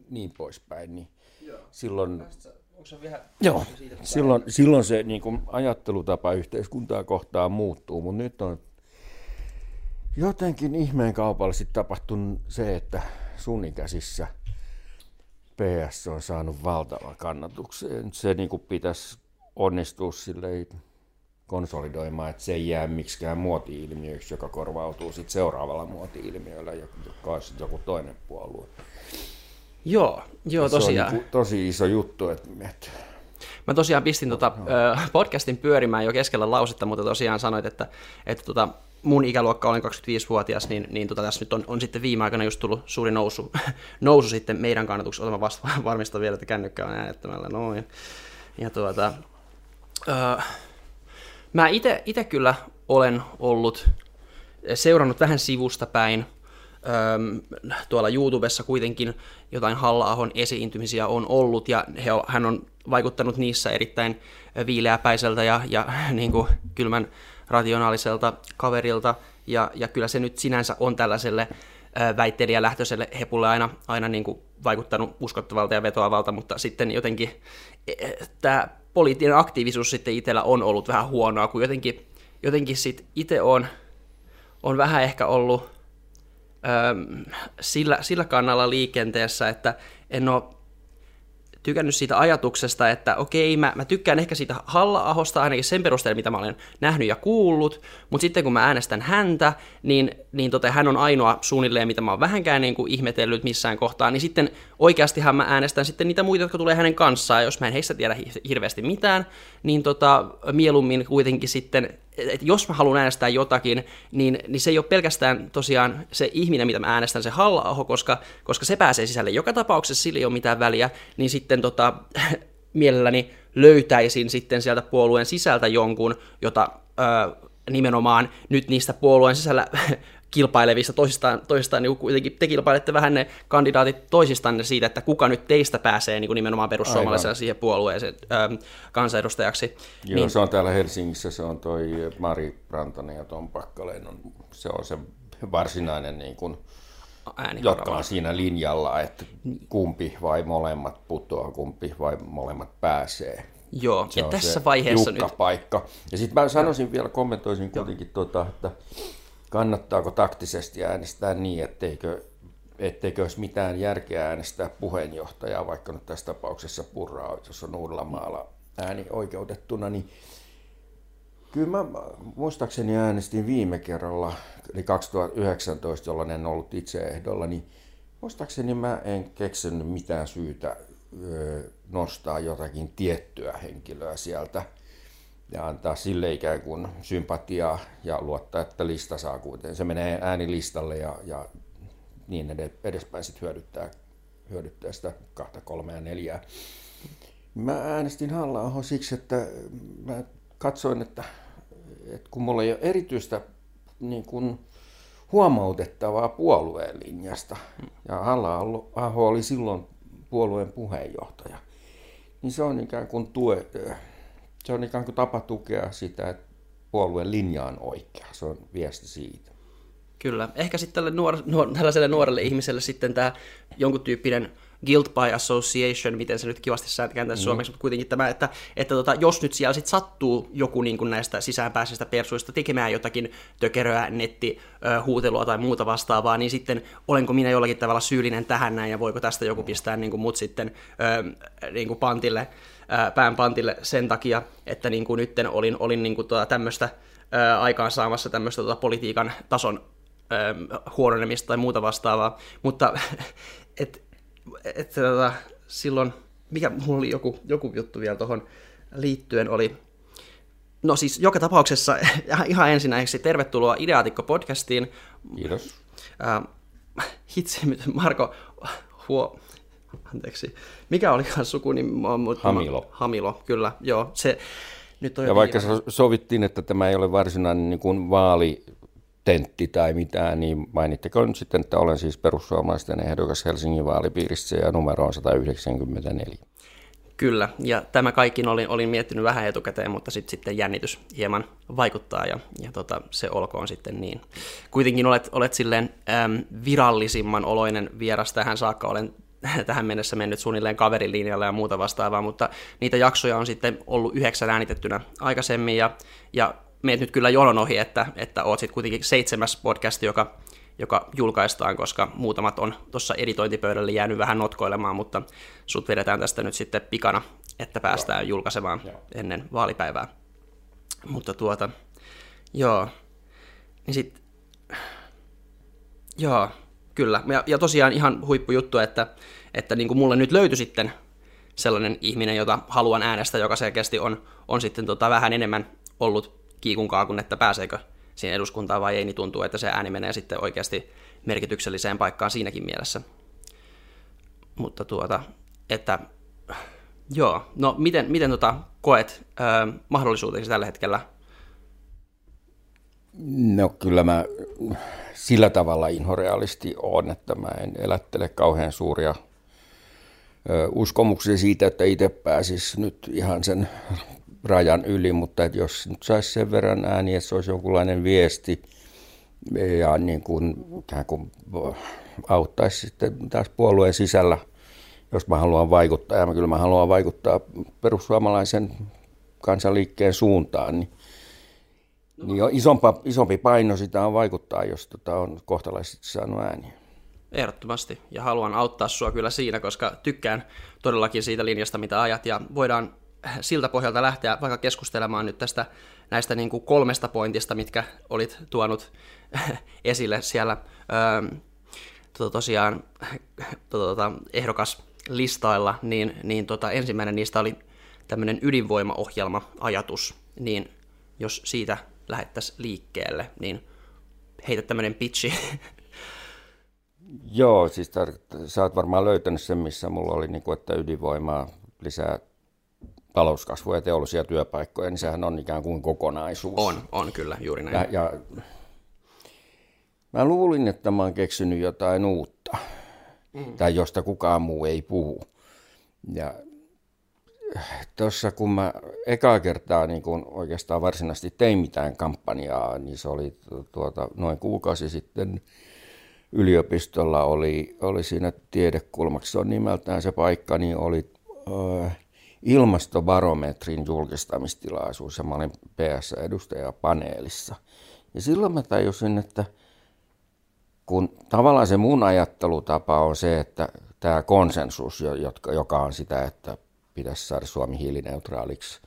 niin poispäin, niin Joo. silloin, Onko se vielä silloin se niin kuin ajattelutapa yhteiskuntaa kohtaan muuttuu, mutta nyt on jotenkin ihmeen kaupallisesti tapahtunut se, että sun ikäisissä PS on saanut valtavan kannatuksen. Se niin kuin pitäisi onnistua silleen konsolidoimaan, että se ei jää miksikään muoti-ilmiöksi, joka korvautuu sit seuraavalla muoti-ilmiöllä, joka on sitten joku toinen puolue. Joo, tosiaan. Se on niin tosi iso juttu. Että Mä tosiaan pistin podcastin pyörimään jo keskellä lausetta, mutta tosiaan sanoit, että mun ikäluokka, olen 25-vuotias, niin tässä nyt on sitten viime aikoina just tullut suuri nousu sitten meidän kannatuksessa. Mä vasta varmistan vielä, että kännykkä on äänettömällä noin. Ja mä itse kyllä olen seurannut vähän sivusta päin. Tuolla YouTubessa kuitenkin jotain Halla-ahon esiintymisiä on ollut, ja hän on vaikuttanut niissä erittäin viileäpäiseltä ja niin kuin kylmän rationaaliselta kaverilta, ja kyllä se nyt sinänsä on tällaiselle väittelijälähtöiselle hepulle aina niin kuin vaikuttanut uskottavalta ja vetoavalta, mutta sitten jotenkin tämä poliittinen aktiivisuus sitten itsellä on ollut vähän huonoa, kun jotenkin sitten itse on vähän ehkä ollut sillä kannalla liikenteessä, että en ole tykännyt siitä ajatuksesta, että okei, mä tykkään ehkä siitä Halla-ahosta ainakin sen perusteella, mitä mä olen nähnyt ja kuullut, mutta sitten kun mä äänestän häntä, niin hän on ainoa suunnilleen, mitä mä oon vähänkään niin kuin ihmetellyt missään kohtaa, niin sitten oikeastihan mä äänestän sitten niitä muita, jotka tulee hänen kanssaan, ja jos mä en heistä tiedä hirveästi mitään, niin mieluummin kuitenkin sitten, että jos mä haluan äänestää jotakin, niin se ei ole pelkästään tosiaan se ihminen, mitä mä äänestän, se Halla-aho, koska se pääsee sisälle joka tapauksessa, sillä ei ole mitään väliä, niin sitten mielelläni löytäisin sitten sieltä puolueen sisältä jonkun, jota nimenomaan nyt niistä puolueen sisällä kilpailevista toisistaan niin kuitenkin te kilpailette vähän ne kandidaatit toisistanne siitä, että kuka nyt teistä pääsee niin kuin nimenomaan perussuomalaisella siihen puolueeseen kansanedustajaksi. Joo, niin, se on täällä Helsingissä, se on toi Mari Rantanen ja Tom Packalén, se on se varsinainen niin kuin, jotka on siinä linjalla, että kumpi vai molemmat putoaa, kumpi vai molemmat pääsee. Joo, se ja on tässä se vaiheessa nyt paikka. Ja sitten mä sanoisin vielä, kommentoisin kuitenkin, että kannattaako taktisesti äänestää niin, etteikö olisi mitään järkeä äänestää puheenjohtajaa, vaikka nyt tässä tapauksessa Purraa, jos on Uudellamaalla ääni oikeutettuna, niin kyllä mä muistaakseni äänestin viime kerralla, eli 2019, jolloin en ollut itse ehdolla, niin muistaakseni mä en keksinyt mitään syytä nostaa jotakin tiettyä henkilöä sieltä ja antaa sille ikään kuin sympatiaa ja luottaa, että lista saa kuitenkin. Se menee äänilistalle ja niin edespäin sitten hyödyttää sitä 2, 3 ja 4. Mä äänestin Halla-ahoa siksi, että mä katsoin, että kun mulla ei ole erityistä niin kuin huomautettavaa puolueen linjasta, ja Halla-aho oli silloin puolueen puheenjohtaja, niin se on ikään kuin se on ikään kuin tapa tukea sitä, että puolueen linja on oikea. Se on viesti siitä. Kyllä. Ehkä sitten tällaiselle nuorelle ihmiselle sitten tämä jonkun tyyppinen guilt by association, miten se nyt kivasti kääntäisi suomeksi, mutta kuitenkin tämä, että jos nyt siellä sitten sattuu joku niin kuin näistä sisäänpääsistä persuista tekemään jotakin tökeröä, nettihuutelua tai muuta vastaavaa, niin sitten olenko minä jollakin tavalla syyllinen tähän näin, ja voiko tästä joku pistää niin kuin mut sitten niin kuin pään pantille sen takia, että niin kuin nytten olin niin kuin tämmöistä aikaansaamassa tämmöistä politiikan tason huononemista tai muuta vastaavaa, mutta silloin, mikä mulla oli joku juttu vielä tuohon liittyen oli, no siis joka tapauksessa ihan ensinnäkin tervetuloa Ideaatikko-podcastiin. Kiitos. Hitsi, Marko, anteeksi, mikä olikaan sukunimi? Hamilo, kyllä, joo. Se, nyt on ja vaikka sovittiin, että tämä ei ole varsinainen niin kuin vaalitentti tai mitään, niin mainittakoon nyt sitten, että olen siis perussuomalaisten ehdokas Helsingin vaalipiirissä ja numero on 194. Kyllä, ja tämä kaikki olin miettinyt vähän etukäteen, mutta sitten jännitys hieman vaikuttaa, ja se olkoon sitten niin. Kuitenkin olet silleen virallisimman oloinen vieras tähän saakka, olen tähän mennessä mennyt suunnilleen kaverin linjalla ja muuta vastaavaa, mutta niitä jaksoja on sitten ollut 9 äänitettynä aikaisemmin, ja meet nyt kyllä jonon ohi, että oot sitten kuitenkin 7. podcast, joka julkaistaan, koska muutamat on tuossa editointipöydälle jäänyt vähän notkoilemaan, mutta sut vedetään tästä nyt sitten pikana, että päästään julkaisemaan ennen vaalipäivää. Mutta joo, niin sitten, joo, kyllä. Ja tosiaan ihan huippujuttu, että niin kuin mulle nyt löytyi sitten sellainen ihminen, jota haluan äänestää, joka selkeästi on sitten vähän enemmän ollut kiikun kaakun, että pääseekö siihen eduskuntaan vai ei, niin tuntuu, että se ääni menee sitten oikeasti merkitykselliseen paikkaan siinäkin mielessä. Mutta että joo, no miten koet mahdollisuutesi tällä hetkellä? No kyllä mä sillä tavalla inhorealisti on, että mä en elättele kauhean suuria uskomuksia siitä, että itse pääsisi nyt ihan sen rajan yli, mutta että jos nyt saisi sen verran ääniä, että se olisi jonkunlainen viesti ja niin kuin, ikään kuin auttaisi sitten taas puolueen sisällä, jos mä haluan vaikuttaa, ja kyllä mä haluan vaikuttaa perussuomalaisen kansanliikkeen suuntaan, niin jo isompi paino sitä on vaikuttaa, jos on kohtalaisesti saanut ääniä. Ehdottomasti, ja haluan auttaa sua kyllä siinä, koska tykkään todellakin siitä linjasta, mitä ajat, ja voidaan siltä pohjalta lähteä vaikka keskustelemaan nyt näistä niin kuin 3 pointista, mitkä olit tuonut esille siellä tosiaan ehdokaslistailla, niin ensimmäinen niistä oli tämmöinen ydinvoimaohjelma-ajatus, niin jos siitä lähdettäisiin liikkeelle, niin heitä tämmöinen pitchi. Joo, siis sä oot varmaan löytänyt sen, missä mulla oli, niin kuin, että ydinvoimaa lisää talouskasvua ja teollisia työpaikkoja, niin sehän on ikään kuin kokonaisuus. On kyllä, juuri näin. Ja mä luulin, että mä oon keksinyt jotain uutta, tai josta kukaan muu ei puhu. Ja tuossa kun mä ekaa kertaa niin kun oikeastaan varsinaisesti tein mitään kampanjaa, niin se oli noin kuukausi sitten yliopistolla oli siinä tiedekulmaksi, se on nimeltään se paikka, niin oli ilmastobarometrin julkistamistilaisuus, ja mä olin PS-edustajapaneelissa. Ja silloin mä tajusin, että kun tavallaan se mun ajattelutapa on se, että tämä konsensus, joka on sitä, että pitäisi saada Suomi hiilineutraaliksi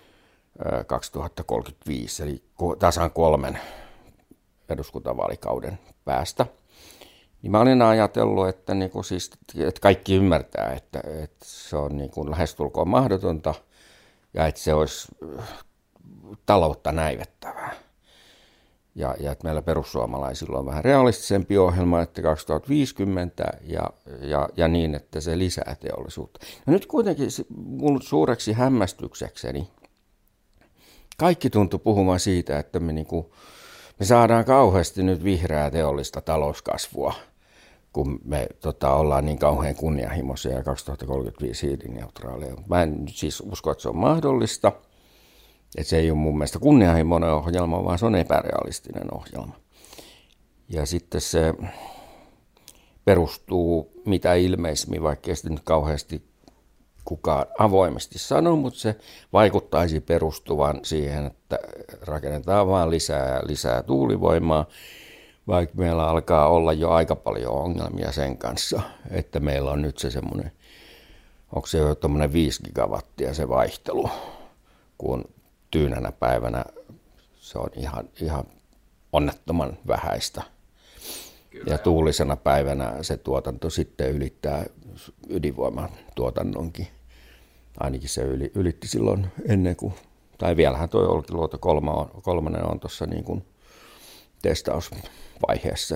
2035, eli tasan 3 eduskuntavaalikauden päästä, niin mä olin ajatellut, että, että kaikki ymmärtää, että se on lähestulkoon mahdotonta ja että se olisi taloutta näivettävää. Ja että meillä perussuomalaisilla on vähän realistisempi ohjelma, että 2050 ja niin, että se lisää teollisuutta. Ja nyt kuitenkin mun suureksi hämmästyksekseni kaikki tuntui puhumaan siitä, että me saadaan kauheasti nyt vihreää teollista talouskasvua, kun me ollaan niin kauhean kunnianhimoisia ja 2035 hiilineutraaleja. Mä en siis usko, että se on mahdollista. Että se ei ole mun mielestä kunnianhimoinen ohjelma, vaan se on epärealistinen ohjelma. Ja sitten se perustuu mitä ilmeisimmin, vaikka ei sitä nyt kauheasti kukaan avoimesti sano, mutta se vaikuttaisi perustuvan siihen, että rakennetaan vaan lisää tuulivoimaa, vaikka meillä alkaa olla jo aika paljon ongelmia sen kanssa, että meillä on nyt se semmoinen, onko se jo tuommoinen 5 gigawattia se vaihtelu, kun tyynänä päivänä se on ihan onnettoman vähäistä. Kyllä, ja tuulisena päivänä se tuotanto sitten ylittää ydinvoiman tuotannonkin. Ainakin se ylitti silloin ennen kuin, tai vielähän tuo Olkiluoto 3 on tuossa niin kuin testausvaiheessa.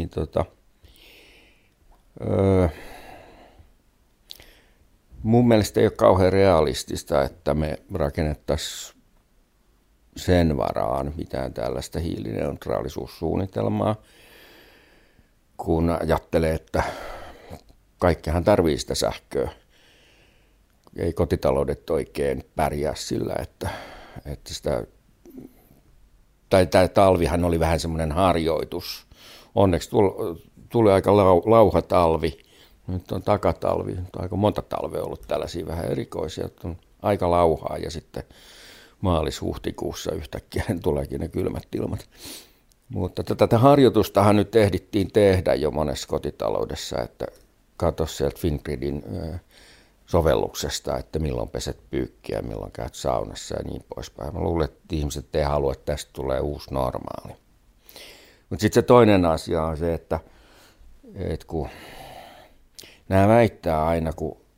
Mun mielestä ei ole kauhean realistista, että me rakennettaisiin sen varaan mitään tällaista hiilineutraalisuussuunnitelmaa, kun ajattelee, että kaikkihan tarvitsee sitä sähköä. Ei kotitaloudet oikein pärjää sillä, että sitä, tai tämä talvihan oli vähän semmoinen harjoitus. Onneksi tuli aika lauha talvi, Nyt on takatalvi, nyt on aika monta talvea ollut tällaisia vähän erikoisia, että on aika lauhaa ja sitten maalis-huhtikuussa yhtäkkiä tuleekin ne kylmät ilmat. Mutta tätä harjoitustahan nyt ehdittiin tehdä jo monessa kotitaloudessa, että katso sieltä Fingridin sovelluksesta, että milloin peset pyykkiä, milloin käyt saunassa ja niin poispäin. Mä luulen, että ihmiset ei halua, että tästä tulee uusi normaali. Mutta sitten se toinen asia on se, että kun nämä väittää aina,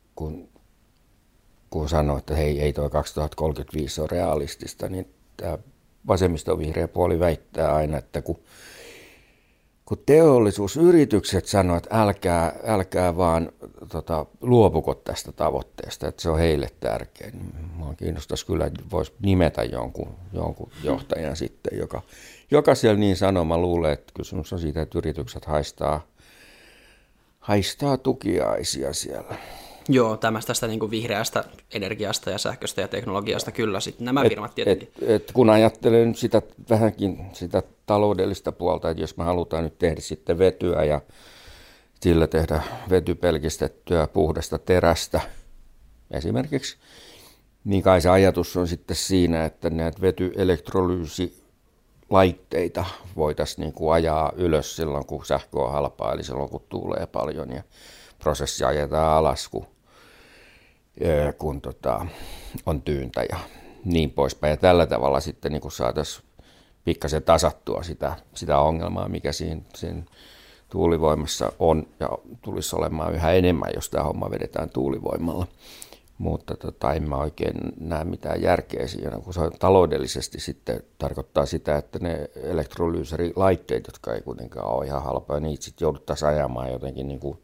kun sanoo, että hei, ei toi 2035 ole realistista, niin tämä vasemmistovihreä puoli väittää aina, että kun teollisuusyritykset sanoo, että älkää vaan luopuko tästä tavoitteesta, että se on heille tärkeä. Minua kiinnostaisi kyllä, että voisi nimetä jonkun johtajan sitten, joka siellä niin sanoo. Mä luulen, että kysymys on siitä, että yritykset haistaa tukiaisia siellä. Joo, tästä niin kuin vihreästä energiasta ja sähköstä ja teknologiasta kyllä sitten nämä firmat tietenkin. Kun ajattelen sitä vähänkin sitä taloudellista puolta, että jos me halutaan nyt tehdä sitten vetyä ja sillä tehdä vetypelkistettyä puhdasta terästä esimerkiksi, niin kai se ajatus on sitten siinä, että näitä vetyelektrolyysilaitteita voitaisiin niin kuin ajaa ylös silloin, kun sähkö on halpaa, eli silloin, kun tuulee paljon ja prosessi ajetaan alas, kun on tyyntä ja niin poispäin. Ja tällä tavalla sitten niin saataisiin pikkasen tasattua sitä ongelmaa, mikä siinä tuulivoimassa on ja tulisi olemaan yhä enemmän, jos tämä homma vedetään tuulivoimalla. Mutta en mä oikein näe mitään järkeä siinä, kun se taloudellisesti sitten tarkoittaa sitä, että ne elektrolyysärilaitteet, jotka ei kuitenkaan ole ihan halpoja, niitä sitten jouduttaisiin ajamaan jotenkin niin kuin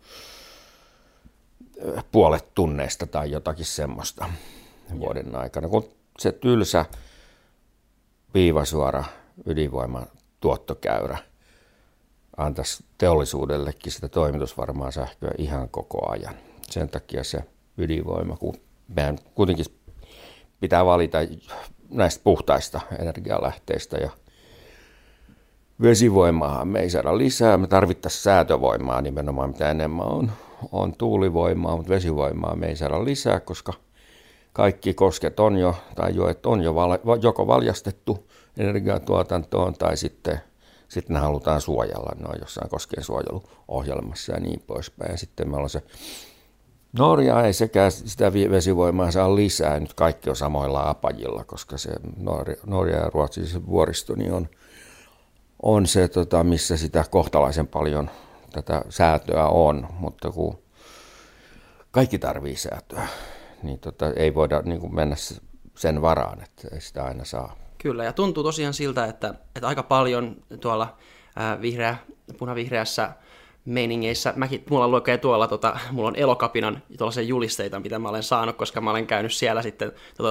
puolet tunneista tai jotakin semmoista vuoden aikana, kun se tylsä viivasuora ydinvoiman tuottokäyrä antaisi teollisuudellekin sitä toimitusvarmaa sähköä ihan koko ajan. Sen takia se ydinvoima, kun meidän kuitenkin pitää valita näistä puhtaista energialähteistä ja vesivoimaahan me ei saada lisää, me tarvittaisiin säätövoimaa nimenomaan, mitä enemmän on tuulivoimaa, mutta vesivoimaa me ei saada lisää, koska kaikki kosket on jo, tai joet on jo joko valjastettu energiatuotantoon, tai sitten ne halutaan suojella, ne on jossain koskien suojeluohjelmassa ja niin poispäin. Ja sitten meillä on se Norja ei sekään sitä vesivoimaa saa lisää, nyt kaikki on samoilla apajilla, koska se Norja ja Ruotsin se vuoristo niin on se, missä sitä kohtalaisen paljon tätä säätöä on, mutta kun kaikki tarvii säätöä, niin ei voida niin kuin mennä sen varaan, että ei sitä aina saa. Kyllä, ja tuntuu tosiaan siltä, että aika paljon tuolla punavihreässä meiningeissä, mulla lukee tuolla, mulla on Elokapinan tuollaisia julisteita, mitä mä olen saanut, koska mä olen käynyt siellä sitten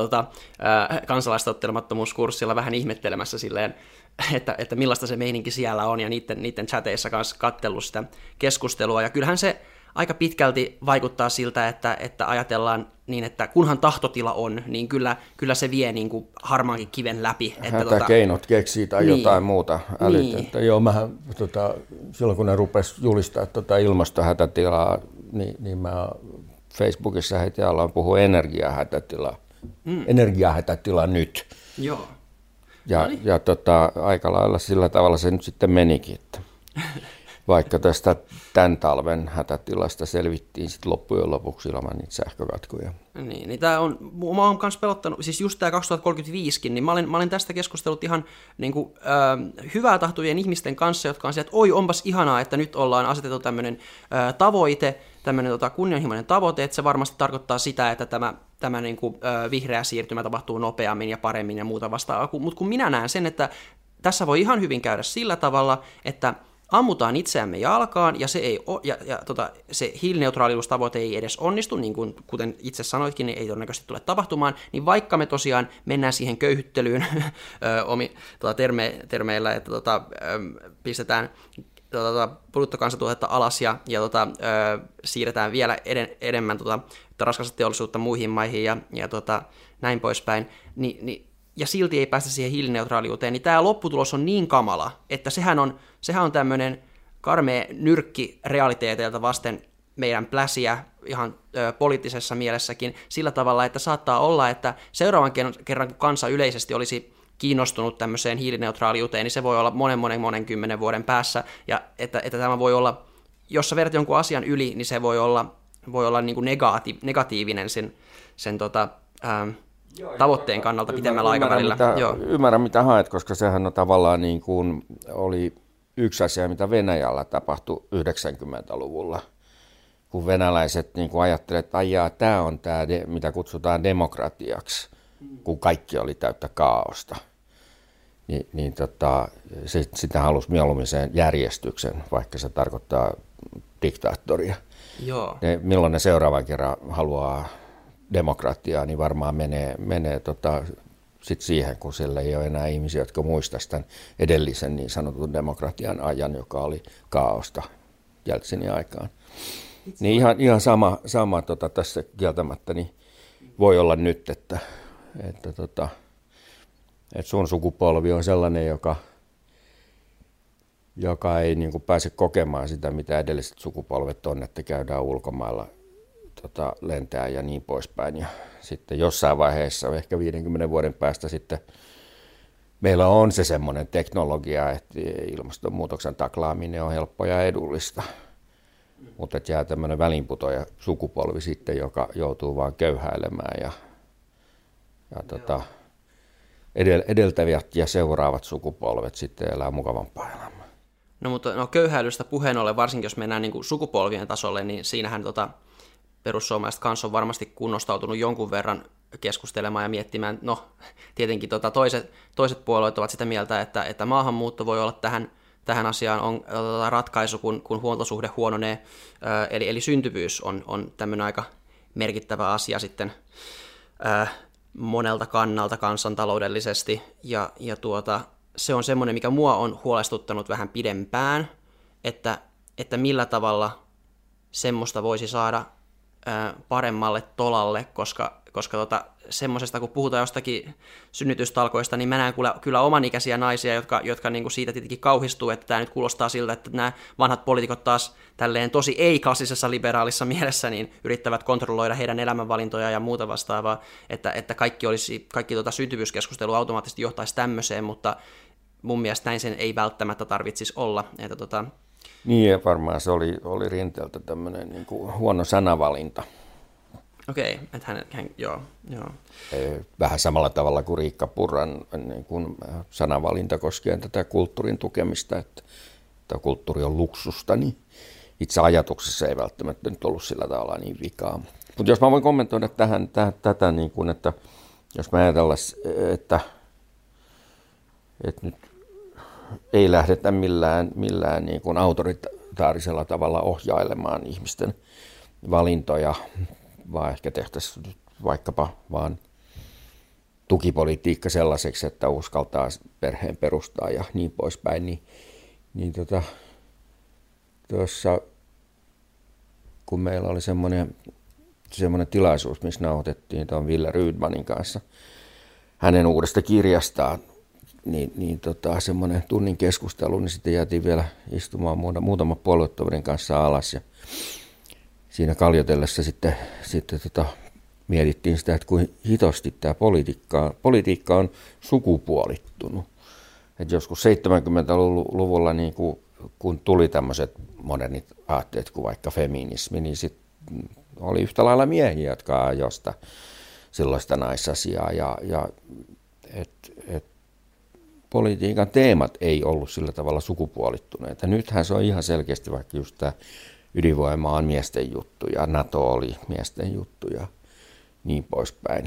kansalaistottelemattomuuskurssilla vähän ihmettelemässä silleen, että millaista se meininki siellä on, ja niiden chateissa kanssa katsellut sitä keskustelua, ja kyllähän se aika pitkälti vaikuttaa siltä, että ajatellaan niin, että kunhan tahtotila on, niin kyllä se vie niin kuin harmaankin kiven läpi. Hätäkeinot keksii tai niin, jotain muuta älytöntä. Niin. Joo, mähän silloin kun ne rupesi julistaa ilmastohätätilaa, niin mä Facebookissa heti alan puhua energiahätätilaa. Energiahätätila nyt. Joo. Ja aika lailla sillä tavalla se nyt sitten menikin, että vaikka tästä tämän talven hätätilasta selvittiin sitten loppujen lopuksi ilman niitä sähkökatkoja. Niin tämä on, mä oon myös pelottanut, siis just tämä 2035kin, niin mä olen tästä keskustellut ihan niin kuin, hyvää tahtuvien ihmisten kanssa, jotka on sieltä, että oi, onpas ihanaa, että nyt ollaan asetettu tämmöinen tavoite, tämmöinen kunnianhimoinen tavoite, että se varmasti tarkoittaa sitä, että tämä niin kuin, vihreä siirtymä tapahtuu nopeammin ja paremmin ja muuta vastaavaa, mutta kun minä näen sen, että tässä voi ihan hyvin käydä sillä tavalla, että ammutaan itseämme jalkaan, ja se hiilineutraaliustavoite ei edes onnistu, niin kuin kuten itse sanoitkin, niin ei todennäköisesti tule tapahtumaan, niin vaikka me tosiaan mennään siihen köyhyttelyyn termeillä, että pistetään bruttokansantuotetta alas ja siirretään vielä enemmän raskasta teollisuutta muihin maihin ja näin poispäin, ja silti ei päästä siihen hiilineutraaliuteen, niin tämä lopputulos on niin kamala, että sehän on tämmöinen karmea nyrkki realiteeteilta vasten meidän pläsiä ihan poliittisessa mielessäkin sillä tavalla, että saattaa olla, että seuraavan kerran, kun kansa yleisesti olisi kiinnostunut tämmöiseen hiilineutraaliuteen, niin se voi olla monen 10 vuoden päässä, ja että tämä voi olla, jos sä vedät jonkun asian yli, niin se voi olla niin kuin negatiivinen sen tavoitteen kannalta pitemmällä aikavälillä. Ymmärrän, mitä haet, koska sehän on tavallaan niin kuin oli yksi asia, mitä Venäjällä tapahtui 90-luvulla, kun venäläiset niin kuin ajattelivat, että ajaa, tämä on tämä, mitä kutsutaan demokratiaksi, kun kaikki oli täyttä kaaosta. Sitä halusi mieluummin sen järjestyksen, vaikka se tarkoittaa diktaattoria. Joo. Milloin ne seuraavan kerran haluaa demokratiaa, niin varmaan menee sit siihen, kun siellä ei ole enää ihmisiä, jotka muistaisivat tämän edellisen niin sanotun demokratian ajan, joka oli kaaosta Jeltsinin aikaan. Niin ihan sama tässä kieltämättä niin voi olla nyt, että sun sukupolvi on sellainen, joka ei niin kuin pääse kokemaan sitä, mitä edelliset sukupolvet on, että käydään ulkomailla lentää ja niin poispäin. Ja sitten jossain vaiheessa, ehkä 50 vuoden päästä sitten, meillä on se semmoinen teknologia, että ilmastonmuutoksen taklaaminen on helppoa ja edullista. Mutta jää tämmöinen välinputoja sukupolvi sitten, joka joutuu vaan köyhäilemään ja edeltävät ja seuraavat sukupolvet sitten elää mukavampaa elämää. No mutta köyhäilystä puheen ollen, varsinkin jos mennään niin kuin sukupolvien tasolle, niin siinähän perussuomalaiset kanssa on varmasti kunnostautunut jonkun verran keskustelemaan ja miettimään. No, tietenkin toiset puolueet ovat sitä mieltä, että maahanmuutto voi olla tähän asiaan on ratkaisu, kun huoltosuhde huononee. Eli syntyvyys on tämmöinen aika merkittävä asia sitten monelta kannalta kansantaloudellisesti. Ja se on semmoinen, mikä mua on huolestuttanut vähän pidempään, että millä tavalla semmoista voisi saada paremmalle tolalle, koska semmoisesta, kun puhutaan jostakin synnytystalkoista, niin mä näen kyllä omanikäisiä naisia, jotka niin kuin siitä tietenkin kauhistuu, että tämä nyt kuulostaa siltä, että nämä vanhat poliitikot taas tälleen tosi ei-klassisessa liberaalissa mielessä niin yrittävät kontrolloida heidän elämänvalintoja ja muuta vastaavaa, että kaikki syntyvyyskeskustelu automaattisesti johtaisi tämmöiseen, mun mielestä näin sen ei välttämättä tarvitsisi olla. Niin, ja varmaan se oli Rinteeltä tämmöinen niin kuin huono sanavalinta. Okei, että hän joo. Vähän samalla tavalla kuin Riikka Purran niin kuin sanavalinta koskien tätä kulttuurin tukemista, että kulttuuri on luksusta, niin itse ajatuksessa ei välttämättä nyt ollut sillä tavalla niin vikaa. Mutta jos mä voin kommentoida tätä, niin kuin, että jos mä ajatellaan, että nyt ei lähdetä millään niin kuin autoritaarisella tavalla ohjailemaan ihmisten valintoja, vaan ehkä tehtäisiin vaikkapa vaan tukipolitiikka sellaiseksi, että uskaltaa perheen perustaa ja niin poispäin. Tuossa kun meillä oli semmoinen tilaisuus, missä nauhoitettiin tuon Ville Rydmanin kanssa hänen uudesta kirjastaan, semmoinen tunnin keskustelu, niin sitten jäätiin vielä istumaan muutaman puoluetoverin kanssa alas ja siinä kaljotellessa sitten mietittiin sitä, että kuin hitosti tämä politiikka on sukupuolittunut. Että joskus 70-luvulla niin kun tuli tämmöiset modernit aatteet kuin vaikka feminismi, niin sitten oli yhtä lailla miehiä, jotka ajoista silloista naisasiaa ja politiikan teemat ei ollut sillä tavalla sukupuolittuneita. Nythän se on ihan selkeästi vaikka just tämä ydinvoima on miesten juttu ja NATO oli miesten juttu ja niin poispäin.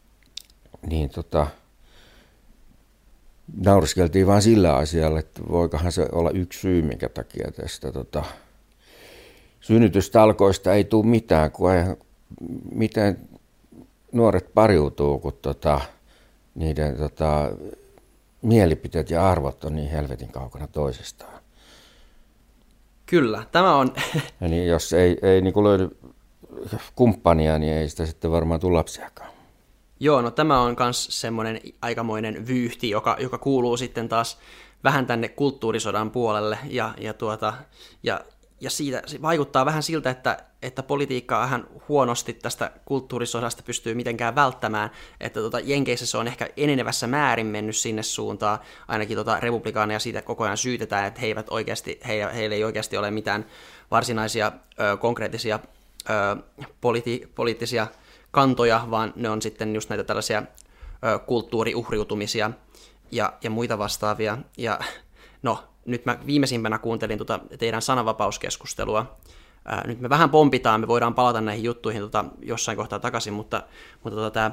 Nauriskeltiin vaan sillä asialla, että voikohan se olla yksi syy, minkä takia tästä synnytystalkoista ei tule mitään, kun miten nuoret pariutuu, kun niiden mielipiteet ja arvot on niin helvetin kaukana toisestaan. Kyllä, tämä on... Ja niin, jos ei niin kuin löydy kumppania, niin ei sitä sitten varmaan tule lapsiakaan. Joo, no tämä on myös semmoinen aikamoinen vyyhti, joka kuuluu sitten taas vähän tänne kulttuurisodan puolelle, ja ja siitä se vaikuttaa vähän siltä, että politiikkaa vähän huonosti tästä kulttuurisodasta pystyy mitenkään välttämään, että Jenkeissä se on ehkä enenevässä määrin mennyt sinne suuntaan, ainakin republikaaneja siitä koko ajan syytetään, että heillä ei oikeasti ole mitään varsinaisia konkreettisia poliittisia kantoja, vaan ne on sitten just näitä tällaisia kulttuuriuhriutumisia ja muita vastaavia. Ja no, nyt mä viimeisimpänä kuuntelin teidän sananvapauskeskustelua. Nyt me vähän pompitaan, me voidaan palata näihin juttuihin jossain kohtaa takaisin, mutta tämä...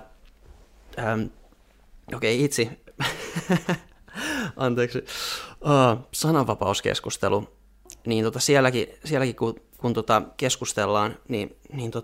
Okei, itse. Anteeksi. Sananvapauskeskustelu. Niin sielläkin kun keskustellaan, niin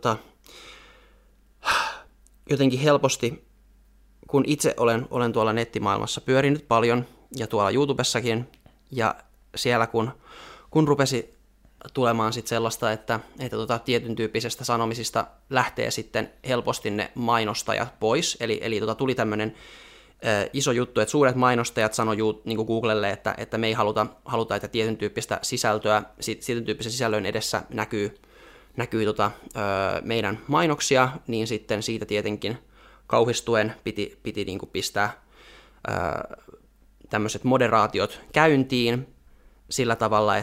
jotenkin helposti, kun itse olen tuolla nettimaailmassa pyörinyt paljon ja tuolla YouTubessakin, ja siellä kun rupesi tulemaan sit sellaista, että tietyn tyyppisestä sanomisista lähtee sitten helposti ne mainostajat pois, eli tuli tämmöinen iso juttu, että suuret mainostajat sanoi niin kuin Googlelle, että me ei haluta, että tietyn tyyppistä sisältöä, tietyn tyyppisen sisällön edessä näkyy meidän mainoksia, niin sitten siitä tietenkin kauhistuen piti niin kuin pistää tämmöiset moderaatiot käyntiin sillä tavalla,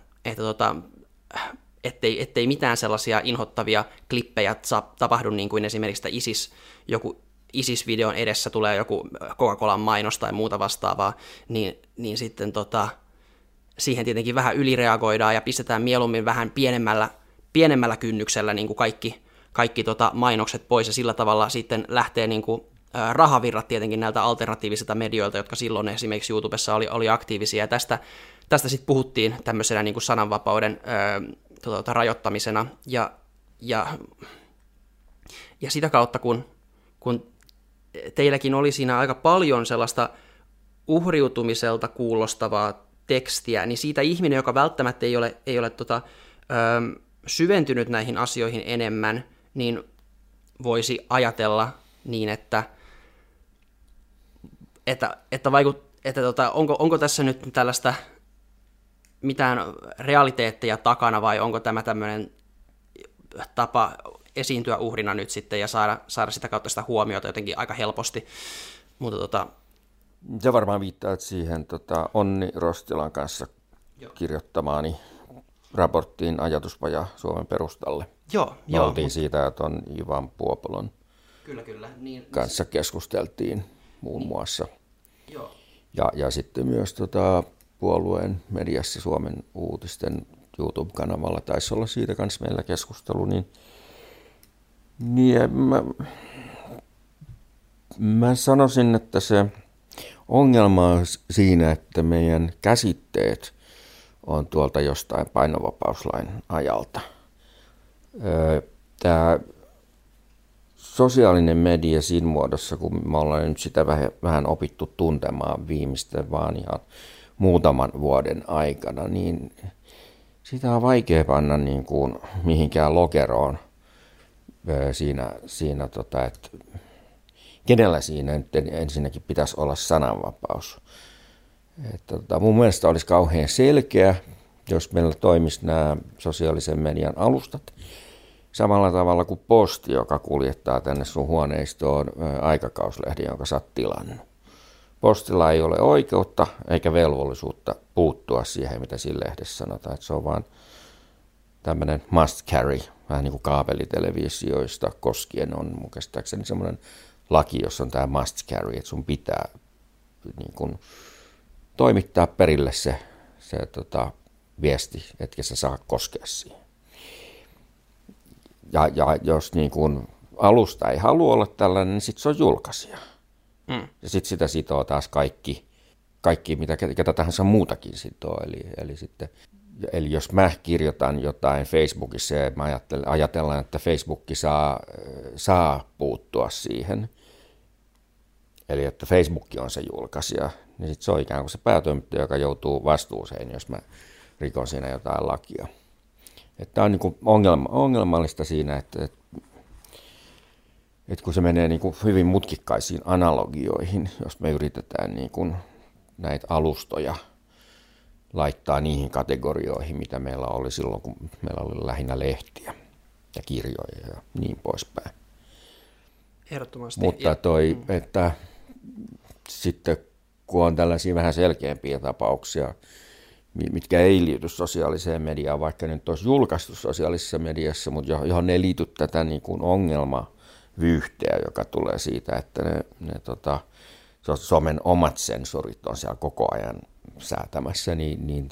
ettei mitään sellaisia inhottavia klippejä tapahdu, niin kuin esimerkiksi joku ISIS-videon edessä tulee joku Coca-Colan mainos tai muuta vastaavaa, niin sitten siihen tietenkin vähän ylireagoidaan ja pistetään mieluummin vähän pienemmällä kynnyksellä niin kuin kaikki mainokset pois, ja sillä tavalla sitten lähtee niin kuin rahavirrat tietenkin näiltä alternatiivisilta medioilta, jotka silloin esimerkiksi YouTubessa oli aktiivisia, ja tästä sitten puhuttiin tämmöisenä niin kuin sananvapauden rajoittamisena, ja sitä kautta, kun teilläkin oli siinä aika paljon sellaista uhriutumiselta kuulostavaa tekstiä, niin siitä ihminen, joka välttämättä ei ole syventynyt näihin asioihin enemmän, niin voisi ajatella niin, että onko tässä nyt tällaista mitään realiteetteja takana, vai onko tämä tämmöinen tapa esiintyä uhrina nyt sitten ja saada sitä kautta sitä huomiota jotenkin aika helposti. Mutta Se varmaan viittaa siihen Onni Rostilan kanssa kirjoittamaani raporttiin Ajatuspaja Suomen perustalle. Joo. Oltiin siitä, että on Ivan Puopolon kyllä. kanssa keskusteltiin muun muassa. Joo. Ja sitten myös puolueen mediassa Suomen uutisten YouTube-kanavalla taisi olla siitä kanssa meillä keskustelu, niin mä sanoisin, että se ongelma on siinä, että meidän käsitteet on tuolta jostain painovapauslain ajalta. Tämä sosiaalinen media siinä muodossa, kun me ollaan nyt sitä vähän opittu tuntemaan viimeisten vaan ihan muutaman vuoden aikana, niin sitä on vaikea panna niin kuin mihinkään lokeroon siinä että kenellä siinä nyt ensinnäkin pitäisi olla sananvapaus. Mun mielestä olisi kauhean selkeä, jos meillä toimisi nämä sosiaalisen median alustat samalla tavalla kuin posti, joka kuljettaa tänne sun huoneistoon aikakauslehden, jonka sä oot tilannut. Postilla ei ole oikeutta eikä velvollisuutta puuttua siihen, mitä siinä lehdessä sanotaan. Että se on vaan tämmöinen must carry, vähän niin kuin kaapelitelevisioista koskien on mun käsittääkseni semmoinen laki, jossa on tämä must carry, että sun pitää niin kuin toimittaa perille se viesti, etkä sä saa koskea siihen. Ja jos niin kuin alusta ei halua olla tällainen, niin sitten se on julkaisija. Ja sitten sitä sitoo taas kaikki mitä ketä tahansa muutakin sitoo. Eli jos mä kirjoitan jotain Facebookissa ja mä ajatellaan, että Facebook saa puuttua siihen, eli että Facebook on se julkaisija, niin sitten se on ikään kuin se päätoimittaja, joka joutuu vastuuseen, jos mä rikon siinä jotain lakia. Tämä on niin kuin ongelmallista siinä, että kun se menee niin kuin hyvin mutkikkaisiin analogioihin, jos me yritetään niin kuin näitä alustoja laittaa niihin kategorioihin, mitä meillä oli silloin, kun meillä oli lähinnä lehtiä ja kirjoja ja niin poispäin. Ehdottomasti. Mutta että sitten kun on tällaisia vähän selkeämpiä tapauksia, mitkä ei liity sosiaaliseen mediaan, vaikka nyt olisi julkaistu sosiaalisessa mediassa, mutta johon ei liity tätä niin kuin ongelmavyyhteä, joka tulee siitä, että ne somen omat sensorit on siellä koko ajan säätämässä, niin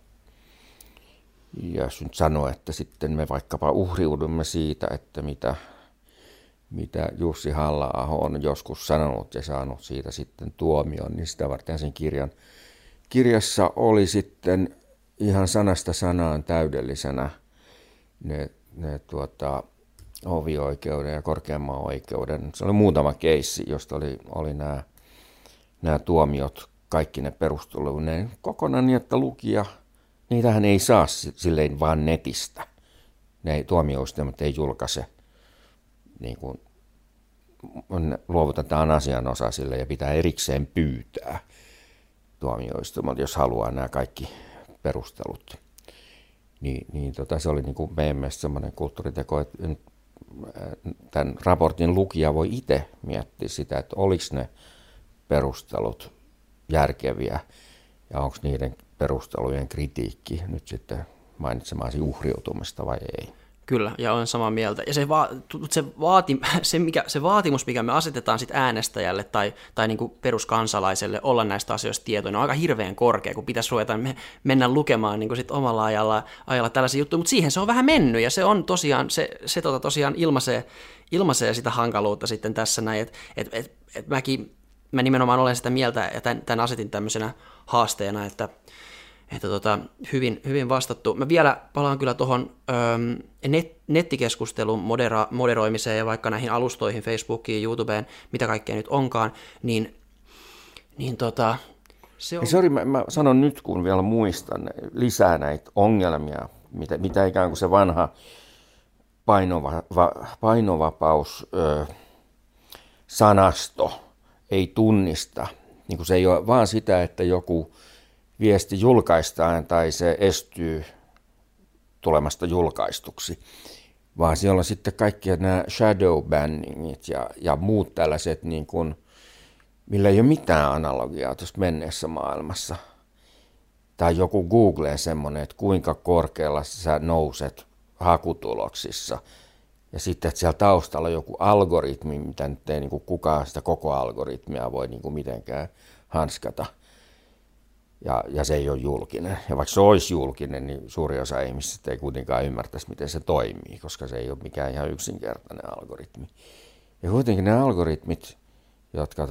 jos nyt sanoo, että sitten me vaikkapa uhriudumme siitä, että mitä Jussi Halla-aho on joskus sanonut ja saanut siitä sitten tuomion, niin sitä varten sen kirjassa oli sitten ihan sanasta sanaan täydellisenä ne hovioikeuden ja korkeamman oikeuden. Se oli muutama keissi, josta oli nämä tuomiot, kaikki ne perusteluineen kokonaan niin, että lukija, niitähän ei saa silleen vaan netistä. Ne tuomioistuimet ei julkaise, niin kuin luovutetaan asianosaisille ja pitää erikseen pyytää tuomioistuimelta, jos haluaa nämä kaikki perustelut. Se oli niin kuin meidän mielestä semmoinen kulttuuriteko, että tämän raportin lukija voi itse miettiä sitä, että oliko ne perustelut järkeviä ja onko niiden perustelujen kritiikki nyt sitten mainitsemaasi uhriutumista vai ei. Kyllä, ja olen samaa mieltä. Ja se vaatimus, mikä me asetetaan sit äänestäjälle tai niin kuin peruskansalaiselle olla näistä asioista tietoinen, on aika hirveän korkea, kun pitäisi ruveta mennä lukemaan niin kuin sit omalla ajalla tällaisia juttuja. Mutta siihen se on vähän mennyt, ja se on tosiaan, se tosiaan ilmaisee sitä hankaluutta sitten tässä näin. Mä nimenomaan olen sitä mieltä, ja tämän asetin tämmöisenä haasteena, että hyvin vastattu. Mä vielä palaan kyllä tuohon nettikeskustelun moderoimiseen ja vaikka näihin alustoihin, Facebookiin, YouTubeen, mitä kaikkea nyt onkaan, se on... Sori, mä sanon nyt, kun vielä muistan lisää näitä ongelmia, mitä ikään kuin se vanha painovapaus-sanasto ei tunnista. Niin kuin se ei ole vaan sitä, että joku viesti julkaistaan tai se estyy tulemasta julkaistuksi, vaan siellä on sitten kaikki nämä shadow banningit ja muut tällaiset, niin kuin, millä ei ole mitään analogiaa tuossa menneessä maailmassa. Tai joku Googleen semmoinen, että kuinka korkealla sä nouset hakutuloksissa. Ja sitten, että siellä taustalla on joku algoritmi, mitä nyt ei niin kuin kukaan sitä koko algoritmia voi niin kuin mitenkään hanskata. Ja se ei ole julkinen. Ja vaikka se olisi julkinen, niin suuri osa ihmisistä ei kuitenkaan ymmärtäisi, miten se toimii, koska se ei ole mikään ihan yksinkertainen algoritmi. Ja kuitenkin ne algoritmit, jotka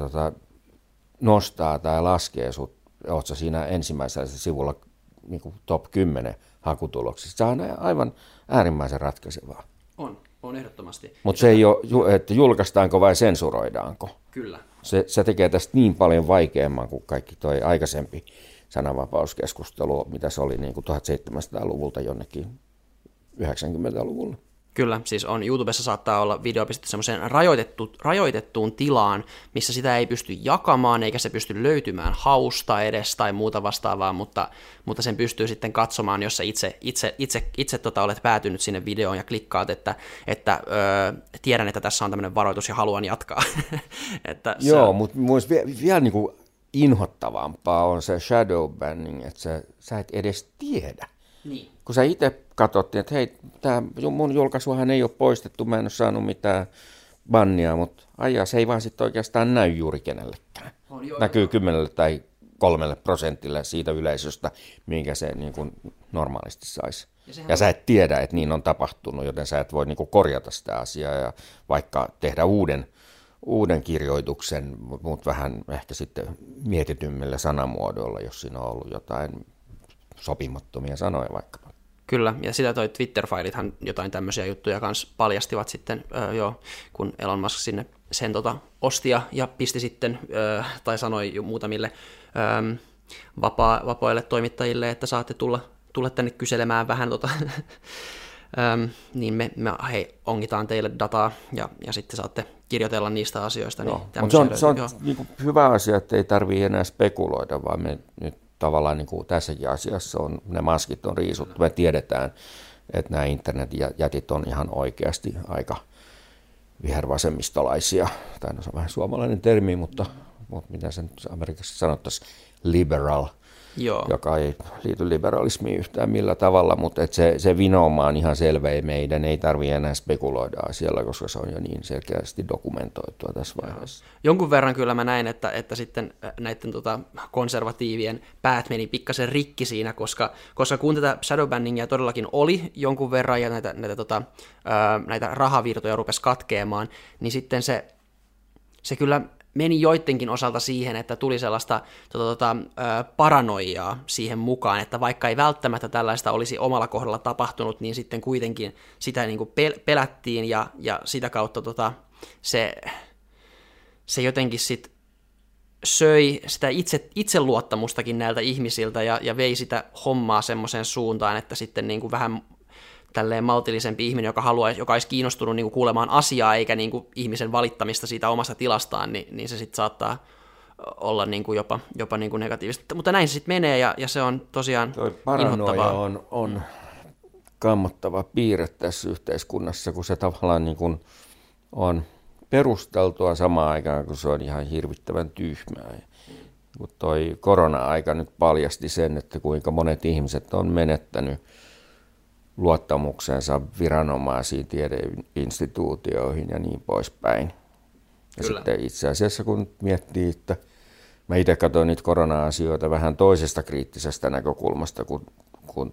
nostaa tai laskee sut, ootko siinä ensimmäisellä sivulla niin kuin top 10 hakutuloksista, se on aivan äärimmäisen ratkaisevaa. On ehdottomasti. Mutta se ei ole, että julkaistaanko vai sensuroidaanko. Kyllä. Se tekee tästä niin paljon vaikeamman kuin kaikki toi aikaisempi sananvapauskeskustelu, mitä se oli niin kuin 1700-luvulta jonnekin 90-luvulla. Kyllä, siis YouTubessa saattaa olla video pistetty semmoiseen rajoitettuun tilaan, missä sitä ei pysty jakamaan, eikä se pysty löytymään hausta edes tai muuta vastaavaa, mutta sen pystyy sitten katsomaan, jos sä itse olet päätynyt sinne videoon ja klikkaat, että tiedän, että tässä on tämmöinen varoitus ja haluan jatkaa. Joo, mutta vielä niin kuin inhottavampaa on se shadow banning, että sä et edes tiedä. Niin. Kun sä itse katsottiin, että hei, tämä mun julkaisuhan ei ole poistettu, mä en ole saanut mitään bannia, mutta se ei vaan sitten oikeastaan näy juuri kenellekään. Näkyy 10 tai 3% siitä yleisöstä, minkä se niin kuin normaalisti saisi. Ja sä et tiedä, että niin on tapahtunut, joten sä et voi niin kuin korjata sitä asiaa ja vaikka tehdä uuden kirjoituksen, mutta vähän ehkä sitten mietitymmillä sanamuodoilla, jos siinä on ollut jotain sopimattomia sanoja vaikkapa. Kyllä, ja sitä toi Twitter-failithan jotain tämmöisiä juttuja kanssa paljastivat sitten, kun Elon Musk sinne sen osti ja pisti sitten, tai sanoi muutamille vapaille toimittajille, että saatte tulla tänne kyselemään vähän niin me ongitaan teille dataa ja sitten saatte kirjoitella niistä asioista. Niin se on niin kuin hyvä asia, että ei tarvitse enää spekuloida, vaan me nyt tavallaan niin kuin tässäkin asiassa ne maskit on riisuttu. Me tiedetään, että nämä internetjätit on ihan oikeasti aika vihervasemmistolaisia. Tai no se on vähän suomalainen termi, mutta mitä sen Amerikassa sanottaisiin, liberal, joka ei liity liberalismiin yhtään millä tavalla, mutta se vinouma on ihan selvä, ja meidän ei tarvitse enää spekuloida asialla, koska se on jo niin selkeästi dokumentoitua tässä vaiheessa. Jonkun verran kyllä mä näin, että sitten näiden konservatiivien päät meni pikkasen rikki siinä, koska kun tätä shadowbanningia todellakin oli jonkun verran ja näitä rahavirtoja rupesi katkeamaan, niin sitten se kyllä meni joidenkin osalta siihen, että tuli sellaista paranoiaa siihen mukaan, että vaikka ei välttämättä tällaista olisi omalla kohdalla tapahtunut, niin sitten kuitenkin sitä niin kuin pelättiin ja sitä kautta se jotenkin sit söi sitä itseluottamustakin näiltä ihmisiltä ja vei sitä hommaa semmoiseen suuntaan, että sitten niin kuin vähän tälleen maltillisempi ihminen, joka olisi kiinnostunut niin kuin kuulemaan asiaa eikä niin kuin ihmisen valittamista siitä omasta tilastaan, niin se sitten saattaa olla niin kuin jopa niin kuin negatiivista. Mutta näin se sitten menee ja se on tosiaan paranoia on kammottava piirre tässä yhteiskunnassa, kun se tavallaan niin kuin on perusteltua samaan aikaan, kun se on ihan hirvittävän tyhmää. Mutta toi korona-aika nyt paljasti sen, että kuinka monet ihmiset on menettänyt luottamuksensa viranomaisiin, tiedeinstituutioihin ja niin poispäin. Ja sitten itse asiassa kun miettii, että mä itse katsoin niitä korona-asioita vähän toisesta kriittisestä näkökulmasta kuin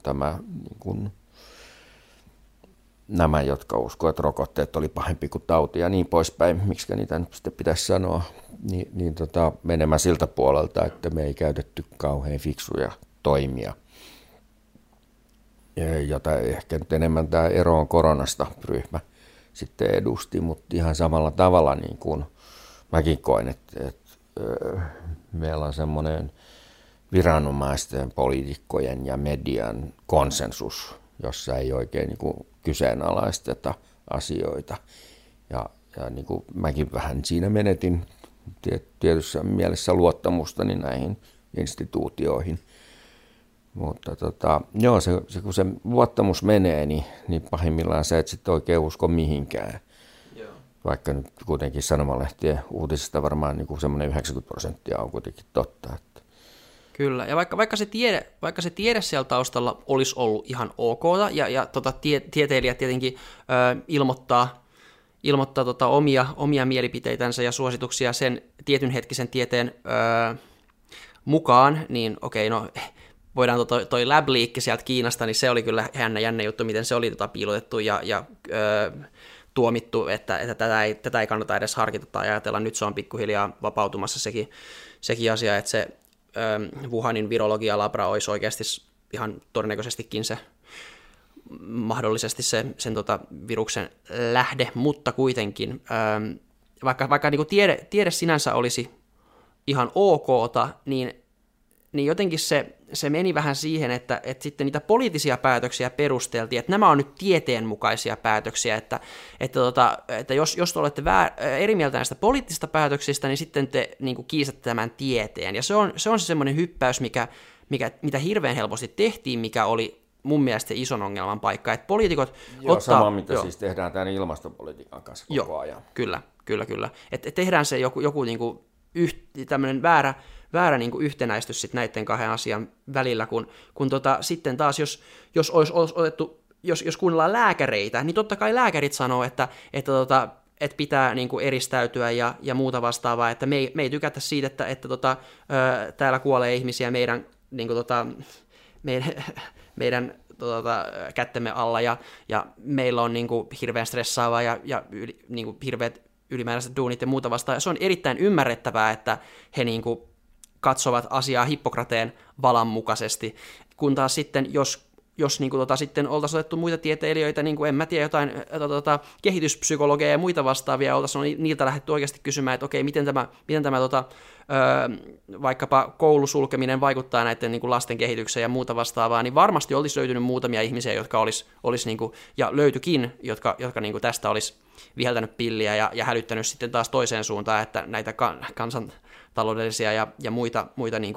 nämä, jotka uskovat, että rokotteet oli pahempi kuin tauti ja niin poispäin, miksi niitä nyt sitten pitäisi sanoa, menemään siltä puolelta, että me ei käytetty kauhean fiksuja toimia, jota ehkä nyt enemmän tämä eroon koronasta ryhmä sitten edusti, mutta ihan samalla tavalla niin kuin mäkin koen, että meillä on semmoinen viranomaisten, poliitikkojen ja median konsensus, jossa ei oikein niin kuin kyseenalaisteta asioita. Ja niin kuin mäkin vähän siinä menetin tietyssä mielessä luottamustani näihin instituutioihin. Mutta kun se luottamus menee, niin pahimmillaan sä et sitten oikein usko mihinkään. Joo. Vaikka nyt kuitenkin sanomalehtien uutisista varmaan niin kuin semmoinen 90% on kuitenkin totta. Että. Kyllä, ja vaikka se tiede siellä taustalla olisi ollut ihan ok, ja tieteilijät tietenkin ilmoittaa omia mielipiteitänsä ja suosituksia sen tietyn hetkisen tieteen mukaan, niin okei, no voidaan toi lab-liikki sieltä Kiinasta, niin se oli kyllä jännä juttu, miten se oli piilotettu ja tuomittu, että tätä ei kannata edes harkita tai ajatella. Nyt se on pikkuhiljaa vapautumassa sekin asia, että se Wuhanin virologia-labra olisi oikeasti ihan todennäköisestikin se mahdollisesti sen viruksen lähde, mutta kuitenkin, vaikka niin kuin tiede sinänsä olisi ihan okta, niin jotenkin se meni vähän siihen, että sitten niitä poliittisia päätöksiä perusteltiin, että nämä on nyt tieteenmukaisia päätöksiä, että jos te olette eri mieltä näistä poliittisista päätöksistä, niin sitten te niin kuin kiistätte tämän tieteen. Ja se on se semmoinen hyppäys, mitä hirveän helposti tehtiin, mikä oli mun mielestä ison ongelman paikka, että poliitikot sama, mitä siis tehdään tämän ilmastopolitiikan kanssa koko ajan. Kyllä. Että tehdään se joku niin kuin tämmöinen väärä niin kuin yhtenäistys sit näiden kahden asian välillä, kun sitten taas, jos olisi otettu, jos kuunnellaan lääkäreitä, niin totta kai lääkärit sanoo, että pitää niin kuin eristäytyä ja muuta vastaavaa, että me ei tykätä siitä, että täällä kuolee ihmisiä meidän kättemme alla, ja meillä on niin kuin hirveän stressaavaa ja niin kuin hirveät ylimääräiset duunit ja muuta vastaan. Se on erittäin ymmärrettävää, että he niin kuin katsovat asiaa Hippokrateen valan mukaisesti, kun taas sitten, jos niin kuin sitten oltaisiin otettu muita tieteilijöitä, niin kuin en mä tiedä, jotain kehityspsykologeja ja muita vastaavia, oltaisiin niiltä lähdetty oikeasti kysymään, että okei, miten tämä vaikkapa koulusulkeminen vaikuttaa näiden niin kuin lasten kehitykseen ja muuta vastaavaa, niin varmasti olisi löytynyt muutamia ihmisiä, jotka olisi niin kuin, ja löytyikin, jotka niin kuin tästä olisi viheltänyt pilliä ja hälyttänyt sitten taas toiseen suuntaan, että näitä kansantaloudellisia ja muita niin kuin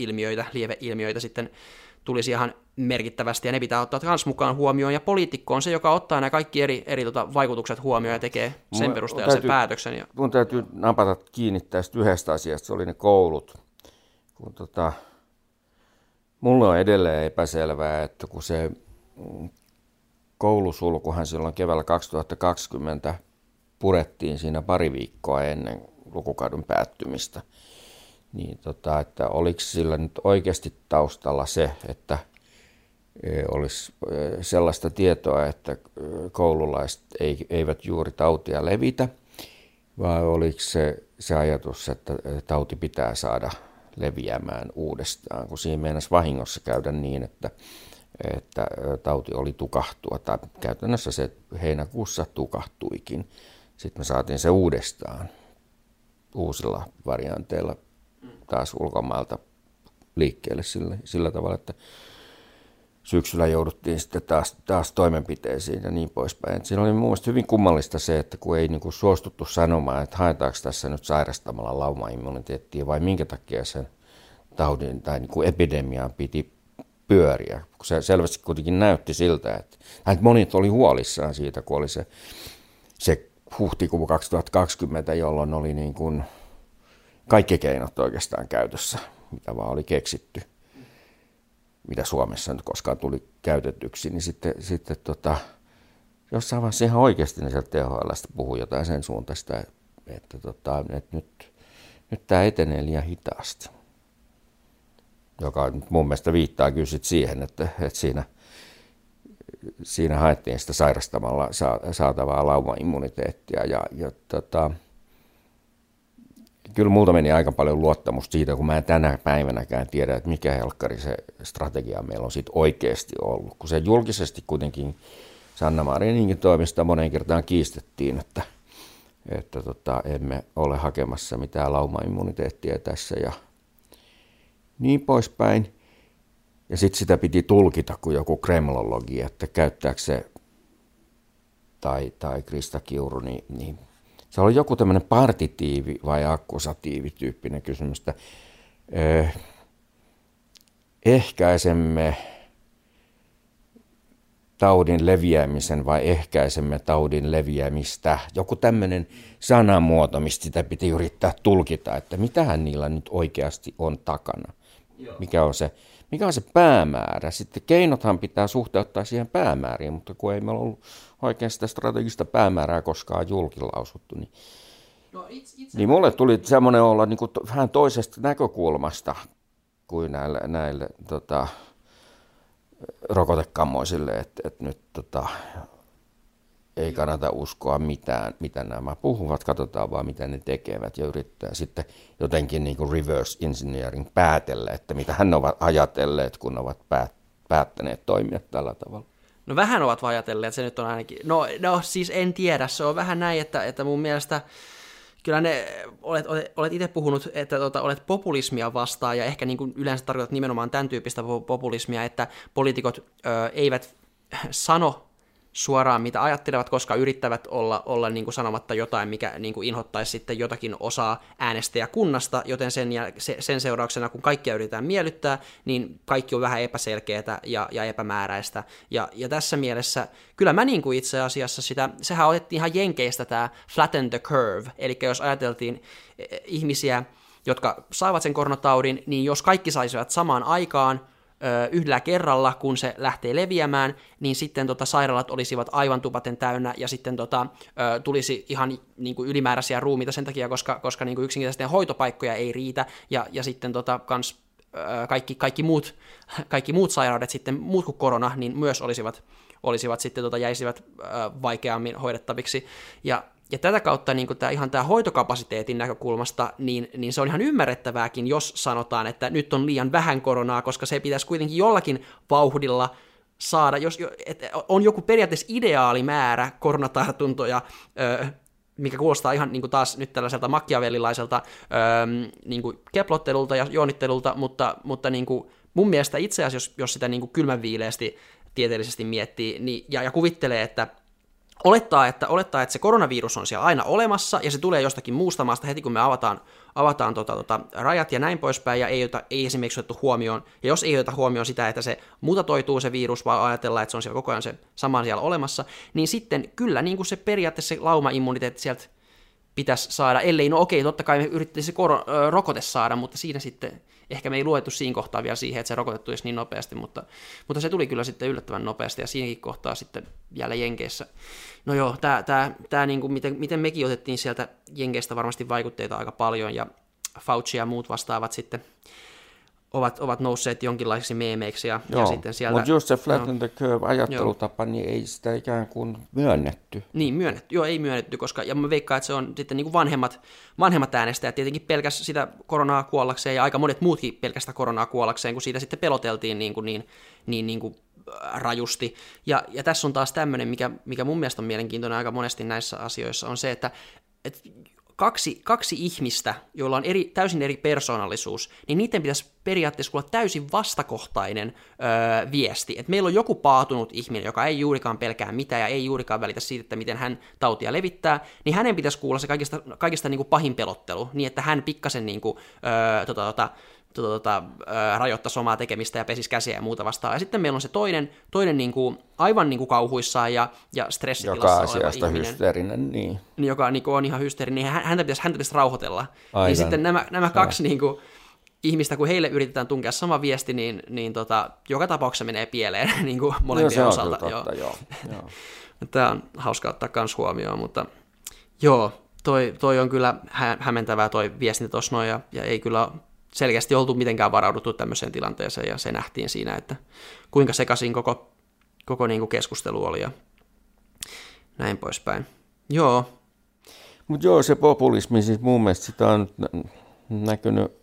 ilmiöitä, lieveilmiöitä sitten tulisi ihan merkittävästi, ja ne pitää ottaa myös mukaan huomioon, ja poliitikko on se, joka ottaa nämä kaikki eri vaikutukset huomioon ja tekee sen perusteella sen päätöksen. Ja... Mun täytyy napata kiinni tästä yhdestä asiasta, se oli ne koulut. Kun mulle on edelleen epäselvää, että kun se koulusulkuhan silloin keväällä 2020 purettiin siinä pari viikkoa ennen lukukauden päättymistä, niin että oliko sillä nyt oikeasti taustalla se, että olisi sellaista tietoa, että koululaiset eivät juuri tautia levitä, vai oliko se ajatus, että tauti pitää saada leviämään uudestaan, kun siinä meinasi vahingossa käydä niin, että tauti oli tukahtua, tai käytännössä se heinäkuussa tukahtuikin. Sitten me saatiin se uudestaan uusilla varianteilla taas ulkomailta liikkeelle sillä tavalla, että syksyllä jouduttiin sitten taas toimenpiteisiin ja niin poispäin. Siinä oli mun mielestä hyvin kummallista se, että kun ei niin kuin suostuttu sanomaan, että haetaanko tässä nyt sairastamalla laumaimmuniteettia vai minkä takia sen taudin tai niin kuin epidemiaan piti pyöriä. Kun se selvästi kuitenkin näytti siltä, että monet oli huolissaan siitä, kun oli se huhtikuu 2020, jolloin oli niin kuin kaikki keinot oikeastaan käytössä, mitä vaan oli keksitty, mitä Suomessa nyt koskaan tuli käytetyksi, niin sitten jossain vaiheessa ihan oikeasti niin sieltä THL:stä puhui jotain sen suuntaista, että nyt tämä etenee liian hitaasti. Joka mun mielestä viittaa kyllä siihen, että siinä haettiin sitä sairastamalla saatavaa laumaimmuniteettia. Kyllä multa meni aika paljon luottamusta siitä, kun mä en tänä päivänäkään tiedä, että mikä helkkari se strategia meillä on siitä oikeasti ollut. Kun se julkisesti kuitenkin Sanna Marininkin toimesta moneen kertaan kiistettiin, että emme ole hakemassa mitään laumaimmuniteettia tässä ja niin poispäin. Ja sitten sitä piti tulkita kuin joku kremlologi, että käyttääkö se tai Krista Kiuru, niin se oli joku tämmöinen partitiivi vai akkusatiivityyppinen kysymys, että ehkäisemme taudin leviämisen vai ehkäisemme taudin leviämistä. Joku tämmöinen sanamuoto, mistä sitä piti yrittää tulkita, että mitähän niillä nyt oikeasti on takana. Mikä on se päämäärä? Sitten keinothan pitää suhteuttaa siihen päämääriin, mutta kun ei meillä ollut oikein sitä strategista päämäärää koskaan julkilausuttu, niin mulle tuli semmoinen olla niin kuin vähän toisesta näkökulmasta kuin näille rokotekammoisille, että nyt ei kannata uskoa mitään, mitä nämä puhuvat, katsotaan vaan mitä ne tekevät ja yrittää sitten jotenkin niin kuin reverse engineering päätellä, että mitä hän ovat ajatelleet, kun ovat päättäneet toimia tällä tavalla. No vähän ovat ajatelleet, se nyt on ainakin, no siis en tiedä, se on vähän näin, että mun mielestä kyllä olet itse puhunut, että olet populismia vastaan ja ehkä niin kuin yleensä tarkoitat nimenomaan tämän tyyppistä populismia, että poliitikot eivät sano suoraan, mitä ajattelevat, koska yrittävät olla niin kuin sanomatta jotain, mikä niin kuin inhottaisi sitten jotakin osaa äänestäjäkunnasta, joten sen seurauksena, kun kaikkia yritetään miellyttää, niin kaikki on vähän epäselkeää ja epämääräistä. Ja tässä mielessä, kyllä mä niin kuin itse asiassa sehän otettiin ihan Jenkeistä tämä flatten the curve, eli jos ajateltiin ihmisiä, jotka saavat sen koronataudin, niin jos kaikki saisivat samaan aikaan, yhdellä kerralla, kun se lähtee leviämään, niin sitten sairaalat olisivat aivan tupaten täynnä, ja sitten tulisi ihan niin kuin ylimääräisiä ruumiita sen takia, koska niin kuin yksinkertaisesti hoitopaikkoja ei riitä, ja sitten kans kaikki muut sairaudet, sitten muut kuin korona, niin myös olisivat sitten jäisivät vaikeammin hoidettaviksi, ja tätä kautta niin tämä hoitokapasiteetin näkökulmasta, niin se on ihan ymmärrettävääkin, jos sanotaan, että nyt on liian vähän koronaa, koska se pitäisi kuitenkin jollakin vauhdilla saada, että on joku periaatteessa ideaali määrä koronatartuntoja, mikä kuulostaa ihan niin kuin taas nyt tällaiselta machiavellilaiselta niin kuin keplottelulta ja joonittelulta, mutta niin kuin mun mielestä itse asiassa, jos sitä niin kuin kylmänviileästi tieteellisesti miettii ja kuvittelee, että olettaa, että se koronavirus on siellä aina olemassa, ja se tulee jostakin muusta maasta heti, kun me avataan rajat ja näin poispäin, ja ei esimerkiksi otettu huomioon, ja jos ei oteta huomioon sitä, että se mutatoituu se virus, vaan ajatellaan, että se on siellä koko ajan se sama siellä olemassa, niin sitten kyllä niin kuin se periaatteessa se laumaimmuniteetti sieltä pitäisi saada, ellei, no okei, totta kai me yritettiin se rokote saada, mutta siinä sitten, ehkä me ei luettu siinä kohtaa vielä siihen, että se rokote tulisi niin nopeasti, mutta se tuli kyllä sitten yllättävän nopeasti, ja siinäkin kohtaa sitten jälleen Jenkeissä. No joo, tämä niin kuin miten mekin otettiin sieltä Jenkeistä varmasti vaikutteita aika paljon, ja Fauci ja muut vastaavat sitten ovat nousseet jonkinlaisiksi meemeiksi, ja sitten sieltä... Mutta just se flatten the curve-ajattelutapa, niin ei sitä ikään kuin myönnetty. Niin, ei myönnetty, koska, ja mä veikkaan, että se on sitten niin kuin vanhemmat äänestäjät tietenkin pelkäs sitä koronaa kuollakseen, ja aika monet muutkin pelkästä koronaa kuollakseen, kun siitä sitten peloteltiin niin kuin rajusti. Ja tässä on taas tämmöinen, mikä mun mielestä on mielenkiintoinen aika monesti näissä asioissa, on se, että kaksi ihmistä, joilla on täysin eri persoonallisuus, niin niiden pitäisi periaatteessa olla täysin vastakohtainen viesti. Et meillä on joku paatunut ihminen, joka ei juurikaan pelkää mitään ja ei juurikaan välitä siitä, että miten hän tautia levittää, niin hänen pitäisi kuulla se kaikista niin kuin pahin pelottelu, niin että hän pikkasen niin kuin, rajoittaisi omaa tekemistä ja pesisi käsiä ja muuta vastaan. Ja sitten meillä on se toinen niin kuin, aivan niin kuin kauhuissaan ja stressitilassa oleva ihminen. Joka asiasta hysteerinen, niin. Joka niin kuin, on ihan hysteerinen, niin häntä pitäisi rauhoitella. Aivan. Niin sitten nämä kaksi niin kuin, ihmistä, kun heille yritetään tunkea sama viesti, niin joka tapauksessa menee pieleen niin kuin molempien osalta. Totta, joo. Tämä on hauska ottaa myös huomioon, mutta joo, toi on kyllä hämmentävää toi viestintä tuossa noin, ja ei kyllä selkeästi oltu mitenkään varauduttu tämmöiseen tilanteeseen, ja se nähtiin siinä, että kuinka sekaisin koko niin kuin keskustelu oli, ja näin poispäin. Joo. Mutta joo, se populismi, siis mun mielestä sitä on näkynyt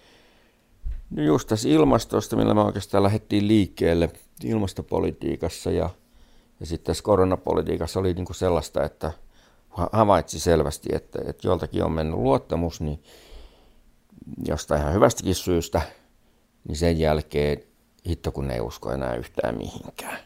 just tässä ilmastosta, millä me oikeastaan lähdettiin liikkeelle ilmastopolitiikassa, ja sitten tässä koronapolitiikassa oli niinku sellaista, että havaitsi selvästi, että joltakin on mennyt luottamus, niin jostain ihan hyvästäkin syystä, niin sen jälkeen hitto kun ei usko enää yhtään mihinkään.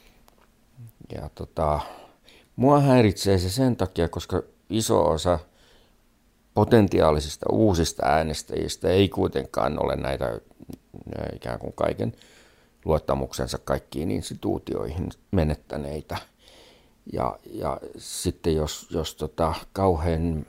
Ja mua häiritsee se sen takia, koska iso osa potentiaalisista uusista äänestäjistä ei kuitenkaan ole näitä ikään kuin kaiken luottamuksensa kaikkiin instituutioihin menettäneitä. Ja sitten jos kauhean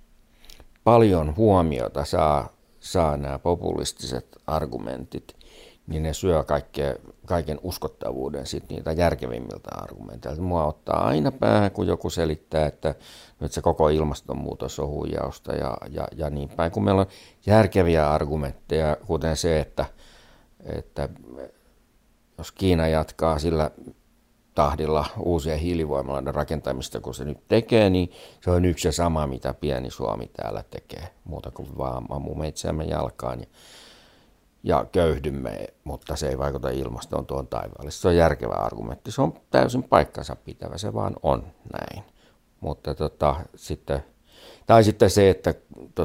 paljon huomiota saa nämä populistiset argumentit, niin ne syö kaiken uskottavuuden sitten niitä järkevimmiltä argumenteilta. Mua ottaa aina päähän, kun joku selittää, että nyt se koko ilmastonmuutos on huijausta ja niin päin. Kun meillä on järkeviä argumentteja, kuten se, että jos Kiina jatkaa sillä tahdilla uusien hiilivoimaloiden rakentamista, kun se nyt tekee, niin se on yksi ja sama, mitä pieni Suomi täällä tekee. Muuta kuin vaan ammumme itseämme jalkaan ja köyhdymme, mutta se ei vaikuta ilmastoon tuon taivaalle. Se on järkevä argumentti. Se on täysin paikkansa pitävä, se vaan on näin. Mutta sitten se, että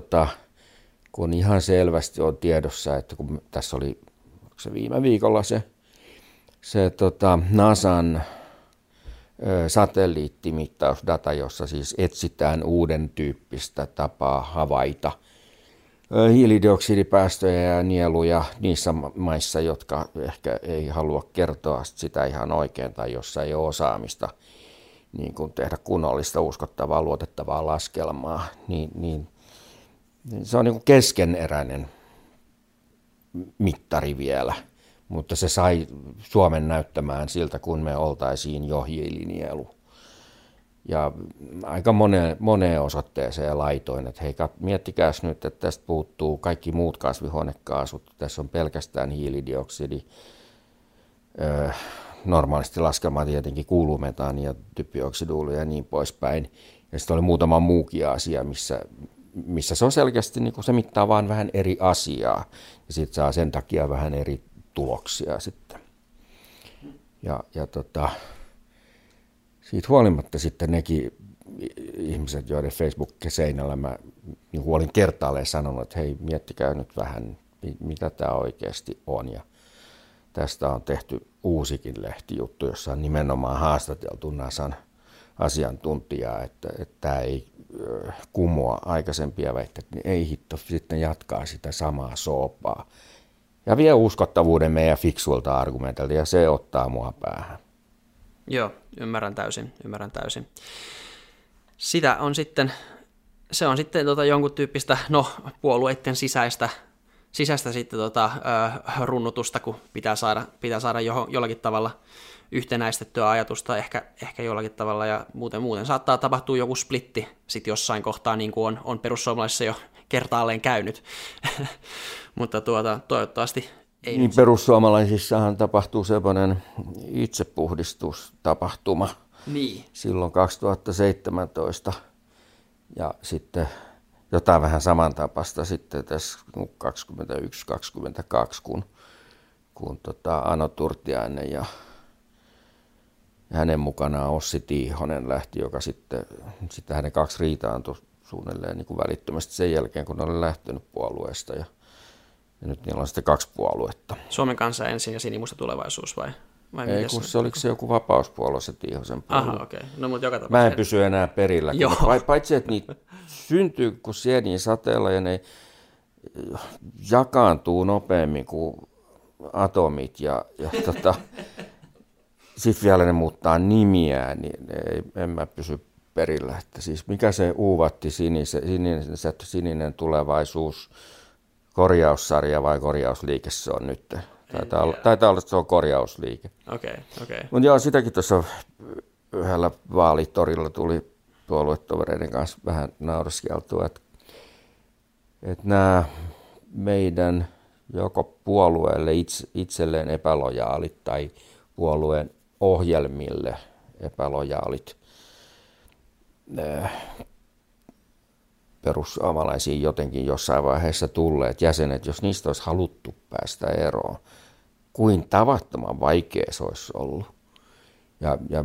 kun ihan selvästi on tiedossa, että kun tässä oli se viime viikolla se NASAn satelliittimittausdata, jossa siis etsitään uuden tyyppistä tapaa havaita hiilidioksidipäästöjä ja nieluja niissä maissa, jotka ehkä ei halua kertoa sitä ihan oikein tai jossa ei ole osaamista niin kuin tehdä kunnollista, uskottavaa, luotettavaa laskelmaa, niin se on niin kuin keskeneräinen mittari vielä. Mutta se sai Suomen näyttämään siltä, kun me oltaisiin jo hiilinielu. Ja aika moneen osoitteeseen laitoin, että hei, miettikääs nyt, että tästä puuttuu kaikki muut kasvihuonekaasut. Tässä on pelkästään hiilidioksidi. Normaalisti laskelmaan tietenkin kuuluu metaani ja typpioksiduuli ja niin poispäin. Ja sitten oli muutama muukin asia, missä se on selkeästi, niin se mittaa vaan vähän eri asiaa. Ja sitten saa sen takia vähän eri tuloksia sitten. Ja siitä huolimatta sitten nekin ihmiset, joiden Facebook-seinällä mä niin olin kertaalleen sanonut, että hei, miettikää nyt vähän, mitä tämä oikeasti on. Ja tästä on tehty uusikin lehtijuttu, jossa on nimenomaan haastateltu NASAn asiantuntijaa, että tämä ei kumoa aikaisempia väitteitä, niin ei hitto sitten jatkaa sitä samaa soopaa. Ja vie uskottavuuden meidän fiksuilta argumenteilta, ja se ottaa mua päähän. Joo, ymmärrän täysin. Sitä on sitten, se on sitten jonkun tyyppistä, puolueiden sisäistä sitten runnutusta, kun pitää saada jollakin tavalla yhtenäistettyä ajatusta, ehkä jollakin tavalla, ja muuten saattaa tapahtua joku splitti sitten jossain kohtaa, niin kuin on perussuomalaisissa jo kertaalleen käynyt, mutta toivottavasti ei. Niin perussuomalaisissahan tapahtuu semmoinen itsepuhdistustapahtuma silloin 2017, ja sitten jotain vähän samantapaista sitten tässä 21-22, kun Ano Turtiainen ja hänen mukanaan Ossi Tiihonen lähti, joka sitten hänen 2 riitaantui suunnilleen niin kuin välittömästi sen jälkeen, kun ne oli lähtenyt puolueesta. Ja nyt niillä on sitten 2 puoluetta. Suomen Kansa ensin ja Sinimusta Tulevaisuus vai ei, kun se oliko se joku vapauspuolue, se Tiihosen puolue. Aha, okei. No, mutta joka mä en pysy enää perillä. Paitsi, että niitä syntyy kuin sieniä sateella ja ne jakaantuu nopeammin kuin atomit ja sitten vielä ne muuttaa nimiä, niin en mä pysy perillä. Että siis mikä se uuvatti sininen tulevaisuus, korjaussarja vai korjausliike se on nyt? Taitaa olla, että se on korjausliike. Okei. Mutta joo, sitäkin tuossa yhdellä vaalitorilla tuli puoluetovereiden kanssa vähän nauraskeltua, että nämä meidän joko puolueelle itselleen epälojaalit tai puolueen ohjelmille epälojaalit perussuomalaisiin jotenkin jossain vaiheessa tulleet jäsenet, jos niistä olisi haluttu päästä eroon, kuin tavattoman vaikea se olisi ollut. Ja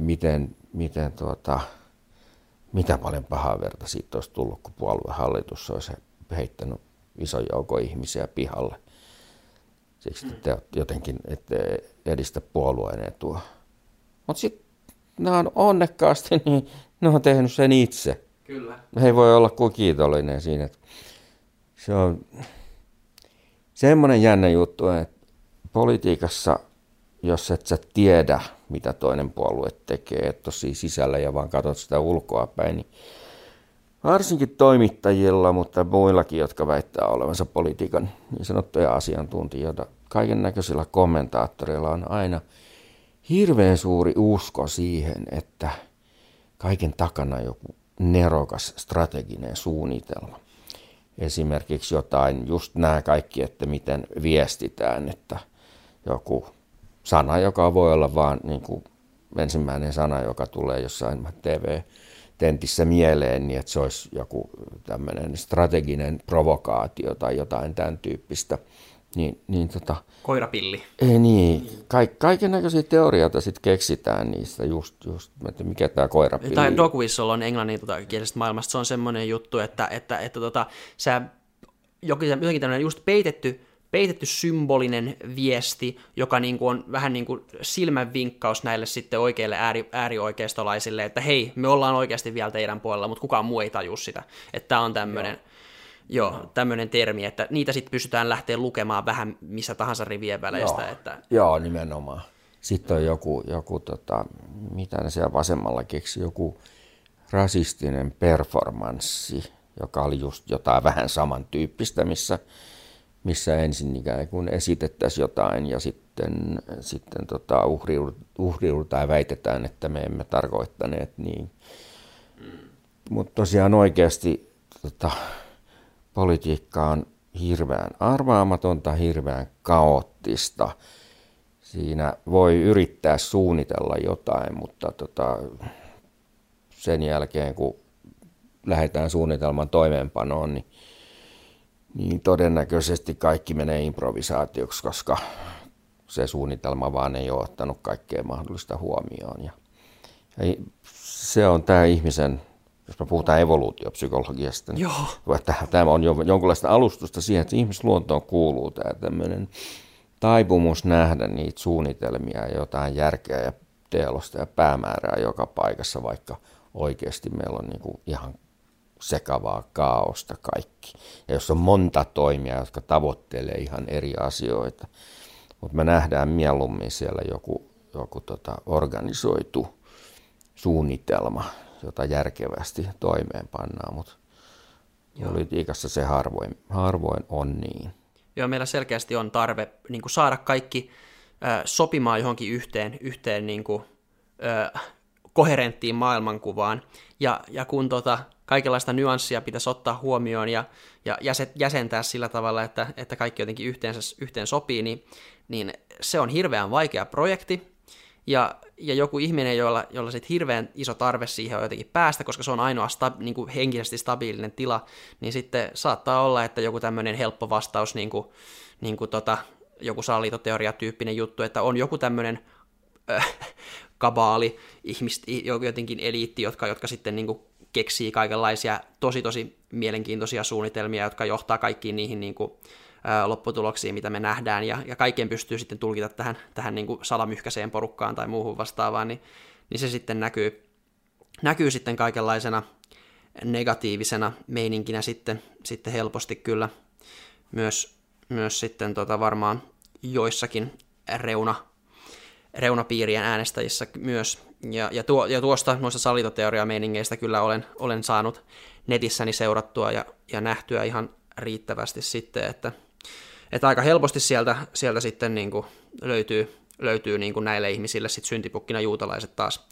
mitä paljon pahaa verta siitä olisi tullut, kun puoluehallitus olisi heittänyt ison joukon ihmisiä pihalle. Siksi te jotenkin ette edistä puolueen etua. Mutta sitten nämä on onnekkaasti, niin ne on tehnyt sen itse. Kyllä. He ei voi olla kuin kiitollinen siinä. Se on semmoinen jännä juttu, että politiikassa, jos et sä tiedä, mitä toinen puolue tekee, et ole siinä sisällä ja vaan katsot sitä ulkoa päin, niin varsinkin toimittajilla, mutta muillakin, jotka väittää olevansa politiikan niin sanottuja asiantuntijoita, kaiken näköisillä kommentaattoreilla on aina hirveän suuri usko siihen, että kaiken takana on joku nerokas strateginen suunnitelma. Esimerkiksi jotain, just nämä kaikki, että miten viestitään, että joku sana, joka voi olla vaan niin kuin ensimmäinen sana, joka tulee jossain TV-tentissä mieleen, niin että se olisi joku tämmöinen strateginen provokaatio tai jotain tämän tyyppistä. Koirapilli. Ei niin. Kaiken näköisiä teorioita sitten keksitään niistä, just että mikä tämä koirapilli. Tai dog whistle on englanninkielisestä maailmasta. Se on semmoinen juttu, että jotenkin tämmöinen just peitetty symbolinen viesti, joka niinku on vähän niin kuin silmänvinkkaus näille sitten oikeille äärioikeistolaisille, että hei, me ollaan oikeasti vielä teidän puolella, mutta kukaan muu ei taju sitä. Että tämä on tämmöinen termi, että niitä sitten pystytään lähteä lukemaan vähän missä tahansa rivien väleistä. Joo, nimenomaan. Sitten on joku mitä ne siellä vasemmalla keksi, joku rasistinen performanssi, joka oli just jotain vähän samantyyppistä, missä ensin ikään kuin esitettäisiin jotain ja sitten uhriudutaan ja väitetään, että me emme tarkoittaneet niin. Mutta tosiaan oikeasti politiikka on hirveän arvaamatonta, hirveän kaoottista. Siinä voi yrittää suunnitella jotain, mutta sen jälkeen kun lähdetään suunnitelman toimeenpanoon, niin todennäköisesti kaikki menee improvisaatioksi, koska se suunnitelma vaan ei ole ottanut kaikkea mahdollista huomioon. Ja se on tämä ihmisen, jos me puhutaan evoluutiopsykologiasta, niin tämä on jonkinlaista alustusta siihen, että ihmisluontoon kuuluu tämä tämmöinen taipumus nähdä niitä suunnitelmia ja jotain järkeä ja teelosta ja päämäärää joka paikassa, vaikka oikeasti meillä on niin kuin ihan sekavaa kaaosta kaikki. Ja jos on monta toimia, jotka tavoittelee ihan eri asioita, mutta me nähdään mieluummin siellä joku organisoitu suunnitelma, jota järkevästi toimeenpannaan, mutta politiikassa se harvoin on niin. Joo, meillä selkeästi on tarve niin kuin saada kaikki sopimaan johonkin yhteen niin kuin, koherenttiin maailmankuvaan, ja kun kaikenlaista nyanssia pitäisi ottaa huomioon ja jäsentää sillä tavalla, että kaikki jotenkin yhteen sopii, niin se on hirveän vaikea projekti, ja joku ihminen, jolla sit hirveän iso tarve siihen on jotenkin päästä, koska se on ainoa niin kuin henkisesti stabiilinen tila, niin sitten saattaa olla, että joku tämmöinen helppo vastaus, niin kuin joku salaliittoteoria-tyyppinen juttu, että on joku tämmöinen kabaali, jotenkin eliitti, jotka sitten niin kuin keksii kaikenlaisia tosi mielenkiintoisia suunnitelmia, jotka johtaa kaikkiin niihin niin kuin lopputuloksiin, mitä me nähdään, ja kaikkeen pystyy sitten tulkita tähän niin kuin salamyhkäiseen porukkaan tai muuhun vastaavaan, niin se sitten näkyy sitten kaikenlaisena negatiivisena meininkinä sitten helposti kyllä myös sitten varmaan joissakin reunapiirien äänestäjissä myös, ja tuosta noista salaliittoteoria-meiningeistä kyllä olen saanut netissäni seurattua ja nähtyä ihan riittävästi sitten, että aika helposti sieltä sitten niin kuin löytyy niin kuin näille ihmisille sit syntipukkina juutalaiset taas.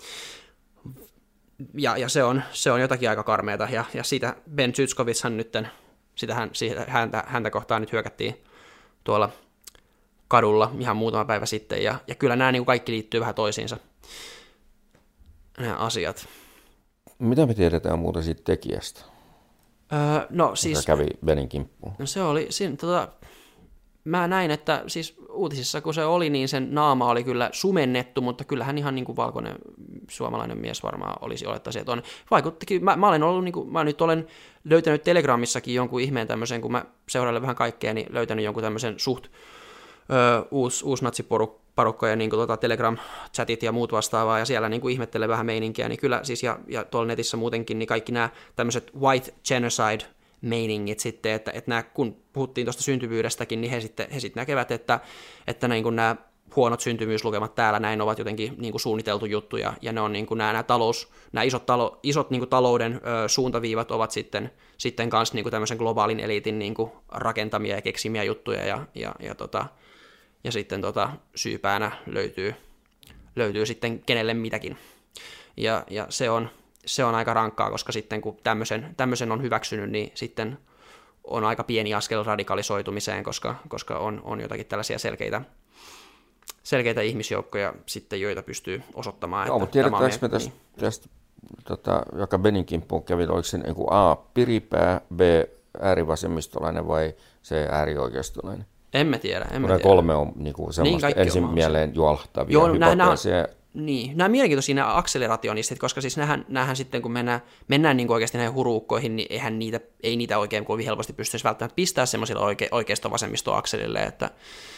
Ja se on jotakin aika karmeata, ja siitä Ben Zyskowiczhan nytten, häntä kohtaan nyt hyökättiin tuolla kadulla ihan muutama päivä sitten, ja kyllä nämä niin kuin kaikki liittyy vähän toisiinsa, nämä asiat. Mitä me tiedetään muuta siitä tekijästä? No siis... Joka kävi Benin kimppuun. No se oli, mä näin, että siis uutisissa kun se oli, niin sen naama oli kyllä sumennettu, mutta kyllähän ihan niin kuin valkoinen suomalainen mies varmaan olisi olettaisi, että on. Vaikuttikin, mä nyt olen löytänyt Telegramissakin jonkun ihmeen tämmöisen, kun mä seurailen vähän kaikkea, niin löytänyt jonkun tämmöisen suht uusi natsiporukkoja, niin kuin Telegram-chatit ja muut vastaavaa, ja siellä niin kuin ihmettelee vähän meininkiä, niin kyllä siis, ja tuolla netissä muutenkin, niin kaikki nämä tämmöiset white genocide-meiningit sitten, että nämä, kun puhuttiin tuosta syntyvyydestäkin, niin he sitten näkevät, että niin kuin nämä huonot syntyvyyslukemat täällä näin ovat jotenkin niin kuin suunniteltu juttuja, ja ne on niin kuin nämä isot niin kuin talouden suuntaviivat ovat sitten kanssa niin kuin tämmöisen globaalin eliitin niin kuin rakentamia ja keksimiä juttuja, ja sitten syypäänä löytyy sitten kenelle mitäkin. Ja se on aika rankkaa, koska sitten kun tämmöisen on hyväksynyt, niin sitten on aika pieni askel radikalisoitumiseen, koska on jotakin tällaisia selkeitä ihmisjoukkoja sitten, joita pystyy osoittamaan. Joo, mutta tiedetäänkö me tästä joka Benin kimppuun kävi, oliko se niin kuin A, piripää, B, äärivasemmistolainen vai C, äärioikeistolainen? Emme tiedä. Kolme on niin kuin semmoista niin ensin mieleen juolhtavia hypoteesia. Niin, nämä mielenkiintoisia nämä akselerationistit, koska siis näähän sitten, kun mennään niin kuin oikeasti näihin huruukkoihin, niin ei niitä oikein kovin helposti pystyisi välttämättä pistää semmoisilla oikeisto-vasemmisto-akselille, että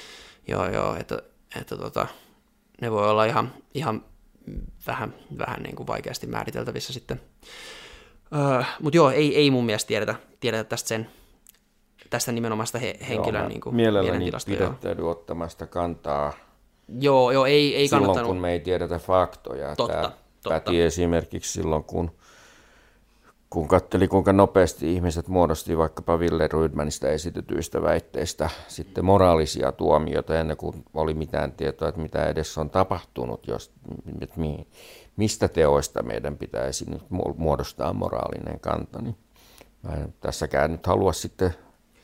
ne voi olla ihan vähän niin kuin vaikeasti määriteltävissä sitten. Mutta joo, ei mun mielestä tiedetä tästä nimenomaista henkilön niin kuin mielentilasta. Mielelläni pidättäydy ottamasta kantaa. Joo, ei kannattanut. Silloin, kun me ei tiedetä faktoja. Totta. Päti esimerkiksi silloin, kun katseli, kuinka nopeasti ihmiset muodosti vaikkapa Wille Rydmanista esitetyistä väitteistä sitten moraalisia tuomioita ennen kuin oli mitään tietoa, että mitä edes on tapahtunut, mistä teoista meidän pitäisi nyt muodostaa moraalinen kanta. Niin mä en tässäkään nyt halua sitten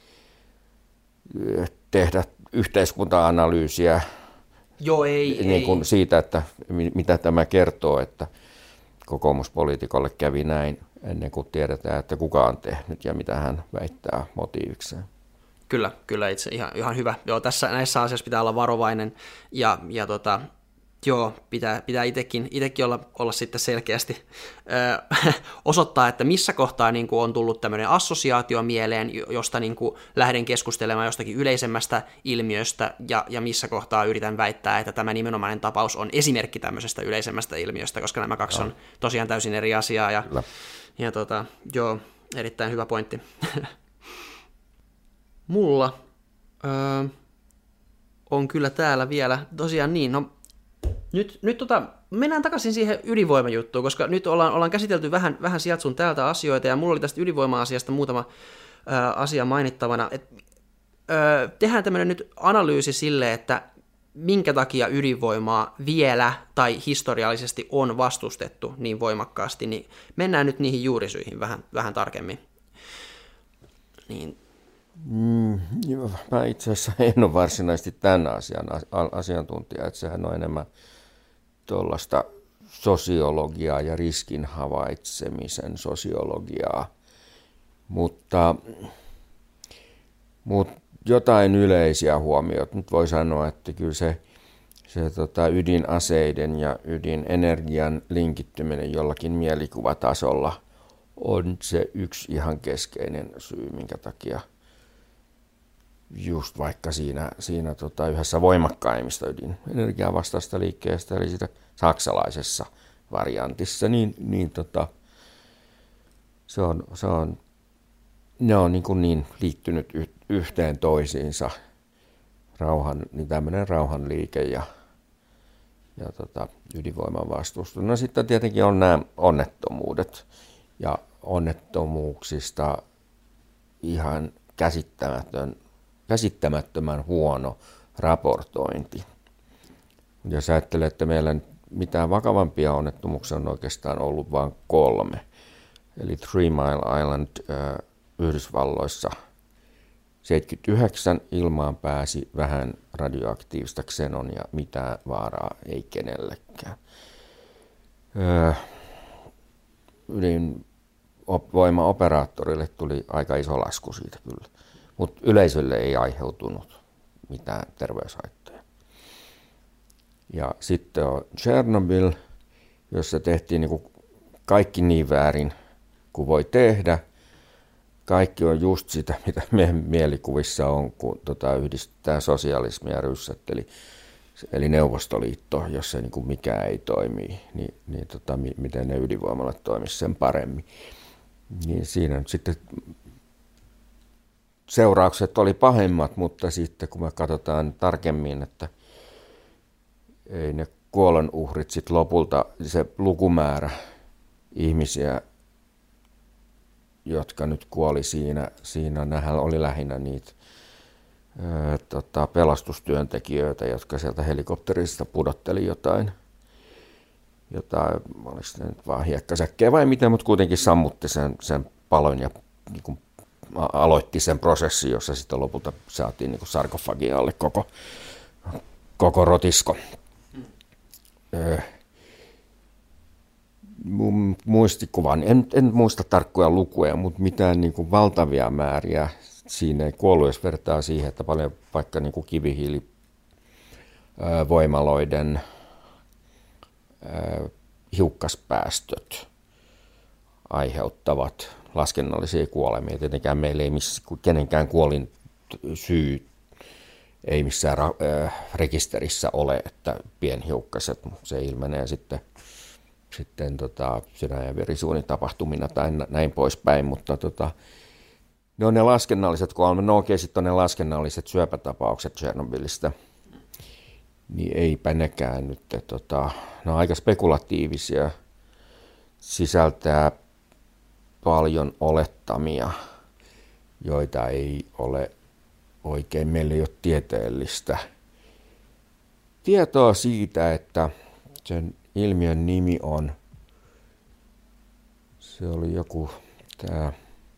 tehdä yhteiskunta-analyysiä. Joo, niin kuin siitä, että mitä tämä kertoo, että kokoomuspoliitikolle kävi näin ennen kuin tiedetään, että kuka on tehnyt ja mitä hän väittää motiivikseen. Kyllä itse ihan hyvä. Joo, näissä asioissa pitää olla varovainen ja Joo, pitää itsekin olla sitten selkeästi osoittaa, että missä kohtaa niin kuin on tullut tämmöinen assosiaatio mieleen, josta niin kuin lähden keskustelemaan jostakin yleisemmästä ilmiöstä, ja missä kohtaa yritän väittää, että tämä nimenomainen tapaus on esimerkki tämmöisestä yleisemmästä ilmiöstä, koska nämä kaksi on tosiaan täysin eri asiaa, ja joo, erittäin hyvä pointti. Mulla on kyllä täällä vielä, tosiaan niin, no nyt mennään takaisin siihen ydinvoimajuttuun, koska nyt ollaan käsitelty vähän sieltä sun täältä asioita, ja mulla oli tästä ydinvoima-asiasta muutama asia mainittavana. Tehdään tämmöinen nyt analyysi sille, että minkä takia ydinvoimaa vielä tai historiallisesti on vastustettu niin voimakkaasti, niin mennään nyt niihin juurisyihin vähän tarkemmin. Niin. Mä itse asiassa en ole varsinaisesti tämän asian asiantuntija, että sehän on enemmän tuollaista sosiologiaa ja riskin havaitsemisen sosiologiaa, mutta jotain yleisiä huomioita. Nyt voi sanoa, että kyllä se ydinaseiden ja ydinenergian linkittyminen jollakin mielikuvatasolla on se yksi ihan keskeinen syy, minkä takia just vaikka siinä yhdessä voimakkaimmista ydinenergian vastaista liikkeestä, eli sitä saksalaisessa variantissa, ne on niin liittynyt yhteen toisiinsa, tämmöinen rauhanliike ja ydinvoiman vastustus. No sitten tietenkin on nämä onnettomuudet, ja onnettomuuksista ihan käsittämättömän huono raportointi. Jos ajattelee, että meillä mitään vakavampia onnettomuuksia on oikeastaan ollut vain 3. Eli Three Mile Island Yhdysvalloissa 79 ilmaan pääsi vähän radioaktiivista xenonia, mitään vaaraa ei kenellekään. Ydinvoimaoperaattorille tuli aika iso lasku siitä kyllä, mutta yleisölle ei aiheutunut mitään terveyshaittoja. Ja sitten on Chernobyl, jossa tehtiin kaikki niin väärin kuin voi tehdä. Kaikki on just sitä, mitä meidän mielikuvissa on, kun yhdistetään sosialismia ja ryssät, eli Neuvostoliitto, jossa mikään ei toimi, miten ne ydinvoimalat toimisi sen paremmin. Niin siinä nyt sitten seuraukset oli pahemmat, mutta sitten kun me katsotaan tarkemmin, että ei ne kuolonuhrit sitten lopulta, se lukumäärä ihmisiä, jotka nyt kuoli siinä nämähän oli lähinnä niitä pelastustyöntekijöitä, jotka sieltä helikopterista pudotteli jotain, oliko se nyt vaan hiekkasäkkejä vai mitä, mutta kuitenkin sammutti sen palon ja aloitti sen prosessin, jossa sitten lopulta saatiin sarkofagin alle koko rotisko. Mun muistikuvan, en muista tarkkoja lukuja, mutta mitään valtavia määriä siinä ei kuollut, jos vertaa siihen, että paljon vaikka kivihiilivoimaloiden hiukkaspäästöt aiheuttavat laskennallisia kuolemia. Tietenkään meillä ei kenenkään kuolin syy ei missään rekisterissä ole, että pienhiukkaset, se ilmenee sitten sydän- ja verisuonitapahtumina tai näin poispäin, mutta ne on ne laskennalliset kuolemat, sitten on ne laskennalliset syöpätapaukset Tchernobylistä, niin eipä nekään nyt, ne on aika spekulatiivisia, sisältää paljon olettamia, joita ei ole oikein, meillä ei ole tieteellistä tietoa siitä, että sen ilmiön nimi on, se oli joku tämä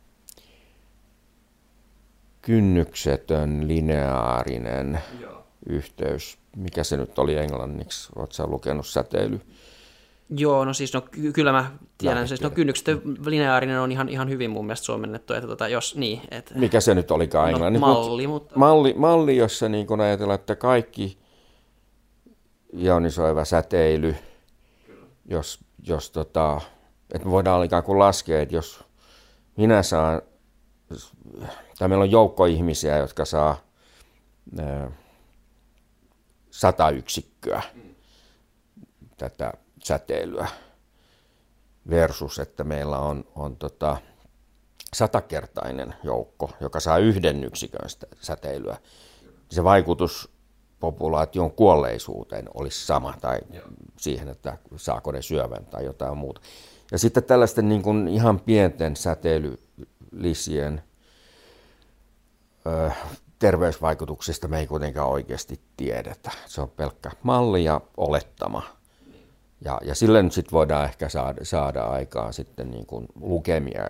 kynnyksetön lineaarinen yhteys. Mikä se nyt oli englanniksi? Oletko sä lukenut säteily? Joo, no siis kyllä mä tiedän, siis kynnyksetön lineaarinen on ihan hyvin mun mielestä suomennettu, että jos niin. Että, mikä se nyt olikaan englanniksi? Malli, mutta... Malli, jossa niin kun ajatellaan, että kaikki ionisoiva säteily, jos että me voidaan ikään kuin laskea, että jos minä saan, tai meillä on joukko ihmisiä, jotka saa 100 yksikköä tätä säteilyä versus, että meillä on 100-kertainen joukko, joka saa 1 yksikön säteilyä. Se vaikutus populaation kuolleisuuteen olisi sama tai siihen, että saako ne syövän tai jotain muuta. Ja sitten tällaisten niin kuin ihan pienten säteilylisien terveysvaikutuksista me ei kuitenkaan oikeasti tiedetä. Se on pelkkä malli ja olettama. Ja sillä nyt sitten voidaan ehkä saada aikaan sitten niin kuin lukemia,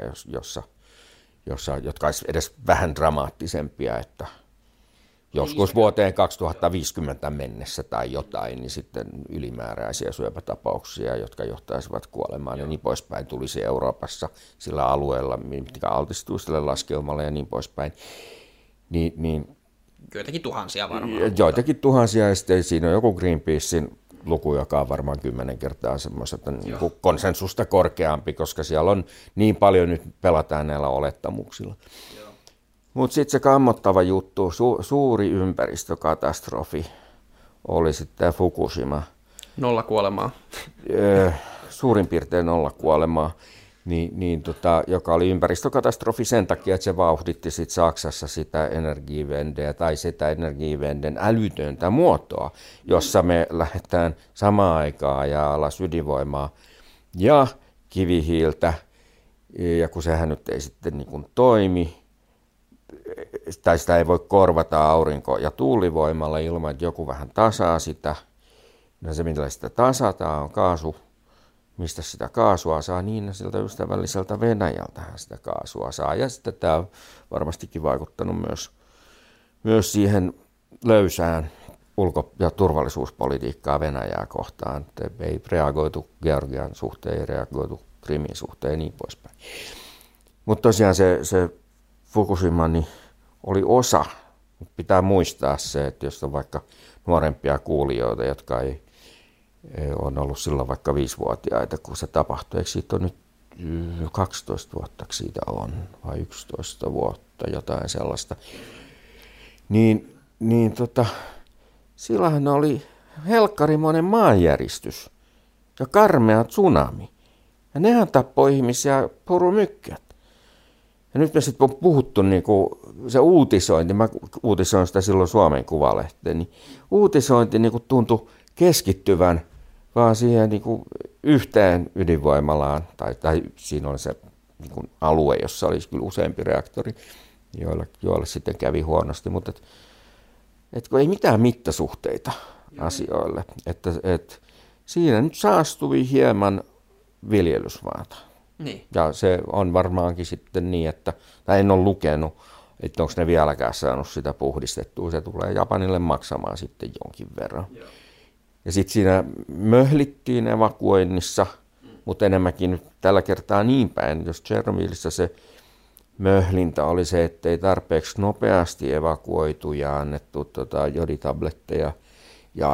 jotka olisi edes vähän dramaattisempia, että joskus vuoteen 2050 mennessä tai jotain, niin sitten ylimääräisiä syöpätapauksia, jotka johtaisivat kuolemaan ja niin poispäin, tulisi Euroopassa sillä alueella, mitkä altistuu sille laskeumalle ja niin poispäin. Niin, joitakin tuhansia varmaan. Joitakin tuhansia, ja sitten siinä on joku Greenpeacein luku, joka on varmaan 10 kertaa semmoista niin konsensusta korkeampi, koska siellä on niin paljon nyt pelataan näillä olettamuksilla. Mutta sitten se kammottava juttu, suuri ympäristökatastrofi oli sitten Fukushima. 0 kuolemaa. Suurin piirtein 0 kuolemaa, joka oli ympäristökatastrofi sen takia, että se vauhditti sit Saksassa sitä Energiewendeä tai sitä Energiewenden älytöntä muotoa, jossa me lähdetään samaan aikaan ajaa alas ydinvoimaa ja kivihiiltä, ja kun sehän nyt ei sitten niin kuin toimi, tai sitä ei voi korvata aurinko- ja tuulivoimalla ilman, että joku vähän tasaa sitä. No se, millä sitä tasataan, on kaasu. Mistä sitä kaasua saa? Niin siltä ystävälliseltä Venäjältähän sitä kaasua saa. Ja sitten tämä on varmastikin vaikuttanut myös siihen löysään ulko- ja turvallisuuspolitiikkaa Venäjää kohtaan. Että ei reagoitu Georgian suhteen, ei reagoitu Krimin suhteen ja niin poispäin. Mutta tosiaan se Fukushima niin oli osa. Pitää muistaa se, että jos on vaikka nuorempia kuulijoita, jotka ei on ollut silloin vaikka 5-vuotiaita, kun se tapahtui. Eikö siitä on nyt 12 vuotta siitä on, vai 11 vuotta, jotain sellaista. Silloinhan oli helkkarimoinen maanjäristys ja karmea tsunami. Ja nehän tappoi ihmisiä purumykkät. Ja nyt me sitten on puhuttu niinku, se uutisointi, mä uutisoin sitä silloin Suomen Kuvalehteen, niin uutisointi niinku tuntui keskittyvän vaan siihen niinku yhteen ydinvoimalaan, tai siinä oli se niinku alue, jossa olisi kyllä useampi reaktori, joille sitten kävi huonosti, mutta kun ei mitään mittasuhteita asioille, että siinä nyt saastui hieman viljelysmaata. Niin. Ja se on varmaankin sitten niin, tai en ole lukenut, että onko ne vieläkään saanut sitä puhdistettua. Se tulee Japanille maksamaan sitten jonkin verran. Joo. Ja sitten siinä möhlittiin evakuoinnissa, mutta enemmänkin nyt tällä kertaa niin päin. Jos Tšernobylissa se möhlintä oli se, ettei tarpeeksi nopeasti evakuoitu ja annettu joditabletteja ja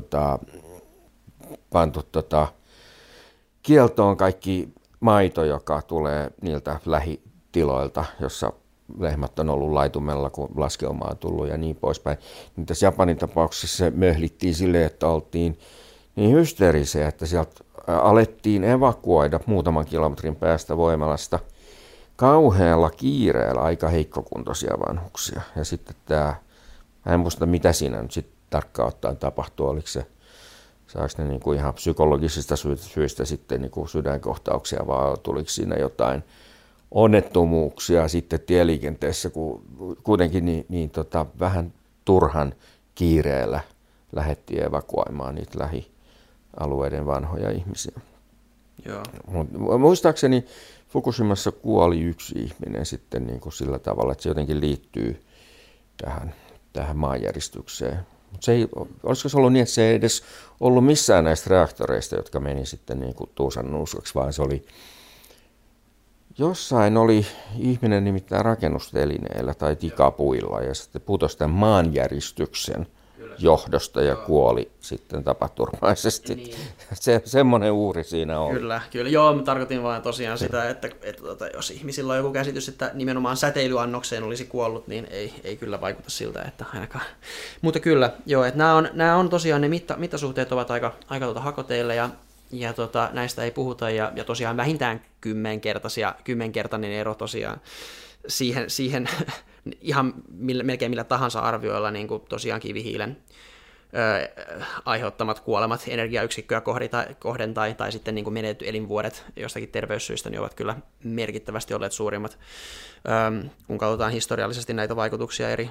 pantu kieltoon kaikki maito, joka tulee niiltä lähitiloilta, jossa lehmät on ollut laitumella, kun laskelmaa on tullut ja niin poispäin. Niin tässä Japanin tapauksessa se möhlittiin silleen, että oltiin niin hysteerisiä, että sieltä alettiin evakuoida muutaman kilometrin päästä voimalasta kauhealla kiireellä aika heikkokuntoisia vanhuksia. Ja sitten mä en muista mitä siinä nyt sitten tarkkaan ottaen tapahtui, oliko se saako ne niin kuin ihan psykologisista syistä sitten niin kuin sydänkohtauksia, vai tuliko siinä jotain onnettomuuksia sitten tieliikenteessä, kun kuitenkin vähän turhan kiireellä lähdettiin evakuoimaan niitä lähialueiden vanhoja ihmisiä. Joo. Muistaakseni Fukushimassa kuoli yksi ihminen sitten niin kuin sillä tavalla, että se jotenkin liittyy tähän maanjäristykseen. Se ei, olisiko se ollut niin, että se ei edes ollut missään näistä reaktoreista, jotka meni sitten niin kuin tuusan nuuskaksi, vaan se oli jossain oli ihminen nimittäin rakennustelineillä tai tikapuilla ja sitten putosi tämän maanjäristyksen johdosta ja kuoli sitten tapaturmaisesti. Niin. Semmoinen uuri siinä on. Kyllä. Joo, mä tarkoitin vaan tosiaan sitä, että jos ihmisillä on joku käsitys, että nimenomaan säteilyannokseen olisi kuollut, niin ei kyllä vaikuta siltä, että ainakaan. Mutta kyllä, joo, että nämä on tosiaan ne mittasuhteet ovat aika hakoteille ja näistä ei puhuta ja tosiaan vähintään kymmenkertainen ero tosiaan siihen ihan melkein millä tahansa arvioilla niin kuin tosiaan kivihiilen aiheuttamat kuolemat energiayksikköä kohden tai sitten niin kuin menetetty elinvuodet jostakin terveyssyistä niin ovat kyllä merkittävästi olleet suurimmat, kun katsotaan historiallisesti näitä vaikutuksia eri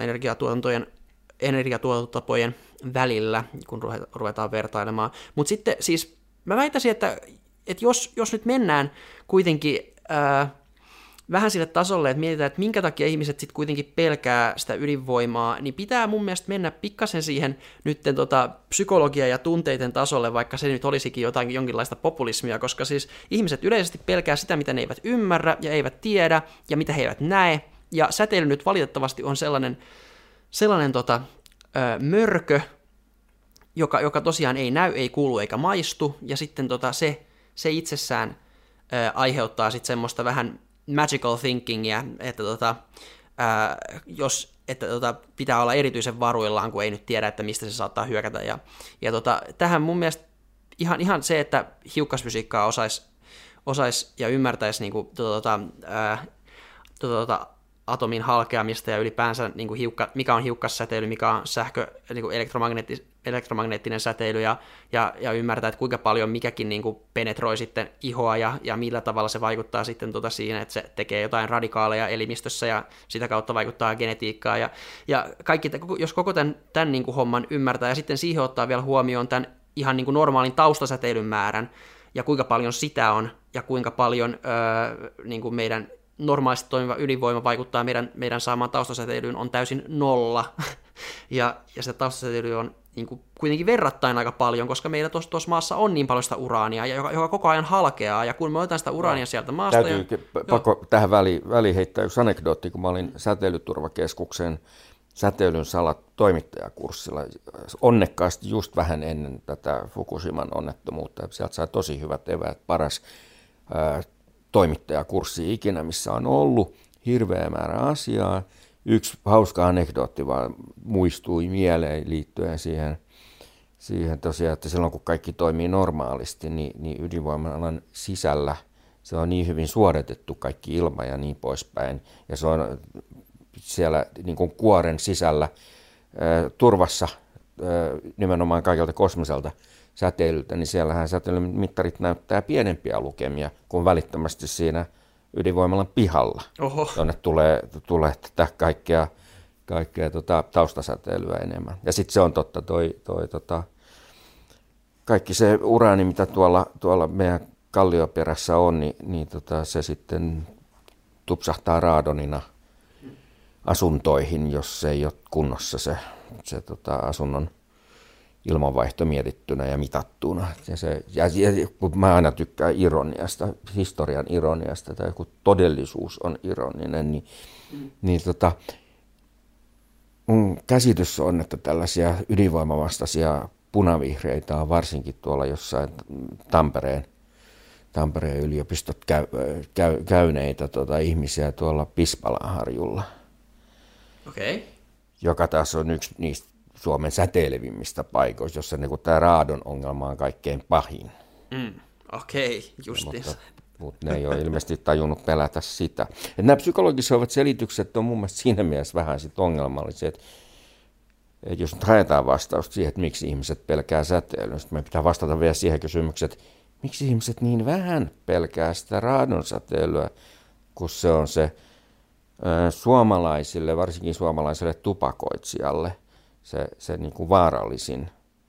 energiatuotantotapojen välillä, kun ruvetaan vertailemaan. Mutta sitten siis mä väittäisin, että jos nyt mennään kuitenkin vähän sille tasolle, että mietitään, että minkä takia ihmiset sitten kuitenkin pelkää sitä ydinvoimaa, niin pitää mun mielestä mennä pikkasen siihen nytten psykologia ja tunteiden tasolle, vaikka se nyt olisikin jonkinlaista populismia, koska siis ihmiset yleisesti pelkää sitä, mitä ne eivät ymmärrä ja eivät tiedä ja mitä he eivät näe, ja säteily nyt valitettavasti on sellainen mörkö, joka tosiaan ei näy, ei kuulu eikä maistu, ja sitten se itsessään aiheuttaa sitten semmoista vähän magical thinkingia, että pitää olla erityisen varuillaan, kun ei nyt tiedä, että mistä se saattaa hyökätä. Ja tähän mun mielestä ihan se, että hiukkasfysiikkaa osaisi ja ymmärtäisi niin kuin, atomin halkeamista ja ylipäänsä niin kuin mikä on hiukkassäteily, mikä on niin kuin elektromagneettinen säteily ja ymmärtää, että kuinka paljon mikäkin niin kuin penetroi sitten ihoa ja millä tavalla se vaikuttaa sitten siinä, että se tekee jotain radikaaleja elimistössä ja sitä kautta vaikuttaa genetiikkaan ja kaikki, jos koko tämän niin kuin homman ymmärtää ja sitten siihen ottaa vielä huomioon tämän ihan niin kuin normaalin taustasäteilyn määrän ja kuinka paljon sitä on ja kuinka paljon niin kuin meidän normaalisti toimiva ydinvoima vaikuttaa meidän saamaan taustasäteilyyn on täysin nolla. ja se taustasäteily on niin kuin kuitenkin verrattain aika paljon, koska meillä tuossa maassa on niin paljon sitä uraania, joka koko ajan halkeaa, ja kun me otetaan sitä uraania sieltä maasta... Täytyy pakko tähän väliin heittää yksi anekdootti, kun mä olin Säteilyturvakeskuksen säteilyn salat toimittajakurssilla, onnekkaasti just vähän ennen tätä Fukushiman onnettomuutta, sieltä sai tosi hyvät eväät, paras toimittajakurssi ikinä, missä on ollut hirveä määrä asiaa. Yksi hauska anekdootti vaan muistui mieleen liittyen siihen tosiaan, että silloin kun kaikki toimii normaalisti, niin ydinvoimalan sisällä se on niin hyvin suoritettu kaikki ilma ja niin poispäin. Ja se on siellä niin kuin kuoren sisällä turvassa nimenomaan kaikilta kosmiselta säteilyltä, niin siellähän säteilymittarit näyttää pienempiä lukemia kuin välittömästi siinä ydinvoimalan pihalla, jonne tulee tätä kaikkea taustasäteilyä enemmän. Ja sitten se on totta, kaikki se uraani, mitä tuolla meidän kallioperässä on, niin se sitten tupsahtaa raadonina asuntoihin, jos se ei ole kunnossa se asunnon ilmanvaihto mietittynä ja mitattuna. Ja kun mä aina tykkään ironiasta, historian ironiasta, tai joku todellisuus on ironinen, niin mun käsitys on, että tällaisia ydinvoimavastaisia punavihreitä on varsinkin tuolla jossain Tampereen yliopistot käyneitä ihmisiä tuolla Pispalanharjulla. Okei. Joka taas on yksi niistä Suomen säteilevimmistä paikoista, jossa niin tämä raadon ongelma on kaikkein pahin. Okei, justiinsa. Mutta ne ei ole ilmeisesti tajunnut pelätä sitä. Et nämä psykologiset selitykset on mun mielestä siinä mielessä vähän sit ongelmallisia, että jos nyt haetaan vastausta siihen, että miksi ihmiset pelkää säteilyä, niin meidän pitää vastata vielä siihen kysymykseen, että miksi ihmiset niin vähän pelkää sitä raadon säteilyä, kun se on se suomalaisille, varsinkin suomalaiselle tupakoitsijalle, se niin kuin vaarallisin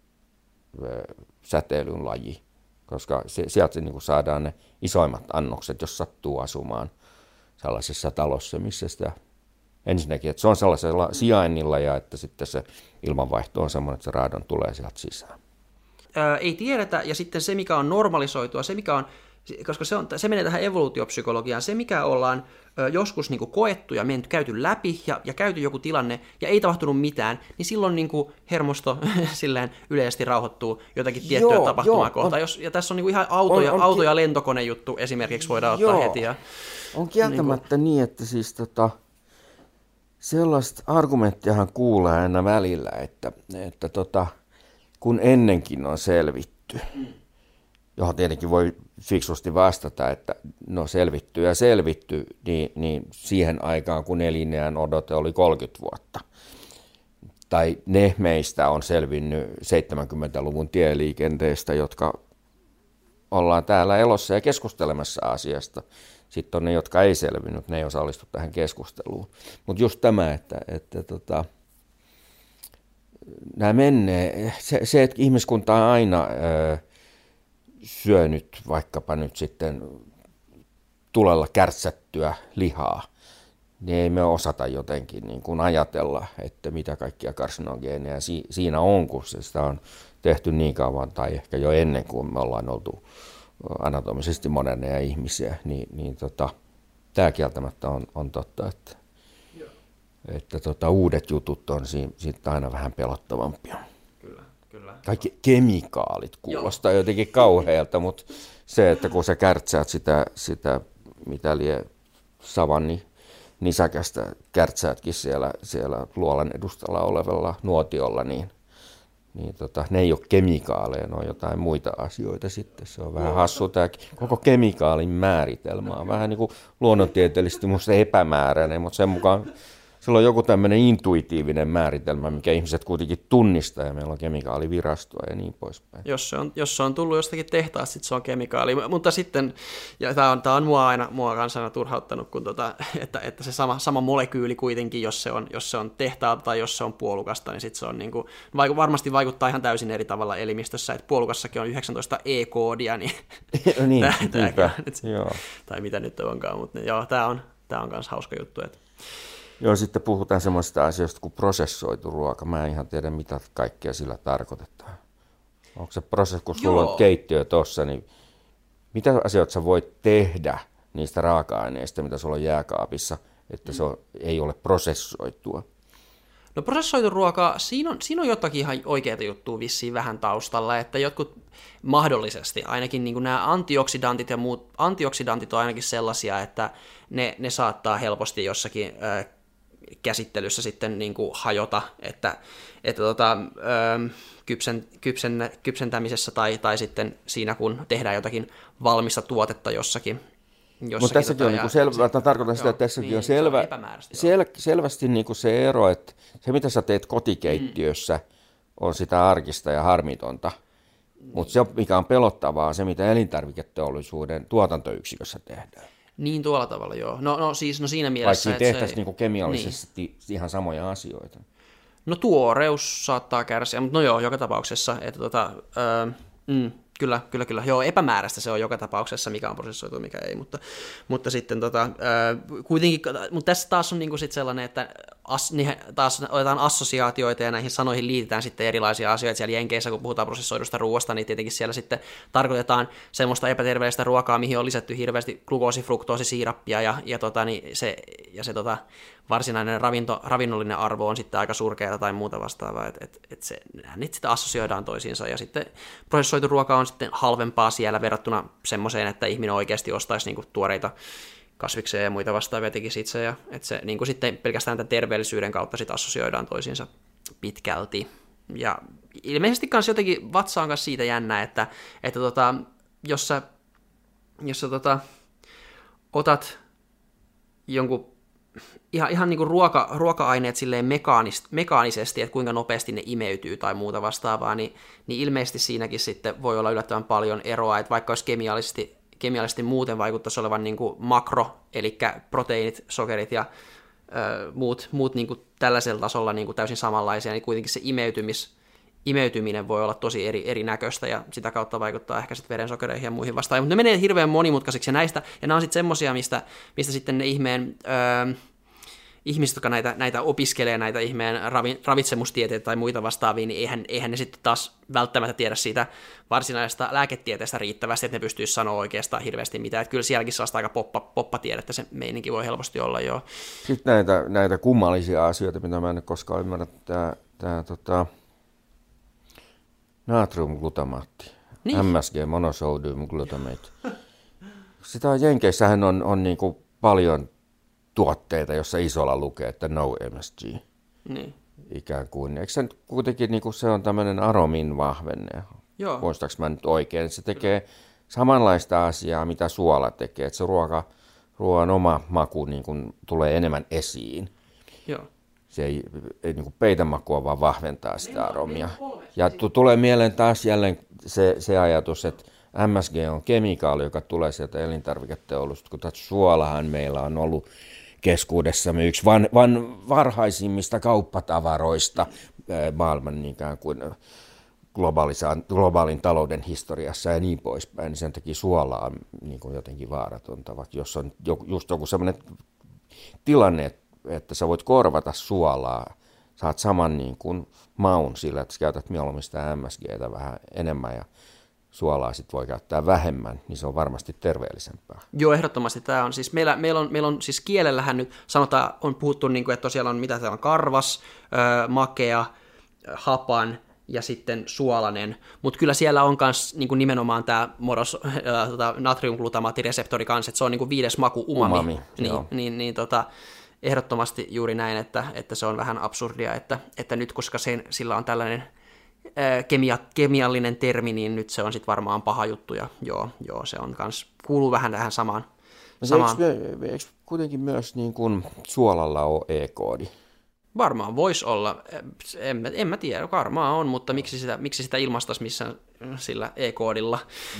säteilyn laji, koska sieltä niin kuin saadaan ne isoimmat annokset, jos sattuu asumaan sellaisessa talossa, missä sitä ensinnäkin, että se on sellaisella sijainnilla ja että sitten se ilmanvaihto on semmoinen, että se raadon tulee sieltä sisään. Ei tiedetä, ja sitten se, mikä on normalisoitua, se, mikä on koska se menee tähän evoluutiopsykologiaan, se mikä ollaan joskus niin kuin koettu ja käyty läpi ja käyty joku tilanne ja ei tapahtunut mitään, niin silloin niin kuin hermosto silleen yleisesti rauhoittuu jotakin tiettyä tapahtumaa kohtaan. Ja tässä on niin kuin ihan auto- ja lentokonejuttu esimerkiksi voidaan ottaa heti. Ja, on kieltämättä niin, että siis sellaista argumenttiahan kuulee aina välillä, että kun ennenkin on selvitty, johon tietenkin voi fiksusti vastata, että no selvitty, niin siihen aikaan, kun eliniän odote oli 30 vuotta. Tai ne meistä on selvinnyt 70-luvun tieliikenteestä, jotka ollaan täällä elossa ja keskustelemassa asiasta. Sitten on ne, jotka ei selvinnyt, ne ei osallistu tähän keskusteluun. Mutta just tämä, että nämä menee, se, että ihmiskunta on aina syönyt vaikkapa nyt sitten tulella kärtsättyä lihaa, niin ei me osata jotenkin niin kuin ajatella, että mitä kaikkia karsinogeeneja siinä on, kun sitä on tehty niin kauan tai ehkä jo ennen kuin me ollaan oltu anatomisesti moderneja ihmisiä, niin tämä kieltämättä on totta, että uudet jutut on siitä aina vähän pelottavampia. Kyllä. Kaikki kemikaalit kuulostaa jotenkin kauhealta, mutta se, että kun sä kärtsäät sitä mitä lie savanni nisäkästä kärtsäätkin siellä luolan edustalla olevalla nuotiolla, niin ne ei ole kemikaaleja, ne on jotain muita asioita sitten. Se on vähän hassu tämä koko kemikaalin määritelmä on vähän niin kuin luonnontieteellisesti musta epämääräinen, mutta sen mukaan sillä on joku tämmöinen intuitiivinen määritelmä, mikä ihmiset kuitenkin tunnistaa, ja meillä on kemikaalivirastoa ja niin poispäin. Jos se on tullut jostakin tehtaasta, sitten se on kemikaali. Mutta sitten, ja tämä on mua kanssa aina turhauttanut, kun että se sama molekyyli kuitenkin, jos se on tehtaalta tai jos se on puolukasta, niin sitten se on niin kuin, varmasti vaikuttaa ihan täysin eri tavalla elimistössä, että puolukassakin on 19 E-koodia, niin tai mitä nyt onkaan, mutta joo, tämä on myös hauska juttu, että joo, sitten puhutaan semmoista asioista kuin prosessoitu ruoka. Mä en ihan tiedä, mitä kaikkea sillä tarkoitetaan. Onko se prosessi, kun sulla on keittiö tuossa, niin mitä asioita sä voit tehdä niistä raaka-aineista, mitä sulla on jääkaapissa, että se ei ole prosessoitua? No prosessoitu ruoka, siinä on jotakin ihan oikeita juttua vissiin vähän taustalla, että jotkut mahdollisesti, ainakin niin kuin nämä antioksidantit ja muut, antioksidantit on ainakin sellaisia, että ne saattaa helposti jossakin käsittelyssä sitten niin kuin hajota, että kypsentämisessä tai sitten siinä, kun tehdään jotakin valmista tuotetta jossakin. Mutta tässäkin on selvä, tarkoitan sitä, että tässäkin on selvästi niinku se ero, että se mitä sä teet kotikeittiössä on sitä arkista ja harmitonta, mutta se mikä on pelottavaa on se, mitä elintarviketeollisuuden tuotantoyksikössä tehdään. Niin tuolla tavalla, joo. No siinä mielessä, vaikka siinä tehtäisiin niinku kemiallisesti ihan samoja asioita. No tuoreus saattaa kärsiä, mutta no joo, joka tapauksessa, että Kyllä. Joo, epämääräistä se on joka tapauksessa, mikä on prosessoitu, mikä ei, mutta sitten kuitenkin, mutta tässä taas on niinku sit sellainen, että taas otetaan assosiaatioita ja näihin sanoihin liitetään sitten erilaisia asioita. Siellä Jenkeissä, kun puhutaan prosessoidusta ruoasta, niin tietenkin siellä sitten tarkoitetaan semmoista epäterveellistä ruokaa, mihin on lisätty hirveästi glukoosi, fruktoosi, siirappia se varsinainen ravinnollinen arvo on sitten aika surkeata tai muuta vastaavaa, että niitä sitten assosioidaan toisiinsa, ja sitten prosessoitu ruoka on sitten halvempaa siellä verrattuna semmoiseen, että ihminen oikeasti ostaisi niinku tuoreita kasviksia ja muita vastaavia tekisi itse, ja että se niinku sitten pelkästään tämän terveellisyyden kautta sitten assosioidaan toisiinsa pitkälti. Ja ilmeisesti kanssa jotenkin vatsa on kanssa siitä jännä, että jos sä otat jonkun ihan niin kuin ruoka-aineet silleen mekaanisesti, että kuinka nopeasti ne imeytyy tai muuta vastaavaa, niin ilmeisesti siinäkin sitten voi olla yllättävän paljon eroa, että vaikka olisi kemiallisesti muuten vaikuttaisi olevan niin kuin makro, eli proteiinit, sokerit ja muut niin kuin tällaisella tasolla niin kuin täysin samanlaisia, niin kuitenkin se imeytyminen voi olla tosi erinäköistä, ja sitä kautta vaikuttaa ehkä sitten verensokereihin ja muihin vastaan. Mutta ne menee hirveän monimutkaisiksi, ja nämä on sitten semmoisia, mistä sitten ne ihmeen ihmiset, jotka näitä opiskelee, näitä ihmeen ravitsemustieteitä tai muita vastaavia, niin eihän ne sitten taas välttämättä tiedä siitä varsinaisesta lääketieteestä riittävästi, että ne pystyisi sanoa oikeastaan hirveästi mitään. Että kyllä sielläkin sellaista aika poppatiedettä se meininki voi helposti olla, joo. Sitten näitä kummallisia asioita, mitä mä en ole koskaan ymmärrä, tämä natriumglutamaatti, niin. MSG, monosodium glutamate. Sitä Jenkeissähän on niin kuin paljon tuotteita, jossa isolla lukee, että no MSG. Niin. Ikään kuin. Eikö se kuitenkin niin kuin se on tämmöinen aromin vahvenne? Joo. Muistaaks mä nyt oikein? Se tekee samanlaista asiaa, mitä suola tekee. Että se ruoan oma maku niin kuin tulee enemmän esiin. Joo. Se ei niin kuin peitä makua, vaan vahventaa sitä aromia. Ja tulee mieleen taas jälleen se ajatus, että MSG on kemikaali, joka tulee sieltä elintarviketeollisuudesta, kun suolahan meillä on ollut keskuudessamme yksi varhaisimmista kauppatavaroista maailman ikään kuin globaalin talouden historiassa ja niin poispäin, niin sen takia suola on niin kuin jotenkin vaaratonta, vaikka jos on just joku sellainen tilanne, että sä voit korvata suolaa, saat saman niin kuin maun sillä, että sä käytät mieluummin sitä MSGtä vähän enemmän ja suolaa sit voi käyttää vähemmän, niin se on varmasti terveellisempää. Joo, ehdottomasti tämä on. Siis meillä on siis kielellähän nyt, sanotaan, on puhuttu, niin kuin, että tosiaan on, mitä täällä on, karvas, makea, hapan ja sitten suolainen, mutta kyllä siellä on myös niin nimenomaan tämä natriumglutamaattireseptori kanssa, että se on niin kuin 5. maku umami. Ehdottomasti juuri näin, että se on vähän absurdia, että nyt koska sillä on tällainen kemiallinen termi, niin nyt se on sitten varmaan paha juttu, ja joo, se on kans, kuuluu vähän tähän samaan. Eikö kuitenkin myös niin kuin suolalla ole E-koodi? Varmaan voisi olla, en mä tiedä, varmaan on, mutta miksi sitä ilmastaisi missään sillä E-koodilla?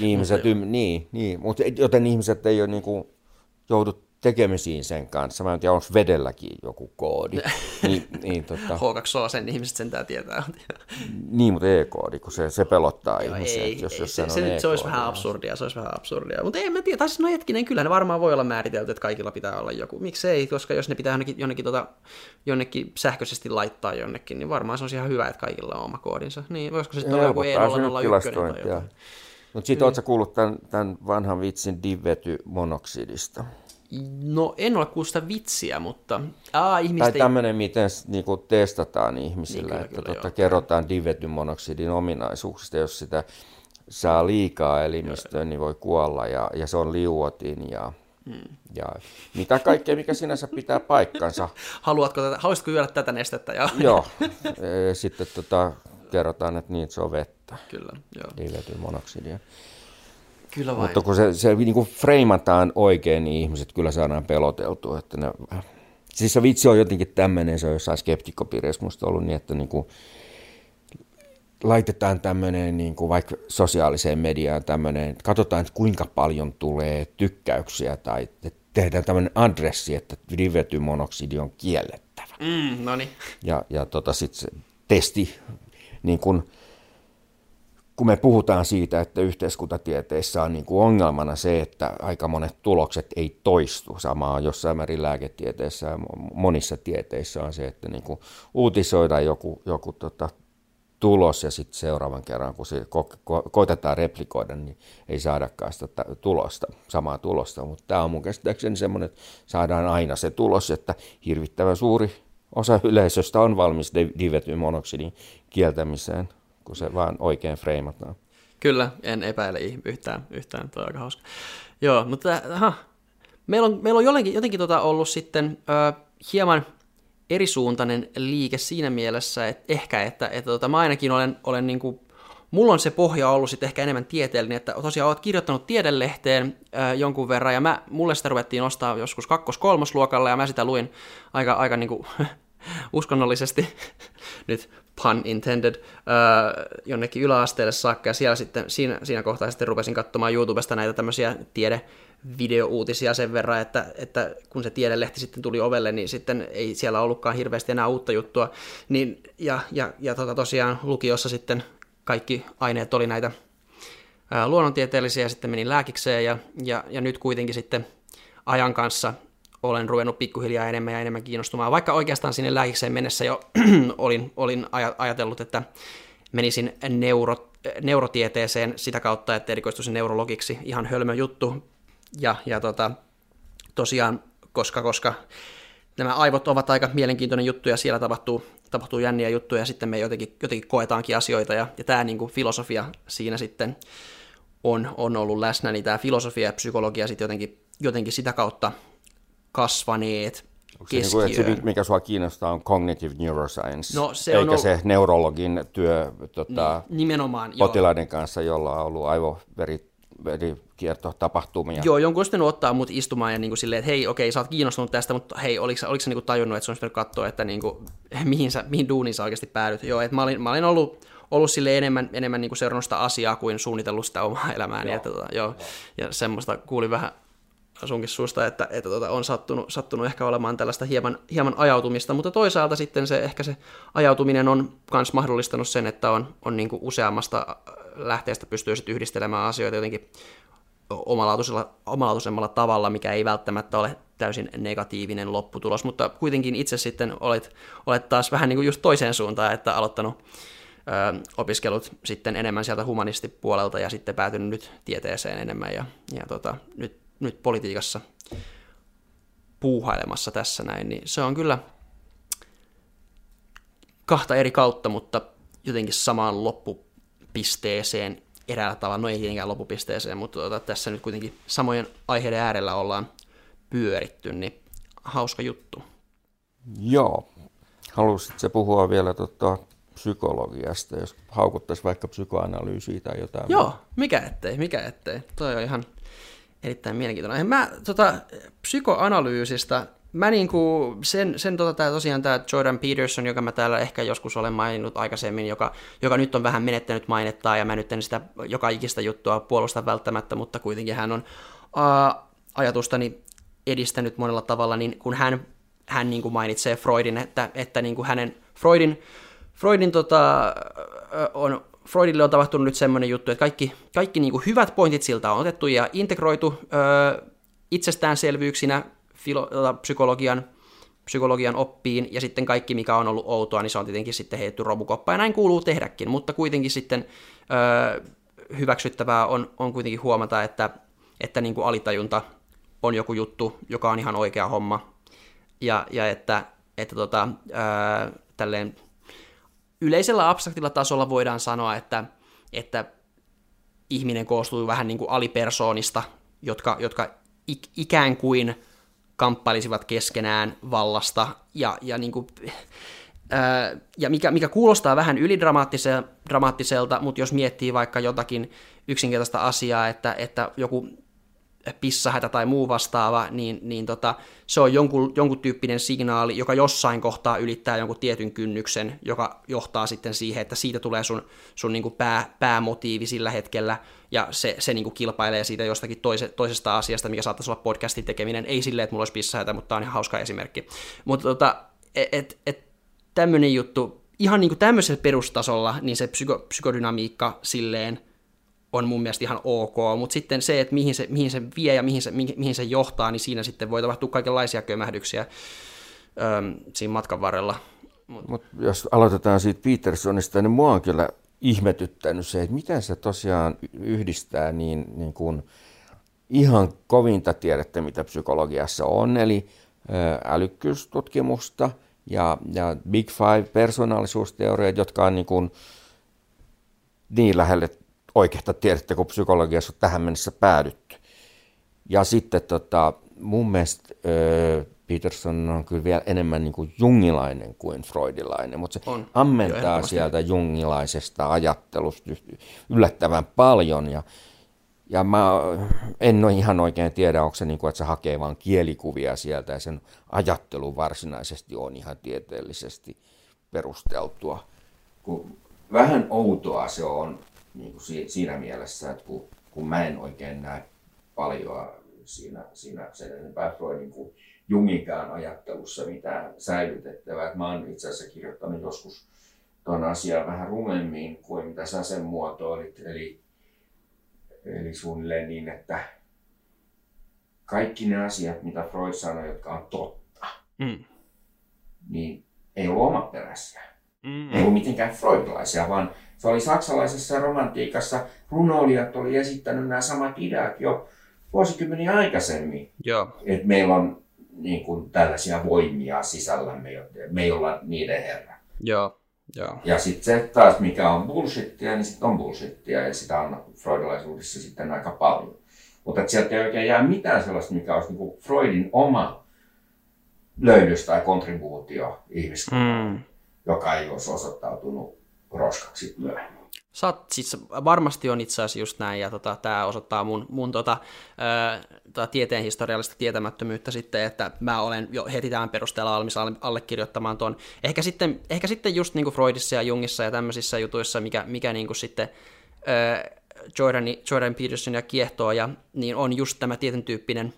Mutta joten ihmiset ei ole niin kuin joudut tekemisiin sen kanssa. Mä en tiedä, onko vedelläkin joku koodi. H2O, sen ihmiset sentään tietää. Niin, mutta E-koodi, kun se pelottaa ihmisiä. Se olisi vähän absurdia. Mutta en mä tiedä, tai siis hetkinen, kyllä ne varmaan voi olla määritelty, että kaikilla pitää olla joku. Miksei, koska jos ne pitää jonnekin sähköisesti laittaa jonnekin, niin varmaan se on ihan hyvä, että kaikilla on oma koodinsa. Niin, voisiko se sitten olla joku E001 tai jotain. Mutta sitten ootko kuullut tämän vanhan vitsin divetymonoksidista? No en ole kuullut sitä vitsiä, mutta tai tämmöinen, miten niinku testataan ihmisillä, niin, että kerrotaan divetymonoksidin ominaisuuksista, jos sitä saa liikaa elimistöön, niin voi kuolla, ja se on liuotin, ja mitä kaikkea, mikä sinänsä pitää paikkansa. Haluaisitko juoda tätä nestettä? Joo, sitten kerrotaan, että se on vettä. Kyllä, joo. Divetymonoksidia. Kyllä vain. Mutta kun se niin kuin freimataan oikein, niin ihmiset kyllä saadaan peloteltua. Että siis se vitsi on jotenkin tämmöinen, se on jossain skeptikkopiirissä musta ollut niin, että niin kuin laitetaan tämmöinen niin kuin vaikka sosiaaliseen mediaan tämmöinen, että katsotaan, että kuinka paljon tulee tykkäyksiä tai tehdään tämmöinen adressi, että divetymonoksidi on kiellettävä. Noniin. Ja sitten se testi, niin kuin kun me puhutaan siitä, että yhteiskuntatieteissä on niin kuin ongelmana se, että aika monet tulokset ei toistu. Samaa jossain määrin lääketieteessä ja monissa tieteissä on se, että niin kuin uutisoidaan joku tulos ja sitten seuraavan kerran, kun se koitetaan replikoida, niin ei saadakaan sitä samaa tulosta. Mutta tämä on mun käsittääkseni semmoinen, että saadaan aina se tulos, että hirvittävän suuri osa yleisöstä on valmis divetymonoksidin kieltämiseen, kun se vaan oikein freimataan. Kyllä, en epäile yhtään, toi on aika hauska. Joo, mutta meillä on jotenkin ollut sitten hieman erisuuntainen liike siinä mielessä, että ehkä, että mä ainakin olen niin kuin, mulla on se pohja ollut sitten ehkä enemmän tieteellinen, että tosiaan olet kirjoittanut Tiedelehteen jonkun verran, ja mulle sitä ruvettiin ostaa joskus 2-3 luokalla, ja mä sitä luin aika niin kuin uskonnollisesti, nyt pun intended, jonnekin yläasteelle saakka, ja siellä sitten, siinä kohtaa sitten rupesin katsomaan YouTubesta näitä tämmöisiä tiedevideouutisia sen verran, että kun se Tiedelehti sitten tuli ovelle, niin sitten ei siellä ollutkaan hirveästi enää uutta juttua, niin, ja tosiaan lukiossa sitten kaikki aineet oli näitä luonnontieteellisiä, ja sitten menin lääkikseen, ja nyt kuitenkin sitten ajan kanssa olen ruvennut pikkuhiljaa enemmän ja enemmän kiinnostumaan, vaikka oikeastaan sinne lääkikseen mennessä jo olin ajatellut, että menisin neurotieteeseen sitä kautta, että erikoistuisin neurologiksi, ihan hölmö juttu, ja tosiaan, koska nämä aivot ovat aika mielenkiintoinen juttu, ja siellä tapahtuu jänniä juttuja, ja sitten me jotenkin koetaankin asioita, ja tämä niin kuin filosofia siinä sitten on ollut läsnä, niin tämä filosofia ja psykologia sitten jotenkin sitä kautta kasvaneet keskiöön. Niin kuin, mikä sua kiinnostaa on cognitive neuroscience, no, se eikä se neurologin työ nimenomaan, potilaiden kanssa, jolla on ollut aivoverikiertotapahtumia. Joo, jonkun olisi ottaa mut istumaan ja niin kuin silleen, että hei, okei, sä oot kiinnostunut tästä, mutta hei, oliko sä niin kuin tajunnut, että se olisi katsoa, että niin kuin, mihin duuniin sä oikeasti päädyt. Joo, että mä olin ollut sille enemmän niin kuin seurannut sitä asiaa kuin suunnitellut sitä omaa elämääni. Joo. Että, ja semmoista kuulin vähän sunkin suusta, että on sattunut ehkä olemaan tällaista hieman ajautumista, mutta toisaalta sitten ehkä se ajautuminen on myös mahdollistanut sen, että on niin kuin useammasta lähteestä pystyy sitten yhdistelemään asioita jotenkin omalaatuisemmalla tavalla, mikä ei välttämättä ole täysin negatiivinen lopputulos, mutta kuitenkin itse sitten olet taas vähän niin kuin just toiseen suuntaan, että aloittanut opiskelut sitten enemmän sieltä humanistipuolelta ja sitten päätynyt nyt tieteeseen enemmän ja nyt politiikassa puuhailemassa tässä näin, niin se on kyllä kahta eri kautta, mutta jotenkin samaan loppupisteeseen eräällä tavalla, no ei tietenkään loppupisteeseen, mutta tässä nyt kuitenkin samojen aiheiden äärellä ollaan pyöritty, niin hauska juttu. Joo, halusitko puhua vielä psykologiasta, jos haukuttaisiin vaikka psykoanalyysiä tai jotain? Joo, mikä ettei. Toi on ihan erittäin mielenkiintoinen. Mä psykoanalyysistä, mä niinku tosiaan tää Jordan Peterson, joka mä täällä ehkä joskus olen maininnut aikaisemmin, joka nyt on vähän menettänyt mainettaa, ja mä nyt en sitä joka ikistä juttua puolusta välttämättä, mutta kuitenkin hän on ajatustani edistänyt monella tavalla, niin kun hän niinku mainitsee Freudin, että niinku Freudille on tapahtunut nyt semmoinen juttu, että kaikki niin kuin hyvät pointit siltä on otettu ja integroitu itsestäänselvyyksinä psykologian oppiin, ja sitten kaikki, mikä on ollut outoa, niin se on tietenkin sitten heitetty romukoppaan, ja näin kuuluu tehdäkin, mutta kuitenkin sitten hyväksyttävää on kuitenkin huomata, että niin kuin alitajunta on joku juttu, joka on ihan oikea homma, ja että tälleen yleisellä abstraktilla tasolla voidaan sanoa, että ihminen koostuu vähän niin kuin alipersoonista, jotka ikään kuin kamppailisivat keskenään vallasta, ja, niin kuin, ja mikä kuulostaa vähän ylidramaattiselta, mutta jos miettii vaikka jotakin yksinkertaista asiaa, että joku pissahätä tai muu vastaava, niin se on jonkun tyyppinen signaali, joka jossain kohtaa ylittää jonkun tietyn kynnyksen, joka johtaa sitten siihen, että siitä tulee sun niin kuin päämotiivi sillä hetkellä, ja se niin kuin kilpailee siitä jostakin toisesta asiasta, mikä saattaisi olla podcastin tekeminen, ei silleen, että mulla olisi pissahätä, mutta tämä on ihan hauska esimerkki. Mutta tämmöinen juttu, ihan niin kuin tämmöisellä perustasolla, niin se psykodynamiikka silleen on mun mielestä ihan ok, mutta sitten se, että mihin se vie ja mihin se johtaa, niin siinä sitten voi tapahtua kaikenlaisia kömähdyksiä siinä matkan varrella. Mut jos aloitetaan siitä Petersonista, niin mua on kyllä ihmetyttänyt se, että miten se tosiaan yhdistää niin kuin ihan kovinta tiedettä, mitä psykologiassa on, eli älykkyystutkimusta ja Big Five persoonallisuusteorioita, jotka on niin lähelle oikeaa tiedettä, kun psykologiassa on tähän mennessä päädytty. Ja sitten mun mielestä Peterson on kyllä vielä enemmän niin kuin jungilainen kuin freudilainen, mutta se ammentaa sieltä jungilaisesta ajattelusta yllättävän paljon. Ja mä en ole ihan oikein tiedä, onko se niin kuin, että se hakee vaan kielikuvia sieltä ja sen ajattelu varsinaisesti on ihan tieteellisesti perusteltua. Vähän outoa se on niin kuin siinä mielessä, että kun mä en oikein näe paljon siinä sen enempää Freudin kuin Junginkään ajattelussa mitään säilytettävää. Mä oon itse asiassa kirjoittanut joskus tuon asian vähän rumemmin kuin mitä sä sen muotoilit. Eli suunnilleen niin, että kaikki ne asiat, mitä Freud sanoi, jotka on totta, niin ei ollut omaperäisiä. Ei ollut mitenkään freudilaisia, vaan se oli saksalaisessa romantiikassa. Runoilijat oli esittänyt nämä samat ideat jo vuosikymmeniä aikaisemmin. Että meillä on niin kuin tällaisia voimia sisällämme, me ei olla niiden herra. Ja sitten se taas, mikä on bullshittia, niin sitten on bullshittia, ja sitä on freudilaisuudessa sitten aika paljon. Mutta sieltä ei oikein jää mitään sellaista, mikä olisi niin kuin Freudin oma löydös tai kontribuutio ihmiskunnalle, joka ei olisi osoittautunut roskaksi myöhemmin. Siis varmasti on itse asiassa just näin, ja tämä osoittaa mun tieteen historiallista tietämättömyyttä sitten, että mä olen jo heti tämän perusteella valmis allekirjoittamaan ton. Ehkä sitten just niin kuin Freudissa ja Jungissa ja tämmöisissä jutuissa, mikä niin kuin sitten Jordan Petersonia kiehtoo, ja niin on just tämä tietyn tyyppinen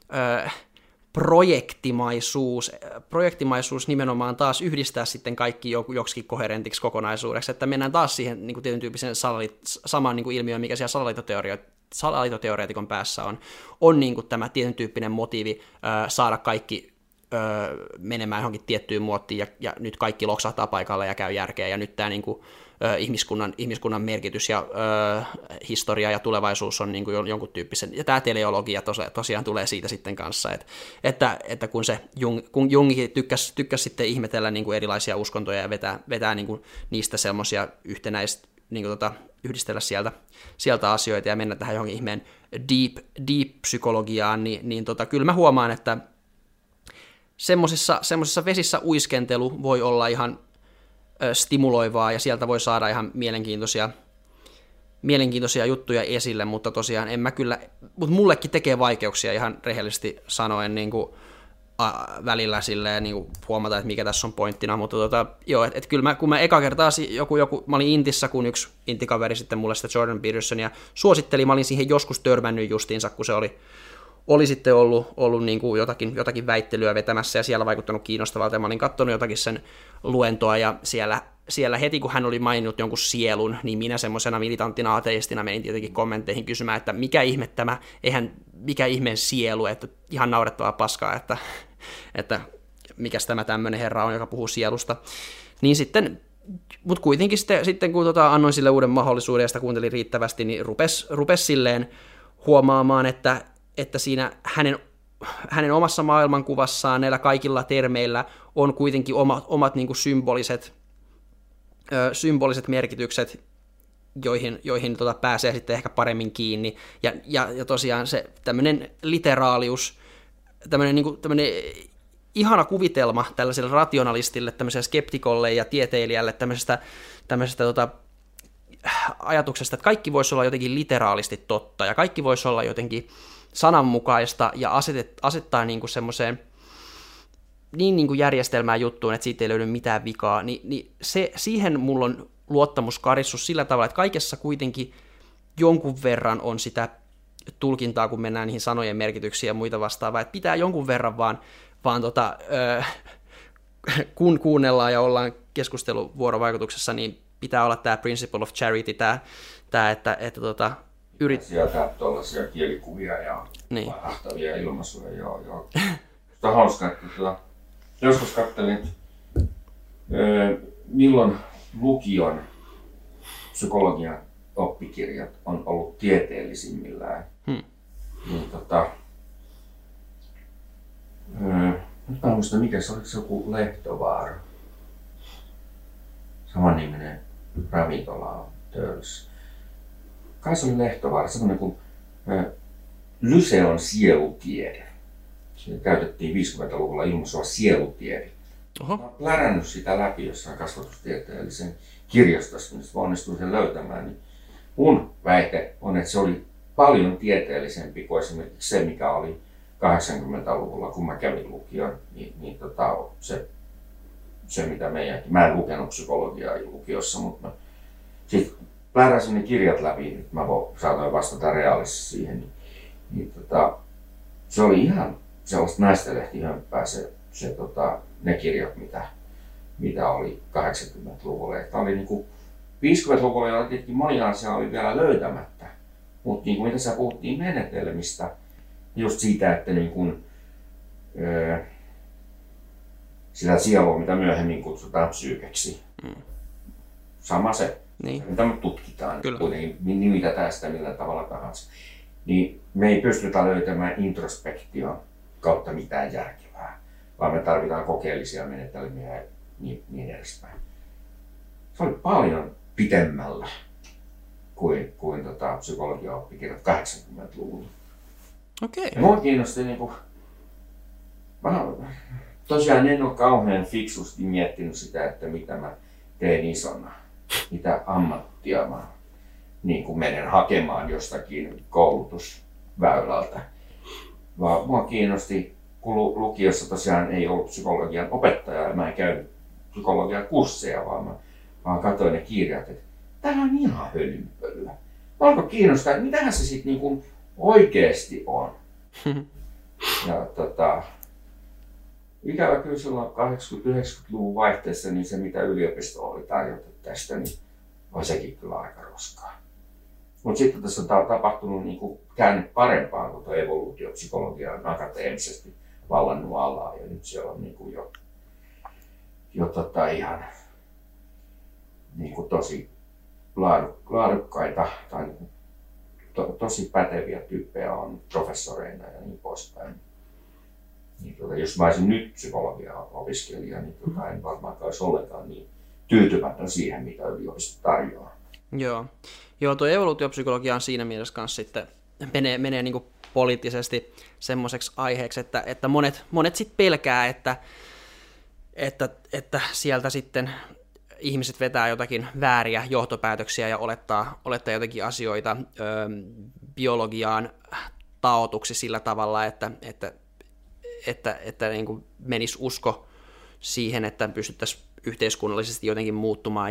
projektimaisuus nimenomaan taas yhdistää sitten kaikki joksikin koherentiksi kokonaisuudeksi, että mennään taas siihen niin kuin tietyn tyyppisen samaan niin kuin ilmiöön, mikä siellä salaliittoteoreetikon päässä on niin kuin tämä tietyn tyyppinen motiivi saada kaikki menemään johonkin tiettyyn muottiin, ja nyt kaikki loksahtaa paikalle ja käy järkeä, ja nyt tämä niin kuin ihmiskunnan merkitys ja historia ja tulevaisuus on niin kuin jonkun tyyppisen, ja tämä teleologia tosiaan tulee siitä sitten kanssa, että kun Jung tykkäsi sitten ihmetellä niin kuin erilaisia uskontoja ja vetää niin kuin niistä semmoisia niin kuin yhdistellä sieltä asioita ja mennä tähän johonkin ihmeen deep-psykologiaan, niin kyllä mä huomaan, että semmoisissa vesissä uiskentelu voi olla ihan stimuloivaa, ja sieltä voi saada ihan mielenkiintoisia juttuja esille, mutta tosiaan mutta mullekin tekee vaikeuksia ihan rehellisesti sanoen niin kuin, välillä silleen niin kuin huomata, että mikä tässä on pointtina, mutta että kyllä kun mä eka kertaa mä olin Intissä, kun yksi intikaveri sitten mulle sitä Jordan Petersonia suositteli, mä olin siihen joskus törmännyt justiinsa, kun se oli sitten ollut niin kuin jotakin väittelyä vetämässä ja siellä vaikuttanut kiinnostavalta, ja mä olin katsonut jotakin sen luentoa, ja siellä heti kun hän oli maininnut jonkun sielun, niin minä semmoisena militanttina ateistina menin tietenkin kommentteihin kysymään, että mikä ihmeen sielu, että ihan naurettavaa paskaa, että mikäs tämä tämmöinen herra on, joka puhuu sielusta. Niin sitten, mutta kuitenkin sitten kun annoin sille uuden mahdollisuuden ja sitä kuuntelin riittävästi, niin rupes silleen huomaamaan, että siinä hänen omassa maailmankuvassaan näillä kaikilla termeillä on kuitenkin omat niin kuin symboliset merkitykset, joihin pääsee sitten ehkä paremmin kiinni. Ja tosiaan se tämmöinen literaalius, tämmöinen ihana kuvitelma tällaiselle rationalistille, tämmöiselle skeptikolle ja tieteilijälle tämmöisestä ajatuksesta, että kaikki voisi olla jotenkin literaalisti totta, ja kaikki voisi olla jotenkin sananmukaista ja asettaa niin kuin semmoiseen niin kuin järjestelmään juttuun, että siitä ei löydy mitään vikaa, niin siihen mulla on luottamus karissus sillä tavalla, että kaikessa kuitenkin jonkun verran on sitä tulkintaa, kun mennään niihin sanojen merkityksiin ja muita vastaavaa, että pitää jonkun verran vaan kun kuunnellaan ja ollaan keskusteluvuorovaikutuksessa, niin pitää olla tämä principle of charity, tämä että sieltä tuollaisia kielikuvia ja ahtavia ilmaisuja. Joo. Sitä on hauska, että joskus katselin, milloin lukion psykologian oppikirjat on ollut tieteellisimmillään. Nyt mä muistan, mikä se oli, joku Lehtovaara. Samanniminen ravintola on Töölössä. Kai se oli Lehtovaara, semmoinen kuin Lyseon sielutiede. Siinä käytettiin 50-luvulla ilmaisua sielutiede. Mä oon plärännyt sitä läpi jossain kasvatustieteellisen kirjastossa, mistä mä onnistuin sen löytämään. Niin mun väite on, että se oli paljon tieteellisempi kuin esimerkiksi se, mikä oli 80-luvulla, kun mä kävin lukion. Se mitä mä en lukenut psykologiaa lukiossa, mutta mä sitten pläräsin ne kirjat läpi, nyt mä saatoin vastata reaalisesti siihen. Se oli ihan sellaista naistenlehtihömppää ne kirjat, mitä oli 80-luvulla. Tämä oli niin 50-luvulla, joilla tietenkin moni asia oli vielä löytämättä. Mutta niin kuin mitä sä puhuttiin menetelmistä, just siitä, että niin kuin, sitä sielua, mitä myöhemmin kutsutaan psyykeksi. Sama se, Niin. mitä me tutkitaan, Kyllä. kuitenkin nimitetään sitä millä tavalla tahansa. Niin me ei pystytä löytämään introspektion kautta mitään järkevää, vaan me tarvitaan kokeellisia menetelmiä ja niin edespäin. Se oli paljon pitemmällä kuin psykologiaoppikirjat 80-luvulla. Okei. Ja mua kiinnosti tosiaan en ole kauhean fiksusti miettinyt sitä, että mitä mä teen isona, mitä ammattia mä niin kuin menen hakemaan jostakin koulutusväylältä. Vaan mua kiinnosti, kun lukiossa tosiaan ei ollut psykologian opettaja ja mä en käynyt psykologian kursseja, vaan katsoin ne kirjat, että tää on ihan hölynpölyä. Mä alkoi kiinnostaa, että mitähän se sitten niin kuin oikeesti on. Ja ikävä kyllä silloin 80-90-luvun vaihteessa, niin se mitä yliopisto oli tarjota tästä, niin on sekin kyllä aika roskaa. Mutta sitten tässä on tapahtunut niinku käänne parempaan, kun tuo evoluutiopsykologia on akateemisesti vallannut alaa. Ja nyt siellä on niinku jo ihan niinku tosi laadukkaita tai niinku tosi päteviä tyyppejä on professoreina ja niin poispäin. Niin, jos mä olisin nyt psykologian opiskelija, niin en varmaan olisi ollenkaan niin tyytymätön siihen, mitä yliopisto tarjoaa. Joo, tuo evoluutiopsykologia on siinä mielessä kanssa sitten menee niin kuin poliittisesti semmoiseksi aiheeksi, että monet sitten pelkää, että sieltä sitten ihmiset vetää jotakin vääriä johtopäätöksiä ja olettaa jotakin asioita biologiaan taotuksi sillä tavalla, että niin kuin menisi usko siihen, että pystyttäisiin yhteiskunnallisesti jotenkin muuttumaan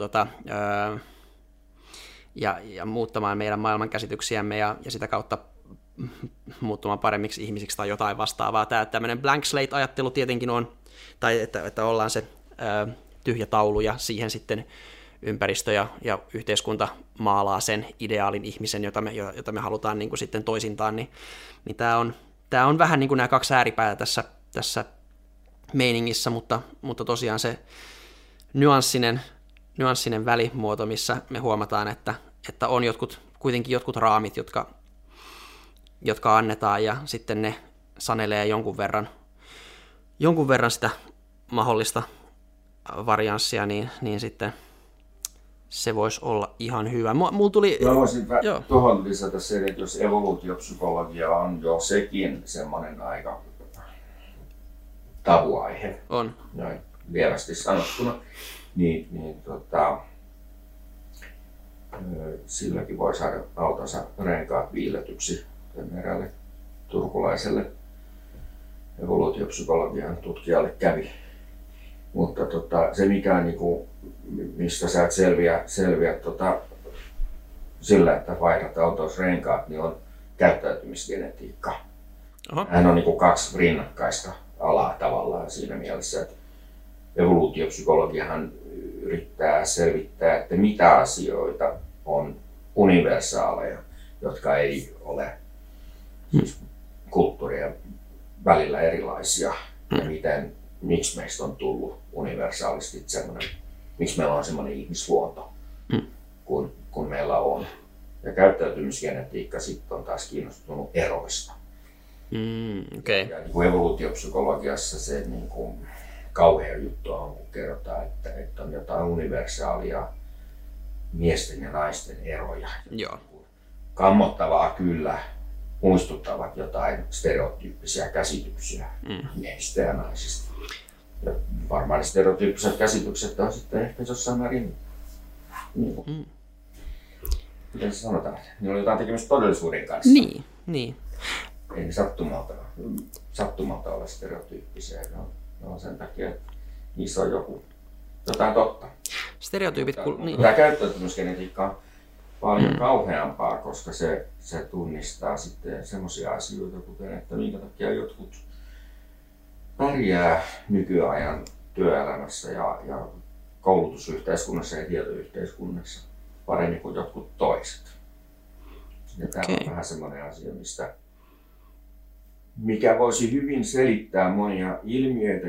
ja muuttamaan meidän maailmankäsityksiämme ja sitä kautta muuttumaan paremmiksi ihmisiksi tai jotain vastaavaa. Tämä tämmöinen blank slate-ajattelu tietenkin on, tai että ollaan se tyhjä taulu ja siihen sitten ympäristö ja yhteiskunta maalaa sen ideaalin ihmisen, jota me halutaan niin kuin sitten toisintaan, niin tämä on vähän niin kuin nämä kaksi ääripäätä tässä meiningissä, mutta tosiaan se nyanssinen välimuoto, missä me huomataan, että on kuitenkin jotkut raamit, jotka annetaan ja sitten ne sanelee jonkun verran sitä mahdollista varianssia, niin sitten se voisi olla ihan hyvä. Mulla tuli... Mä voisin tuohon lisätä sen, että jos evoluutiopsykologia on jo sekin semmoinen aika tabuaihe, on. Noin lievästi sanottuna, niin silläkin voi saada autonsa renkaat viiletyksi eräälle turkulaiselle evoluutiopsykologian tutkijalle kävi. Mutta se mikä niinku, mistä sä et selviä sillä, että vaihdat autos renkaat, niin on käyttäytymisgenetiikka. Hän on niinku kaksi rinnakkaista alaa tavallaan siinä mielessä, että evoluutiopsykologiahan yrittää selvittää, että mitä asioita on universaaleja, jotka ei ole siis kulttuurien välillä erilaisia ja miksi meistä on tullut universaalisti semmoinen, miksi meillä on semmoinen ihmisluonto, kun meillä on. Ja käyttäytymisgenetiikka sitten on taas kiinnostunut eroista. Okay. Ja niin kuin evoluutiopsykologiassa se niin kuin kauhea juttu on, kun kerrotaan, että on jotain universaalia miesten ja naisten eroja. Joo. Kammottavaa kyllä, muistuttavat jotain stereotyyppisiä käsityksiä miehistä ja naisista. Ja varmaan ne stereotyyppiset käsitykset on sitten ehkä jossain määrin, miten se sanotaan, niillä on jotain tekemistä todellisuuden kanssa. Niin. Ei ne sattumalta ole stereotyyppisiä, ne on sen takia, että niissä on jotain totta. Stereotyypit, niin. Tämä käyttäytymisgenetiikka on paljon kauheampaa, koska se tunnistaa sitten semmoisia asioita, kuten että minkä takia jotkut pärjää nykyajan työelämässä ja koulutusyhteiskunnassa ja tietoyhteiskunnassa paremmin kuin jotkut toiset. Ja tämä on vähän semmoinen asia, mistä mikä voisi hyvin selittää monia ilmiöitä,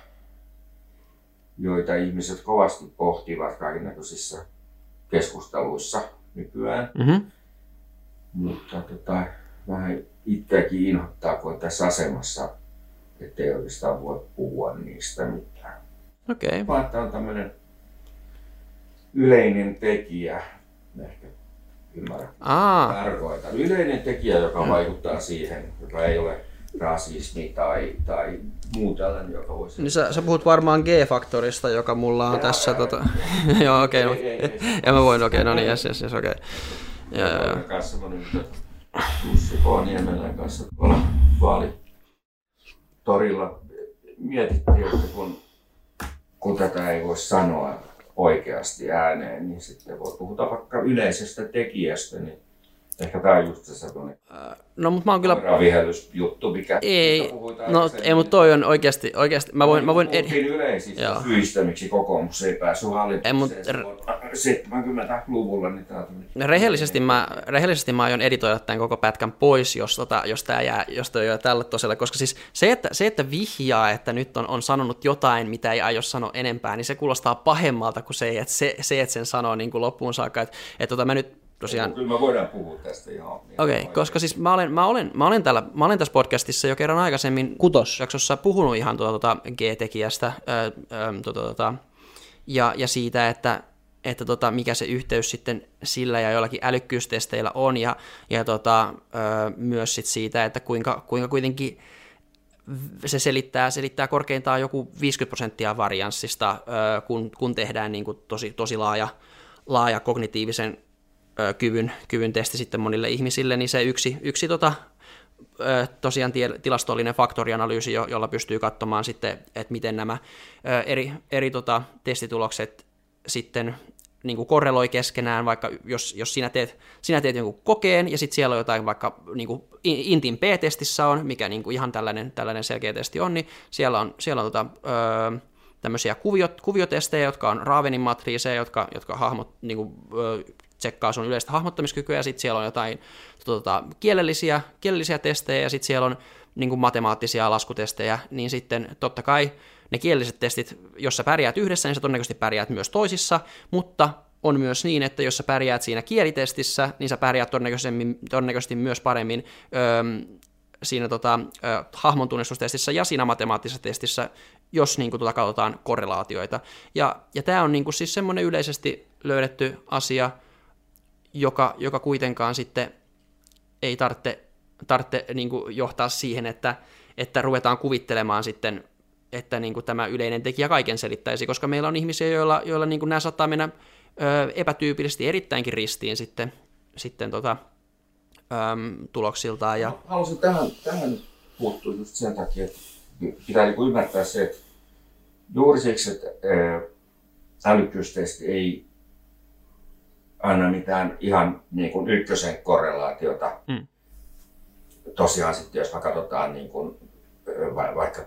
joita ihmiset kovasti pohtivat kaikennäköisissä keskusteluissa nykyään. Mm-hmm. Mutta vähän itseäkin inhottaa, kun on tässä asemassa, ettei oikeastaan voi puhua niistä mitään. Okei. Vaan että on tämmöinen yleinen tekijä, ehkä ymmärrä tarkoitan. Yleinen tekijä, joka vaikuttaa siihen, joka ei ole rasismi tai muu tällainen, joka voisi... Niin sä puhut varmaan G-faktorista, joka mulla on tässä. Joo, okei. Ja mä voin, okei, no niin, jes, okei. Joo. Kanssa mä nyt Jussi K. Niemelän kanssa tuolla vaalitorilla mietittiin, että kun tätä ei voi sanoa oikeasti ääneen, niin sitten voi puhuta vaikka yleisestä tekijästä, niin ehkä tämä on just se sellainen vihellysjuttu, mikä puhutaan. No ei, mutta toi on oikeasti mä voin puhuttiin yleisistä syistä, miksi kokoomus ei päässyt hallitukseen 70-luvulla. Niin rehellisesti mä aion editoida tämän koko pätkän pois, jos tämä jää tällä tosella, koska siis se, että vihjaa, että nyt on sanonut jotain, mitä ei aio sanoa enempää, niin se kuulostaa pahemmalta kuin se, että sen sanoo niin kuin loppuun saakka, että mä nyt tosiaan... Kyllä me voidaan puhua tästä ihan. Okei, koska siis mä olen tässä podcastissa jo kerran aikaisemmin kutosjaksossa puhunut ihan G-tekijästä ja siitä, että mikä se yhteys sitten sillä ja jollakin älykkyystesteillä on ja myös sit siitä, että kuinka kuitenkin se selittää korkeintaan joku 50% varianssista, kun tehdään niin kuin tosi laaja kognitiivisen kyvyn testi sitten monille ihmisille, niin se yksi tosiaan tilastollinen faktorianalyysi, jolla pystyy katsomaan sitten, että miten nämä eri testitulokset sitten niin kuin korreloi keskenään, vaikka jos sinä teet jonkun kokeen ja sitten siellä on jotain vaikka niin kuin Intin P-testissä on, mikä niin kuin ihan tällainen selkeä testi on, niin siellä on tämmöisiä kuviotestejä, jotka on Ravenin matriiseja, jotka niin kuin, tsekkaa sun yleistä hahmottamiskykyä, ja sitten siellä on jotain kielellisiä testejä, ja sitten siellä on niin kuin matemaattisia laskutestejä, niin sitten totta kai ne kielelliset testit, jos sä pärjäät yhdessä, niin sä todennäköisesti pärjäät myös toisissa, mutta on myös niin, että jos sä pärjäät siinä kielitestissä, niin sä pärjäät todennäköisesti myös paremmin siinä hahmontunnistustestissä ja siinä matemaattisessa testissä, jos niin kuin katsotaan korrelaatioita. Ja tämä on niin kuin siis semmoinen yleisesti löydetty asia, joka kuitenkaan sitten ei tarvitse niin kuin johtaa siihen, että ruvetaan kuvittelemaan sitten, että niin kuin tämä yleinen tekijä kaiken selittäisi, koska meillä on ihmisiä, joilla niin kuin nämä saattaa mennä epätyypillisesti erittäinkin ristiin sitten tuloksiltaan. Ja... Haluaisin tähän puuttua just sen takia, että pitää niin kuin ymmärtää se, että juuri siksi, että älykkyystesti ei anna mitään ihan niin kuin ykkösen korrelaatiota. Tosiaan sitten, jos me katsotaan niin kuin, vaikka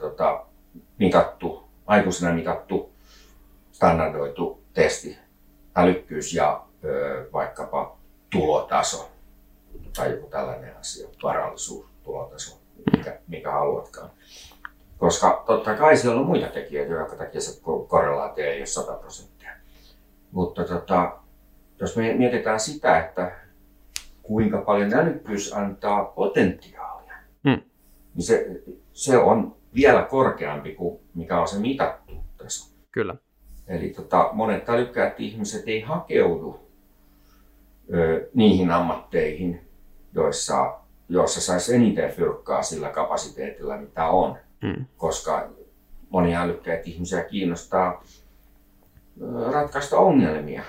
aikuisena mitattu standardoitu testi, älykkyys ja vaikkapa tulotaso tai joku tällainen asia, varallisuus, tulotaso, mikä haluatkaan. Koska totta kai siellä on muita tekijöitä, jotka takia se korrelaatio ei ole 100%. Mutta jos me mietitään sitä, että kuinka paljon älykkyys antaa potentiaalia, niin se on vielä korkeampi kuin mikä on se mitattu taso. Kyllä. Eli monet älykkäät ihmiset ei hakeudu niihin ammatteihin, joissa saisi eniten fyrkkaa sillä kapasiteetilla, mitä on. Koska monia älykkäitä ihmisiä kiinnostaa ratkaista ongelmia.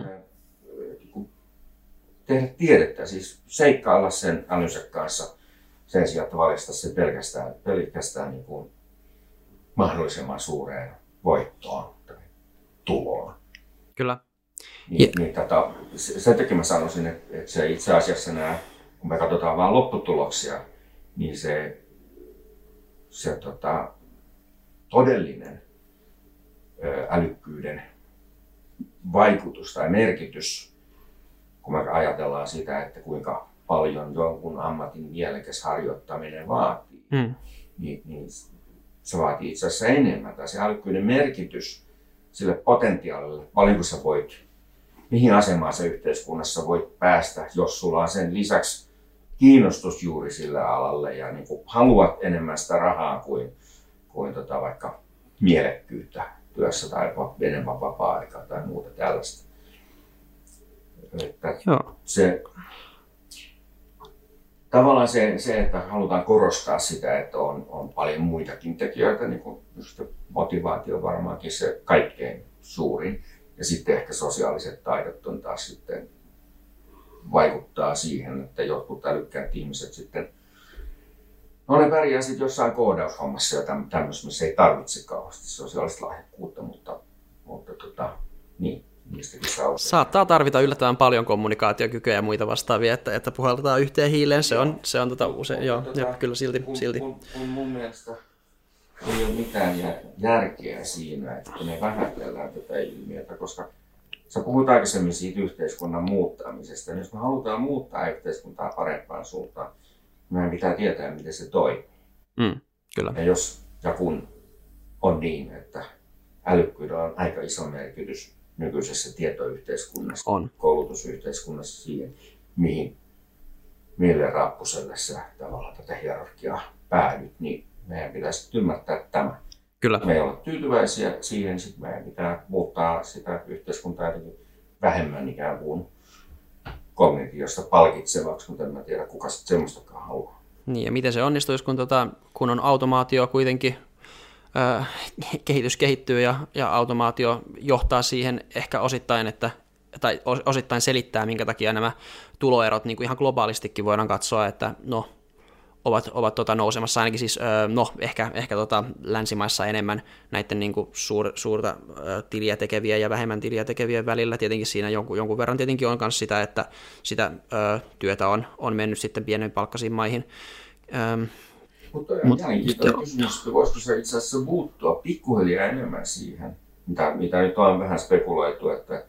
Tehdä tiedettä, siis seikkailla sen älynsä kanssa sen sijaan, että valjastaa se pelkästään niin kuin mahdollisimman suureen voittoon tai tuloon. Kyllä. Sen takia mä sanoisin, että se itse asiassa kun me katsotaan vain lopputuloksia, niin se todellinen älykkyyden vaikutus tai merkitys, kun me ajatellaan sitä, että kuinka paljon jonkun ammatin mielekäs harjoittaminen vaatii, niin se vaatii itse asiassa enemmän. Tai se älykkyyden merkitys sille potentiaalille, paljonko sä voit, mihin asemaan sä yhteiskunnassa voit päästä, jos sulla on sen lisäksi kiinnostus juuri sille alalle ja niin kuin haluat enemmän sitä rahaa kuin vaikka mielekkyyttä työssä tai enemmän vapaa-aikaa tai muuta tällaista. Että tavallaan se, että halutaan korostaa sitä, että on paljon muitakin tekijöitä, niin kuin just motivaatio varmaankin se kaikkein suurin. Ja sitten ehkä sosiaaliset taidot on taas sitten vaikuttaa siihen, että jotkut älykkäät ihmiset sitten, no ne pärjää sitten jossain koodaushommassa ja tämmöisessä, missä ei tarvitse kauheasti sosiaalista lahjakkuutta, mutta niin. Saattaa tarvita yllättävän paljon kommunikaatiokykyjä ja muita vastaavia, että puhalletaan yhteen hiileen, se on usein, kyllä silti. Mun mielestä ei ole mitään järkeä siinä, että me vähätellään tätä ilmiötä, koska sä puhuit aikaisemmin siitä yhteiskunnan muuttamisesta, ja jos me halutaan muuttaa yhteiskuntaa parempaan suuntaan, meidän pitää tietää, miten se toimii. Kyllä. Ja jos ja kun on niin, että älykkyydellä on aika iso merkitys nykyisessä tietoyhteiskunnassa, koulutusyhteiskunnassa siihen, mille rappuselle sä tavallaan tätä hierarkiaa päädyt, niin meidän pitäisi ymmärtää tämä. Kyllä. Me ei ole tyytyväisiä siihen, sit meidän pitää muuttaa sitä yhteiskuntaa jotenkin vähemmän ikään kuin kognitiosta palkitsevaksi, mutta en mä tiedä, kuka semmoistakaan haluaa. Niin, ja miten se onnistuisi, kun on automaatio kuitenkin, kehitys kehittyy ja automaatio johtaa siihen ehkä osittain, tai osittain selittää, minkä takia nämä tuloerot niin kuin ihan globaalistikin voidaan katsoa, että ovat nousemassa ainakin siis, ehkä länsimaissa enemmän näiden niin kuin suurta tiliä tekeviä ja vähemmän tiliä tekevien välillä. Tietenkin siinä jonkun verran tietenkin on myös sitä, että sitä työtä on mennyt sitten pienen palkkaisiin maihin. Mutta jälkikäteen kysymys, että voisiko se itse asiassa muuttua pikkuhiljaa enemmän siihen, mitä nyt on vähän spekuloitu, että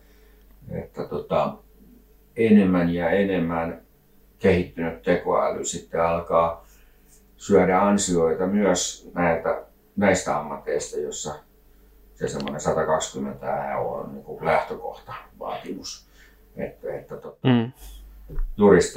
enemmän ja enemmän kehittynyt tekoäly sitten alkaa syödä ansioita myös näistä ammateista, jossa se semmoinen 120 on niin kuin lähtökohtavaatimus. Juristi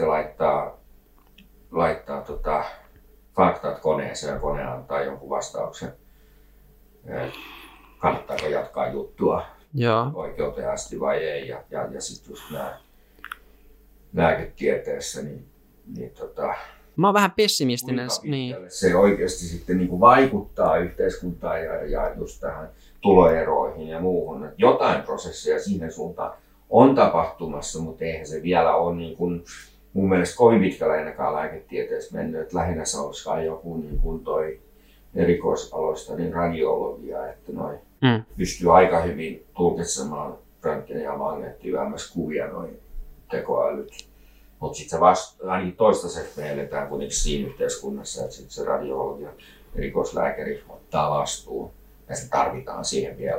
laittaa faktat koneeseen ja kone antaa jonkun vastauksen. Kannattaako jatkaa juttua oikeuteen asti vai ei. Ja sitten just nämä lääketieteessä, mä oon vähän pessimistinen. Niin. Se oikeasti sitten niin kuin vaikuttaa yhteiskuntaan ja just tähän tuloeroihin ja muuhun. Että jotain prosesseja siihen suuntaan on tapahtumassa, mutta eihän se vielä ole niin kuin, mun mielestä kovin pitkällä ainakaan lääketieteessä mennyt. Että lähinnä se olisikaan joku niin kuin toi erikoisaloista niin radiologia, että noi pystyy aika hyvin tulkitsemaan röntgen- ja magneetti-YMS-kuvia noin tekoälyt. Mutta sitten ainakin toistaiseksi me eletään kuitenkin siinä yhteiskunnassa, että sit se radiologia erikoislääkäri ottaa vastuun ja se tarvitaan siihen vielä.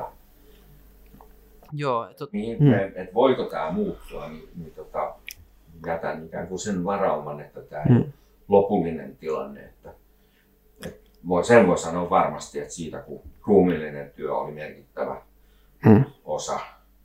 Joo. Et voiko tämä muuttua, niin jätän ikään kuin sen varauman, että tämä ei ole lopullinen tilanne. Että sen voi sanoa varmasti, että siitä kun ruumiillinen työ oli merkittävä osa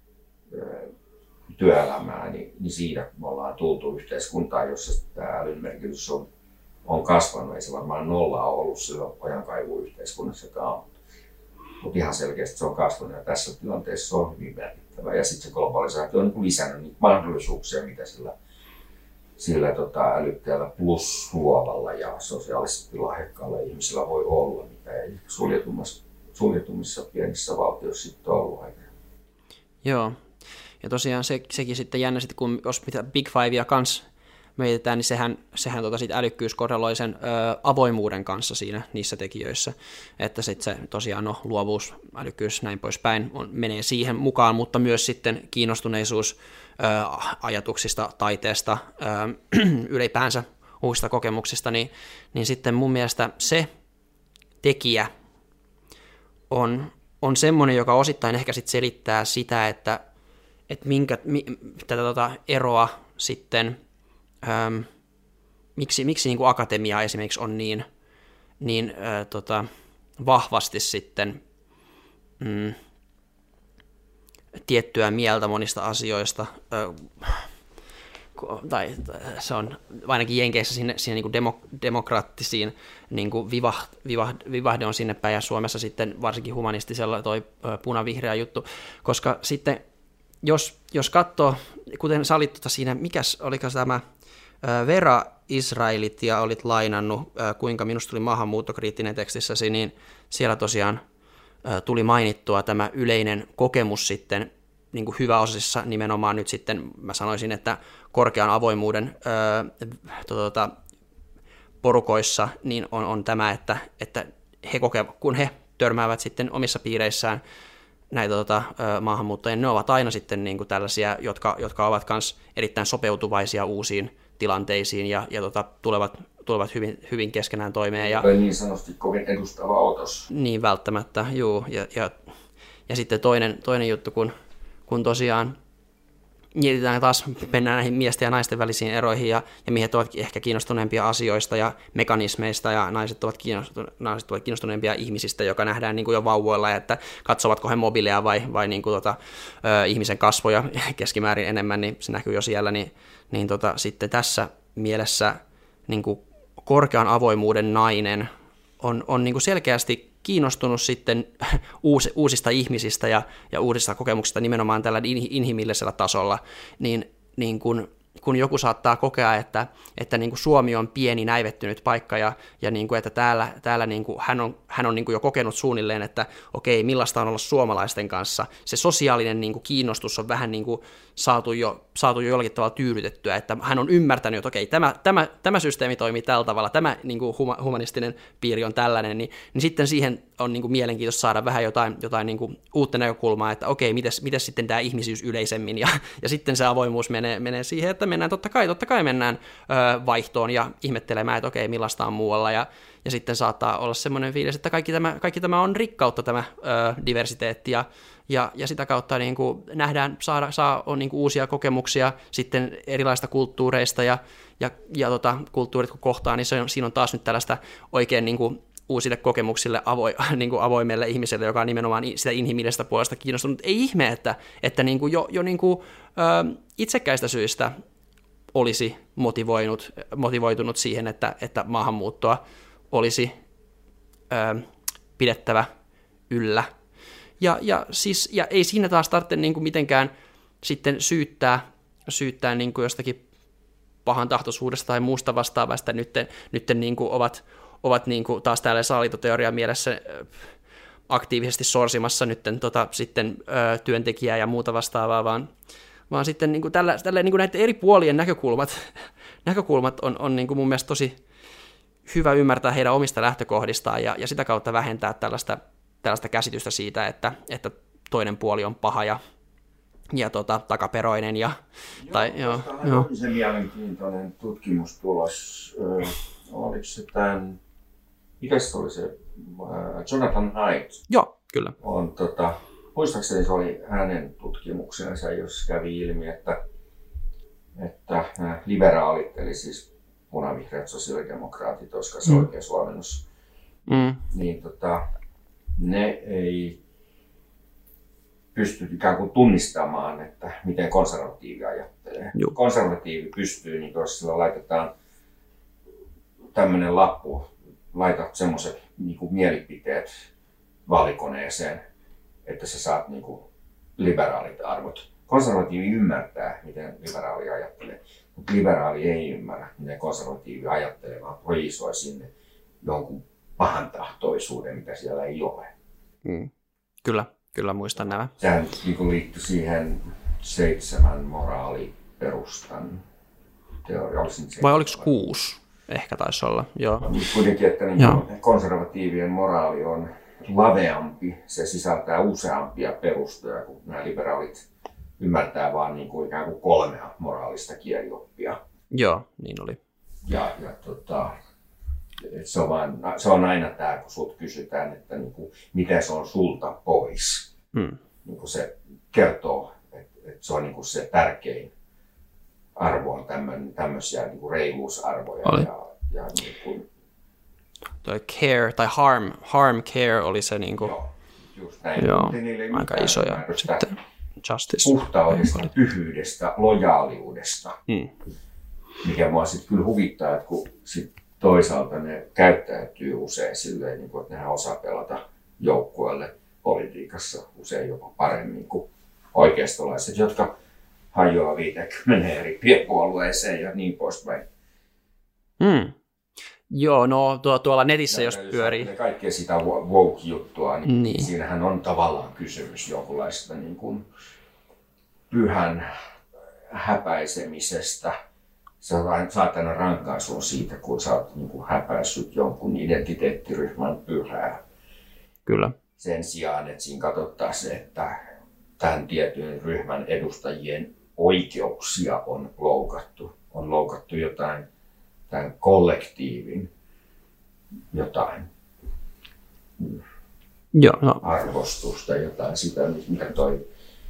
työelämää, niin siitä me ollaan tultu yhteiskuntaan, jossa tämä älyn merkitys on kasvanut. Ei se varmaan nollaa ollut silloin ojankaivuyhteiskunnassakaan, mutta ihan selkeästi se on kasvanut ja tässä tilanteessa se on hyvin merkittävä. Ja sitten se globalisaatio on niin lisännyt niitä mahdollisuuksia, mitä sillä älykkäällä plus luovalla ja sosiaalisesti lahjakkaalla ihmisellä voi olla, mitä ei suljetumissa pienissä valtioissa sitten ollut aikaa. Joo. Ja tosiaan sekin sitten jännä, kun jos mitä Big Fivea kanssa mietitään, niin sehän sit älykkyys korreloi sen avoimuuden kanssa niissä tekijöissä. Että sitten se tosiaan luovuus, älykkyys, näin poispäin menee siihen mukaan, mutta myös sitten kiinnostuneisuus ajatuksista, taiteesta, ylipäänsä uusista kokemuksista, niin sitten mun mielestä se tekijä on semmoinen, joka osittain ehkä sit selittää sitä, että tätä eroa sitten, miksi niin kuin akatemia esimerkiksi on niin vahvasti sitten tiettyä mieltä monista asioista, tai se on ainakin Jenkeissä siinä niin kuin demokraattisiin niin kuin vivahde on sinne päin, ja Suomessa sitten varsinkin humanistisella toi punavihreä juttu, koska sitten jos katsoo, kuten sä olit siinä, oliko tämä Vera Israelit ja olit lainannut, kuinka minusta tuli maahanmuuttokriittinen tekstissäsi, niin siellä tosiaan tuli mainittua tämä yleinen kokemus sitten niin kuin hyväosaisissa nimenomaan nyt sitten, mä sanoisin, että korkean avoimuuden porukoissa niin on tämä, että kun he törmäävät sitten omissa piireissään näitä maahanmuuttajia, ne ovat aina sitten niin kuin tällaisia, jotka ovat myös erittäin sopeutuvaisia uusiin tilanteisiin ja tulevat hyvin, hyvin keskenään toimeen. Ja niin sanotusti kovin edustava otos. Niin välttämättä, juu. Ja sitten toinen juttu, kun tosiaan mietitään taas, mennään näihin miesten ja naisten välisiin eroihin, ja miehet ovat ehkä kiinnostuneempia asioista ja mekanismeista, ja naiset ovat kiinnostuneempia ihmisistä, joka nähdään niin kuin jo vauvoilla, että katsovatko he mobiilia vai niin kuin ihmisen kasvoja keskimäärin enemmän, niin se näkyy jo siellä, niin sitten tässä mielessä niin kuin korkean avoimuuden nainen on niin kuin selkeästi kiinnostunut sitten uusista ihmisistä ja uusista kokemuksista nimenomaan tällä inhimillisellä tasolla, niin kun joku saattaa kokea, että niin kuin Suomi on pieni näivettynyt paikka ja niin kuin, että täällä niin kuin hän on niin kuin jo kokenut suunnilleen, että okei, millaista on olla suomalaisten kanssa. Se sosiaalinen niin kuin kiinnostus on vähän niin kuin saatu jo jollakin tavalla tyydytettyä, että hän on ymmärtänyt, että okei, tämä systeemi toimii tällä tavalla, tämä niin kuin humanistinen piiri on tällainen, niin sitten siihen on niin kuin mielenkiintoista saada vähän jotain niin kuin uutta näkökulmaa, että okei, mites sitten tämä ihmisyys yleisemmin, ja sitten se avoimuus menee siihen, että mennään totta kai mennään vaihtoon ja ihmettelemään, että okei, millaista on muualla, ja sitten saattaa olla semmoinen fiilis, että kaikki tämä on rikkautta, tämä diversiteetti, ja sitä kautta niin kuin nähdään, on niin kuin uusia kokemuksia sitten erilaisista kulttuureista, ja kulttuurit kun kohtaa, niin siinä on taas nyt tällaista oikein niin kuin uusille kokemuksille niin kuin avoimelle ihmiselle, joka on nimenomaan sitä inhimillisestä puolesta kiinnostunut. Ei ihme, että niin kuin jo niin kuin, itsekkäistä syistä olisi motivoitunut siihen, että maahanmuuttoa olisi pidettävä yllä. Ja ei siinä taas tarvitse niin kuin mitenkään sitten syyttää niin kuin jostakin pahan tahtoisuudesta tai muusta vastaavasta. Nyt niin kuin ovat niin kuin taas täällä salaliittoteorian mielessä aktiivisesti sorsimassa nyt sitten työntekijää ja muuta vastaavaa, vaan sitten niin kuin tällä niin kuin näiden eri puolien näkökulmat on niin kuin mun mielestä tosi hyvä ymmärtää heidän omista lähtökohdistaan ja sitä kautta vähentää tällaista käsitystä siitä, että toinen puoli on paha ja takaperoinen. Joo. Se mielenkiintoinen tutkimustulos. Oliko se mikä se oli se Jonathan Haidt? Joo, kyllä. Muistaakseni se oli hänen tutkimuksensa, jos kävi ilmi, että liberaalit, eli siis punavihreät sosiaalidemokraatit, koska se oikea suomennus, niin ne ei pysty ikään kuin tunnistamaan, että miten konservatiivi ajattelee. Joo. Konservatiivi pystyy, niin jos sillä laitetaan tämmöinen lappu, laitat semmoiset niin kuin mielipiteet valikoneeseen, että sä saat niin kuin liberaalit arvot. Konservatiivi ymmärtää, miten liberaali ajattelee, mutta liberaali ei ymmärrä, miten konservatiivi ajattelee, vaan projisoi sinne jonkun pahantahtoisuuden, mitä siellä ei ole. Kyllä muistan nämä. Sehän niin liittyi siihen 7 moraaliperustan teoria. Vai oliko 6? Ehkä taisi olla, joo. Kuitenkin, että niin konservatiivien moraali on laveampi, se sisältää useampia perustoja, kun nämä liberaalit ymmärtää vaan niin kuin ikään kuin 3 moraalista kielioppia. Joo, niin oli. Se on aina tämä, kun sulta kysytään, että niin kuin, miten se on sulta pois. Niin kuin se kertoo, että se on niin kuin se tärkein arvo on tämmöisiä niin kuin reiluusarvoja. Ja niin kuin toi care tai harm care oli se niinku, Joo, just näin. joo, Niillä ei aika mitään isoja. ymmärrystä Sitten justice. puhtaudesta, pyhyydestä, lojaaliudesta. Mikä mua sitten kyllä huvittaa, että kun sit toisaalta ne käyttäytyy usein silleen, niin kuin, että nehän osaa pelata joukkueelle politiikassa usein jopa paremmin kuin oikeistolaiset, jotka hajoaa 50 eri puolueeseen ja niin poispäin. Joo, no tuolla netissä jos pyörii. Ja kaikkea sitä woke-juttua, niin siinähän on tavallaan kysymys jonkunlaista niin kuin pyhän häpäisemisestä. Sä saat aina rankaisun siitä, kun sä oot niin kuin häpäissyt jonkun identiteettiryhmän pyhää. Kyllä. Sen sijaan, että siinä katsottaisiin, että tämän tietyn ryhmän edustajien oikeuksia on loukattu. On loukattu jotain, tämän kollektiivin jotain arvostusta, jotain sitä, mitä toi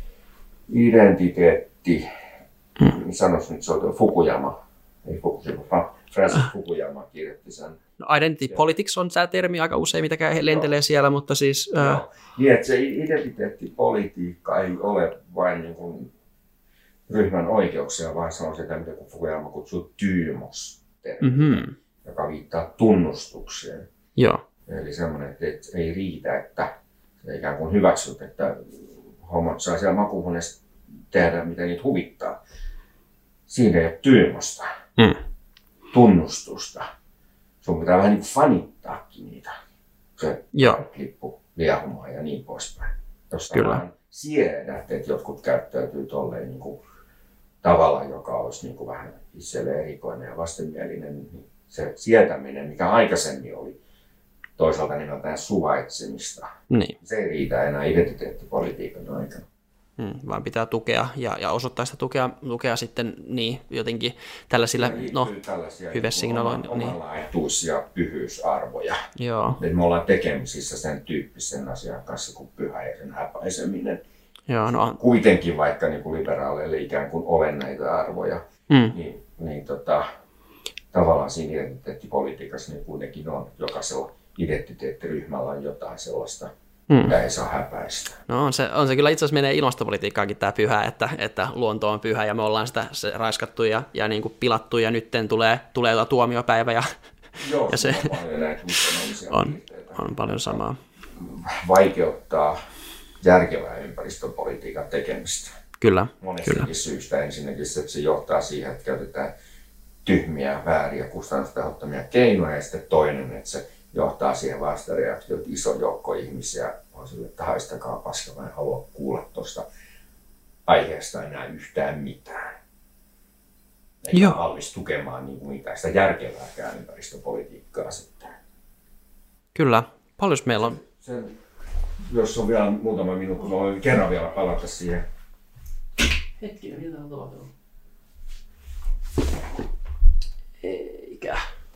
identiteetti, sanois nyt se on Fukuyama, ei Fukuyama, Francis Fukuyama kirjoitti sen. No, identity politics on tämä termi aika usein, mitä lentelee siellä, mutta siis... Niin, että se identiteettipolitiikka ei ole vain niin kuin ryhmän oikeuksia, vaan se on sitä, mitä Fukuyama kutsuu tyymos-termi, joka viittaa tunnustukseen. Joo. Eli semmoinen, että ei riitä, että ikään kuin hyväksyt, että hommat saa siellä makuuhuoneessa tehdä, mitä niitä huvittaa. Siinä ei ole tyymosta, tunnustusta. Sun pitää vähän niin kuin fanittaakin niitä. Se lippu liehumaa ja niin poispäin. Jos sä vaan siedät, että jotkut käyttäytyy tolleen niin kuin tavalla, joka olisi niin kuin vähän itselle erikoinen ja vastenmielinen, niin se sietäminen, mikä aikaisemmin oli toisaalta nimeltään suvaitsemista, se ei riitä enää identiteettipolitiikan aikana. Vaan pitää tukea ja osoittaa sitä tukea sitten niin jotenkin tällaisilla hyvesignaloilla. Omanlaatuisia pyhyysarvoja. Joo. Eli me ollaan tekemisissä sen tyyppisen asian kanssa kuin pyhä ja sen häpäiseminen. Joo, no. Kuitenkin vaikka niin kuin liberaaleille ikään kuin ole näitä arvoja, niin tavallaan siinä identiteettipolitiikassa niin kuitenkin on jokaisella identiteettiryhmällä on jotain sellaista, mitä ei saa häpäistä. No on se kyllä itse asiassa menee ilmastopolitiikkaankin tämä pyhä, että luonto on pyhä ja me ollaan sitä raiskattu ja niin kuin pilattu ja nytten tulee tuomiopäivä. Joo, ja se on paljon näitä on paljon samaa. Vaikeuttaa järkevää ympäristöpolitiikan tekemistä. Kyllä. Monestakin syystä. Ensinnäkin se johtaa siihen, että käytetään tyhmiä, vääriä, kustannustehottomia keinoja. Ja sitten toinen, että se johtaa siihen vastareaktioon, että iso joukko ihmisiä on sille, että haistakaa paska, mä en halua kuulla tuosta aiheesta enää yhtään mitään. Eikä ole valmis tukemaan niin kuin mitään sitä järkevääkään ympäristöpolitiikkaa sitten. Kyllä. Paljon meillä on? Jos on vielä muutama minuutti, mä voin kerran vielä palata siihen. Hetkinen, mitä on tapahtunut? Eikä.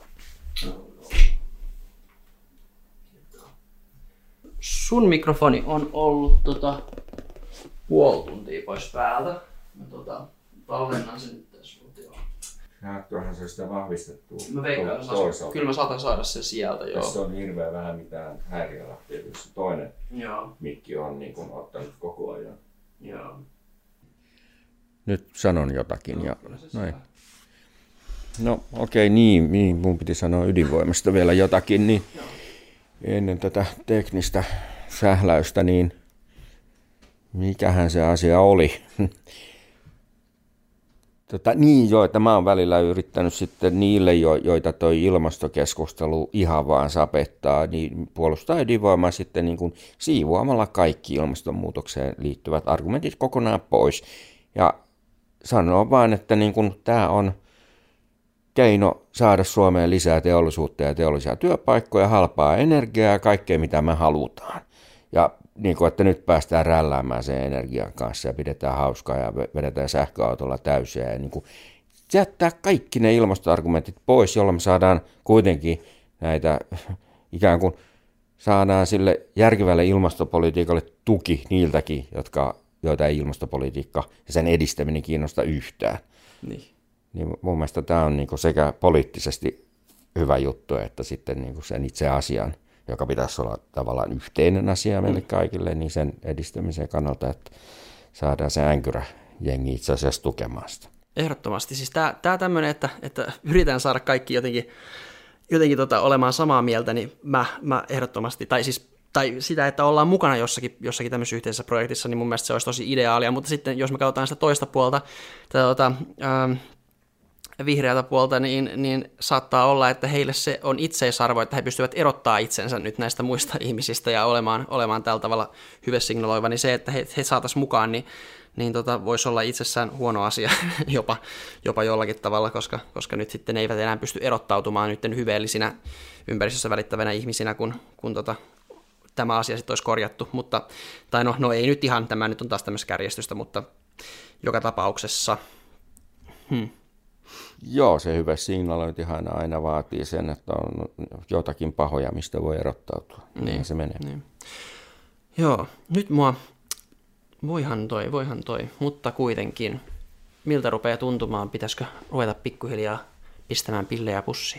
Sun mikrofoni on ollut puoli tuntia pois päältä. Mä tallennan sen nyt tässä. Tuohan se sitä vahvistettua. Mä veikkaan, kyllä mä saatan saada sen sieltä. Joo. Tässä on hirveän vähän mitään häiriölähtiä. Toinen mikki on niin kuin ottanut koko ajan. Joo. Nyt sanon jotakin. Ja noin. No okei, niin, mun piti sanoa ydinvoimasta vielä jotakin, niin ennen tätä teknistä sähläystä, niin mikähän se asia oli? Että mä oon välillä yrittänyt sitten niille, joita toi ilmastokeskustelu ihan vaan sapettaa, niin puolustaa ydinvoimaa sitten niin kuin siivoamalla kaikki ilmastonmuutokseen liittyvät argumentit kokonaan pois. Ja sanoo vaan, että niin kuin tämä on keino saada Suomeen lisää teollisuutta ja teollisia työpaikkoja, halpaa energiaa ja kaikkea mitä me halutaan. Ja niin kuin, että nyt päästään rälläämään sen energian kanssa ja pidetään hauskaa ja vedetään sähköautolla täysiä. Ja niin kuin jättää kaikki ne ilmastoargumentit pois, jolloin me saadaan kuitenkin näitä ikään kuin saadaan sille järkevälle ilmastopolitiikalle tuki niiltäkin, joita ei ilmastopolitiikka ja sen edistäminen kiinnosta yhtään. Niin mun mielestä tämä on niin sekä poliittisesti hyvä juttu, että sitten niin kuin sen itse asian, joka pitäisi olla tavallaan yhteinen asia meille kaikille, niin sen edistämisen kannalta, että saadaan se änkyräjengi itse asiassa tukemaan sitä. Ehdottomasti. Siis tämä tämmöinen, että yritän saada kaikki jotenkin olemaan samaa mieltä, niin mä ehdottomasti, tai sitä, että ollaan mukana jossakin tämmöisessä yhteisessä projektissa, niin mun mielestä se olisi tosi ideaalia, mutta sitten jos me katsotaan sitä toista puolta, vihreätä puolta, niin saattaa olla, että heille se on itseisarvo, että he pystyvät erottaa itsensä nyt näistä muista ihmisistä ja olemaan tällä tavalla hyvesignaloiva, niin se, että he saataisiin mukaan, niin voisi olla itsessään huono asia jopa jollakin tavalla, koska nyt sitten ne eivät enää pysty erottautumaan nyt hyveellisinä ympäristössä välittävänä ihmisinä, kun tämä asia sitten olisi korjattu, no ei nyt ihan, tämä nyt on taas tämmöistä kärjestystä, mutta joka tapauksessa. Joo, se hyvä signalointihan aina vaatii sen, että on jotakin pahoja, mistä voi erottautua. Niin se menee. Niin. Joo, nyt voihan toi, mutta kuitenkin, miltä rupeaa tuntumaan, pitäisikö ruveta pikkuhiljaa pistämään pillejä pussiin?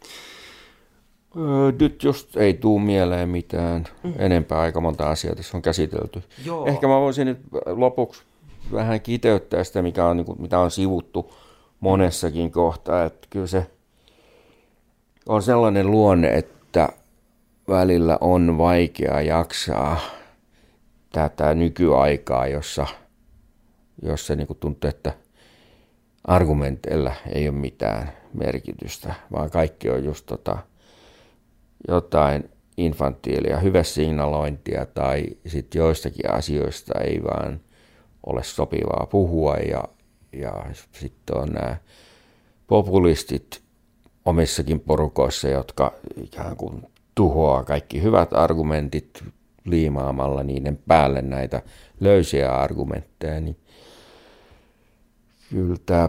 Nyt just ei tule mieleen mitään enempää, aika monta asiaa tässä on käsitelty. Joo. Ehkä mä voisin nyt lopuksi vähän kiteyttää sitä, mitä on sivuttu monessakin kohtaa, että kyllä se on sellainen luonne, että välillä on vaikea jaksaa tätä nykyaikaa, jossa niin kuin tuntuu, että argumenteilla ei ole mitään merkitystä, vaan kaikki on just jotain infantiilia, hyvesignalointia tai sitten joistakin asioista ei vaan ole sopivaa puhua ja sitten on nämä populistit omissakin porukoissa, jotka ikään kuin tuhoaa kaikki hyvät argumentit liimaamalla niiden päälle näitä löysiä argumentteja, niin kyllä tämä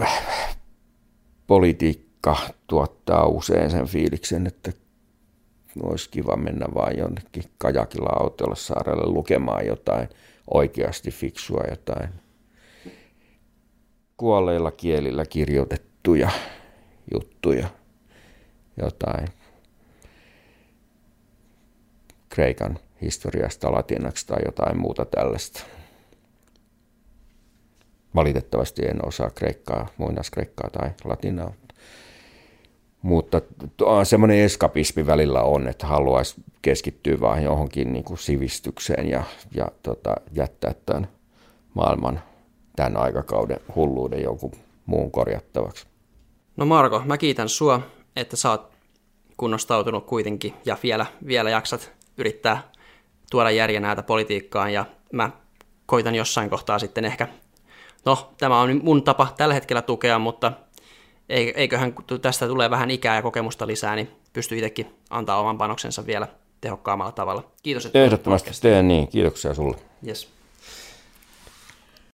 politiikka tuottaa usein sen fiiliksen, että olisi kiva mennä vaan jonnekin kajakilla autolla saarelle lukemaan jotain oikeasti fiksua, jotain kuolleilla kielillä kirjoitettuja juttuja, jotain Kreikan historiasta latinaksi tai jotain muuta tällaista. Valitettavasti en osaa muinaiskreikkaa tai latinaa. Mutta semmoinen eskapismi välillä on, että haluaisi keskittyä vaan johonkin niin kuin sivistykseen ja jättää tämän maailman tämän aikakauden hulluuden jonkun muun korjattavaksi. No Marko, mä kiitän sua, että sä oot kunnostautunut kuitenkin ja vielä jaksat yrittää tuoda järjen ääntä politiikkaan ja mä koitan jossain kohtaa sitten ehkä, tämä on mun tapa tällä hetkellä tukea, mutta eiköhän tästä tulee vähän ikää ja kokemusta lisää, niin pystyy itsekin antaa oman panoksensa vielä tehokkaammalla tavalla. Kiitos, että ehdottomasti teen niin. Kiitoksia sulle. Yes.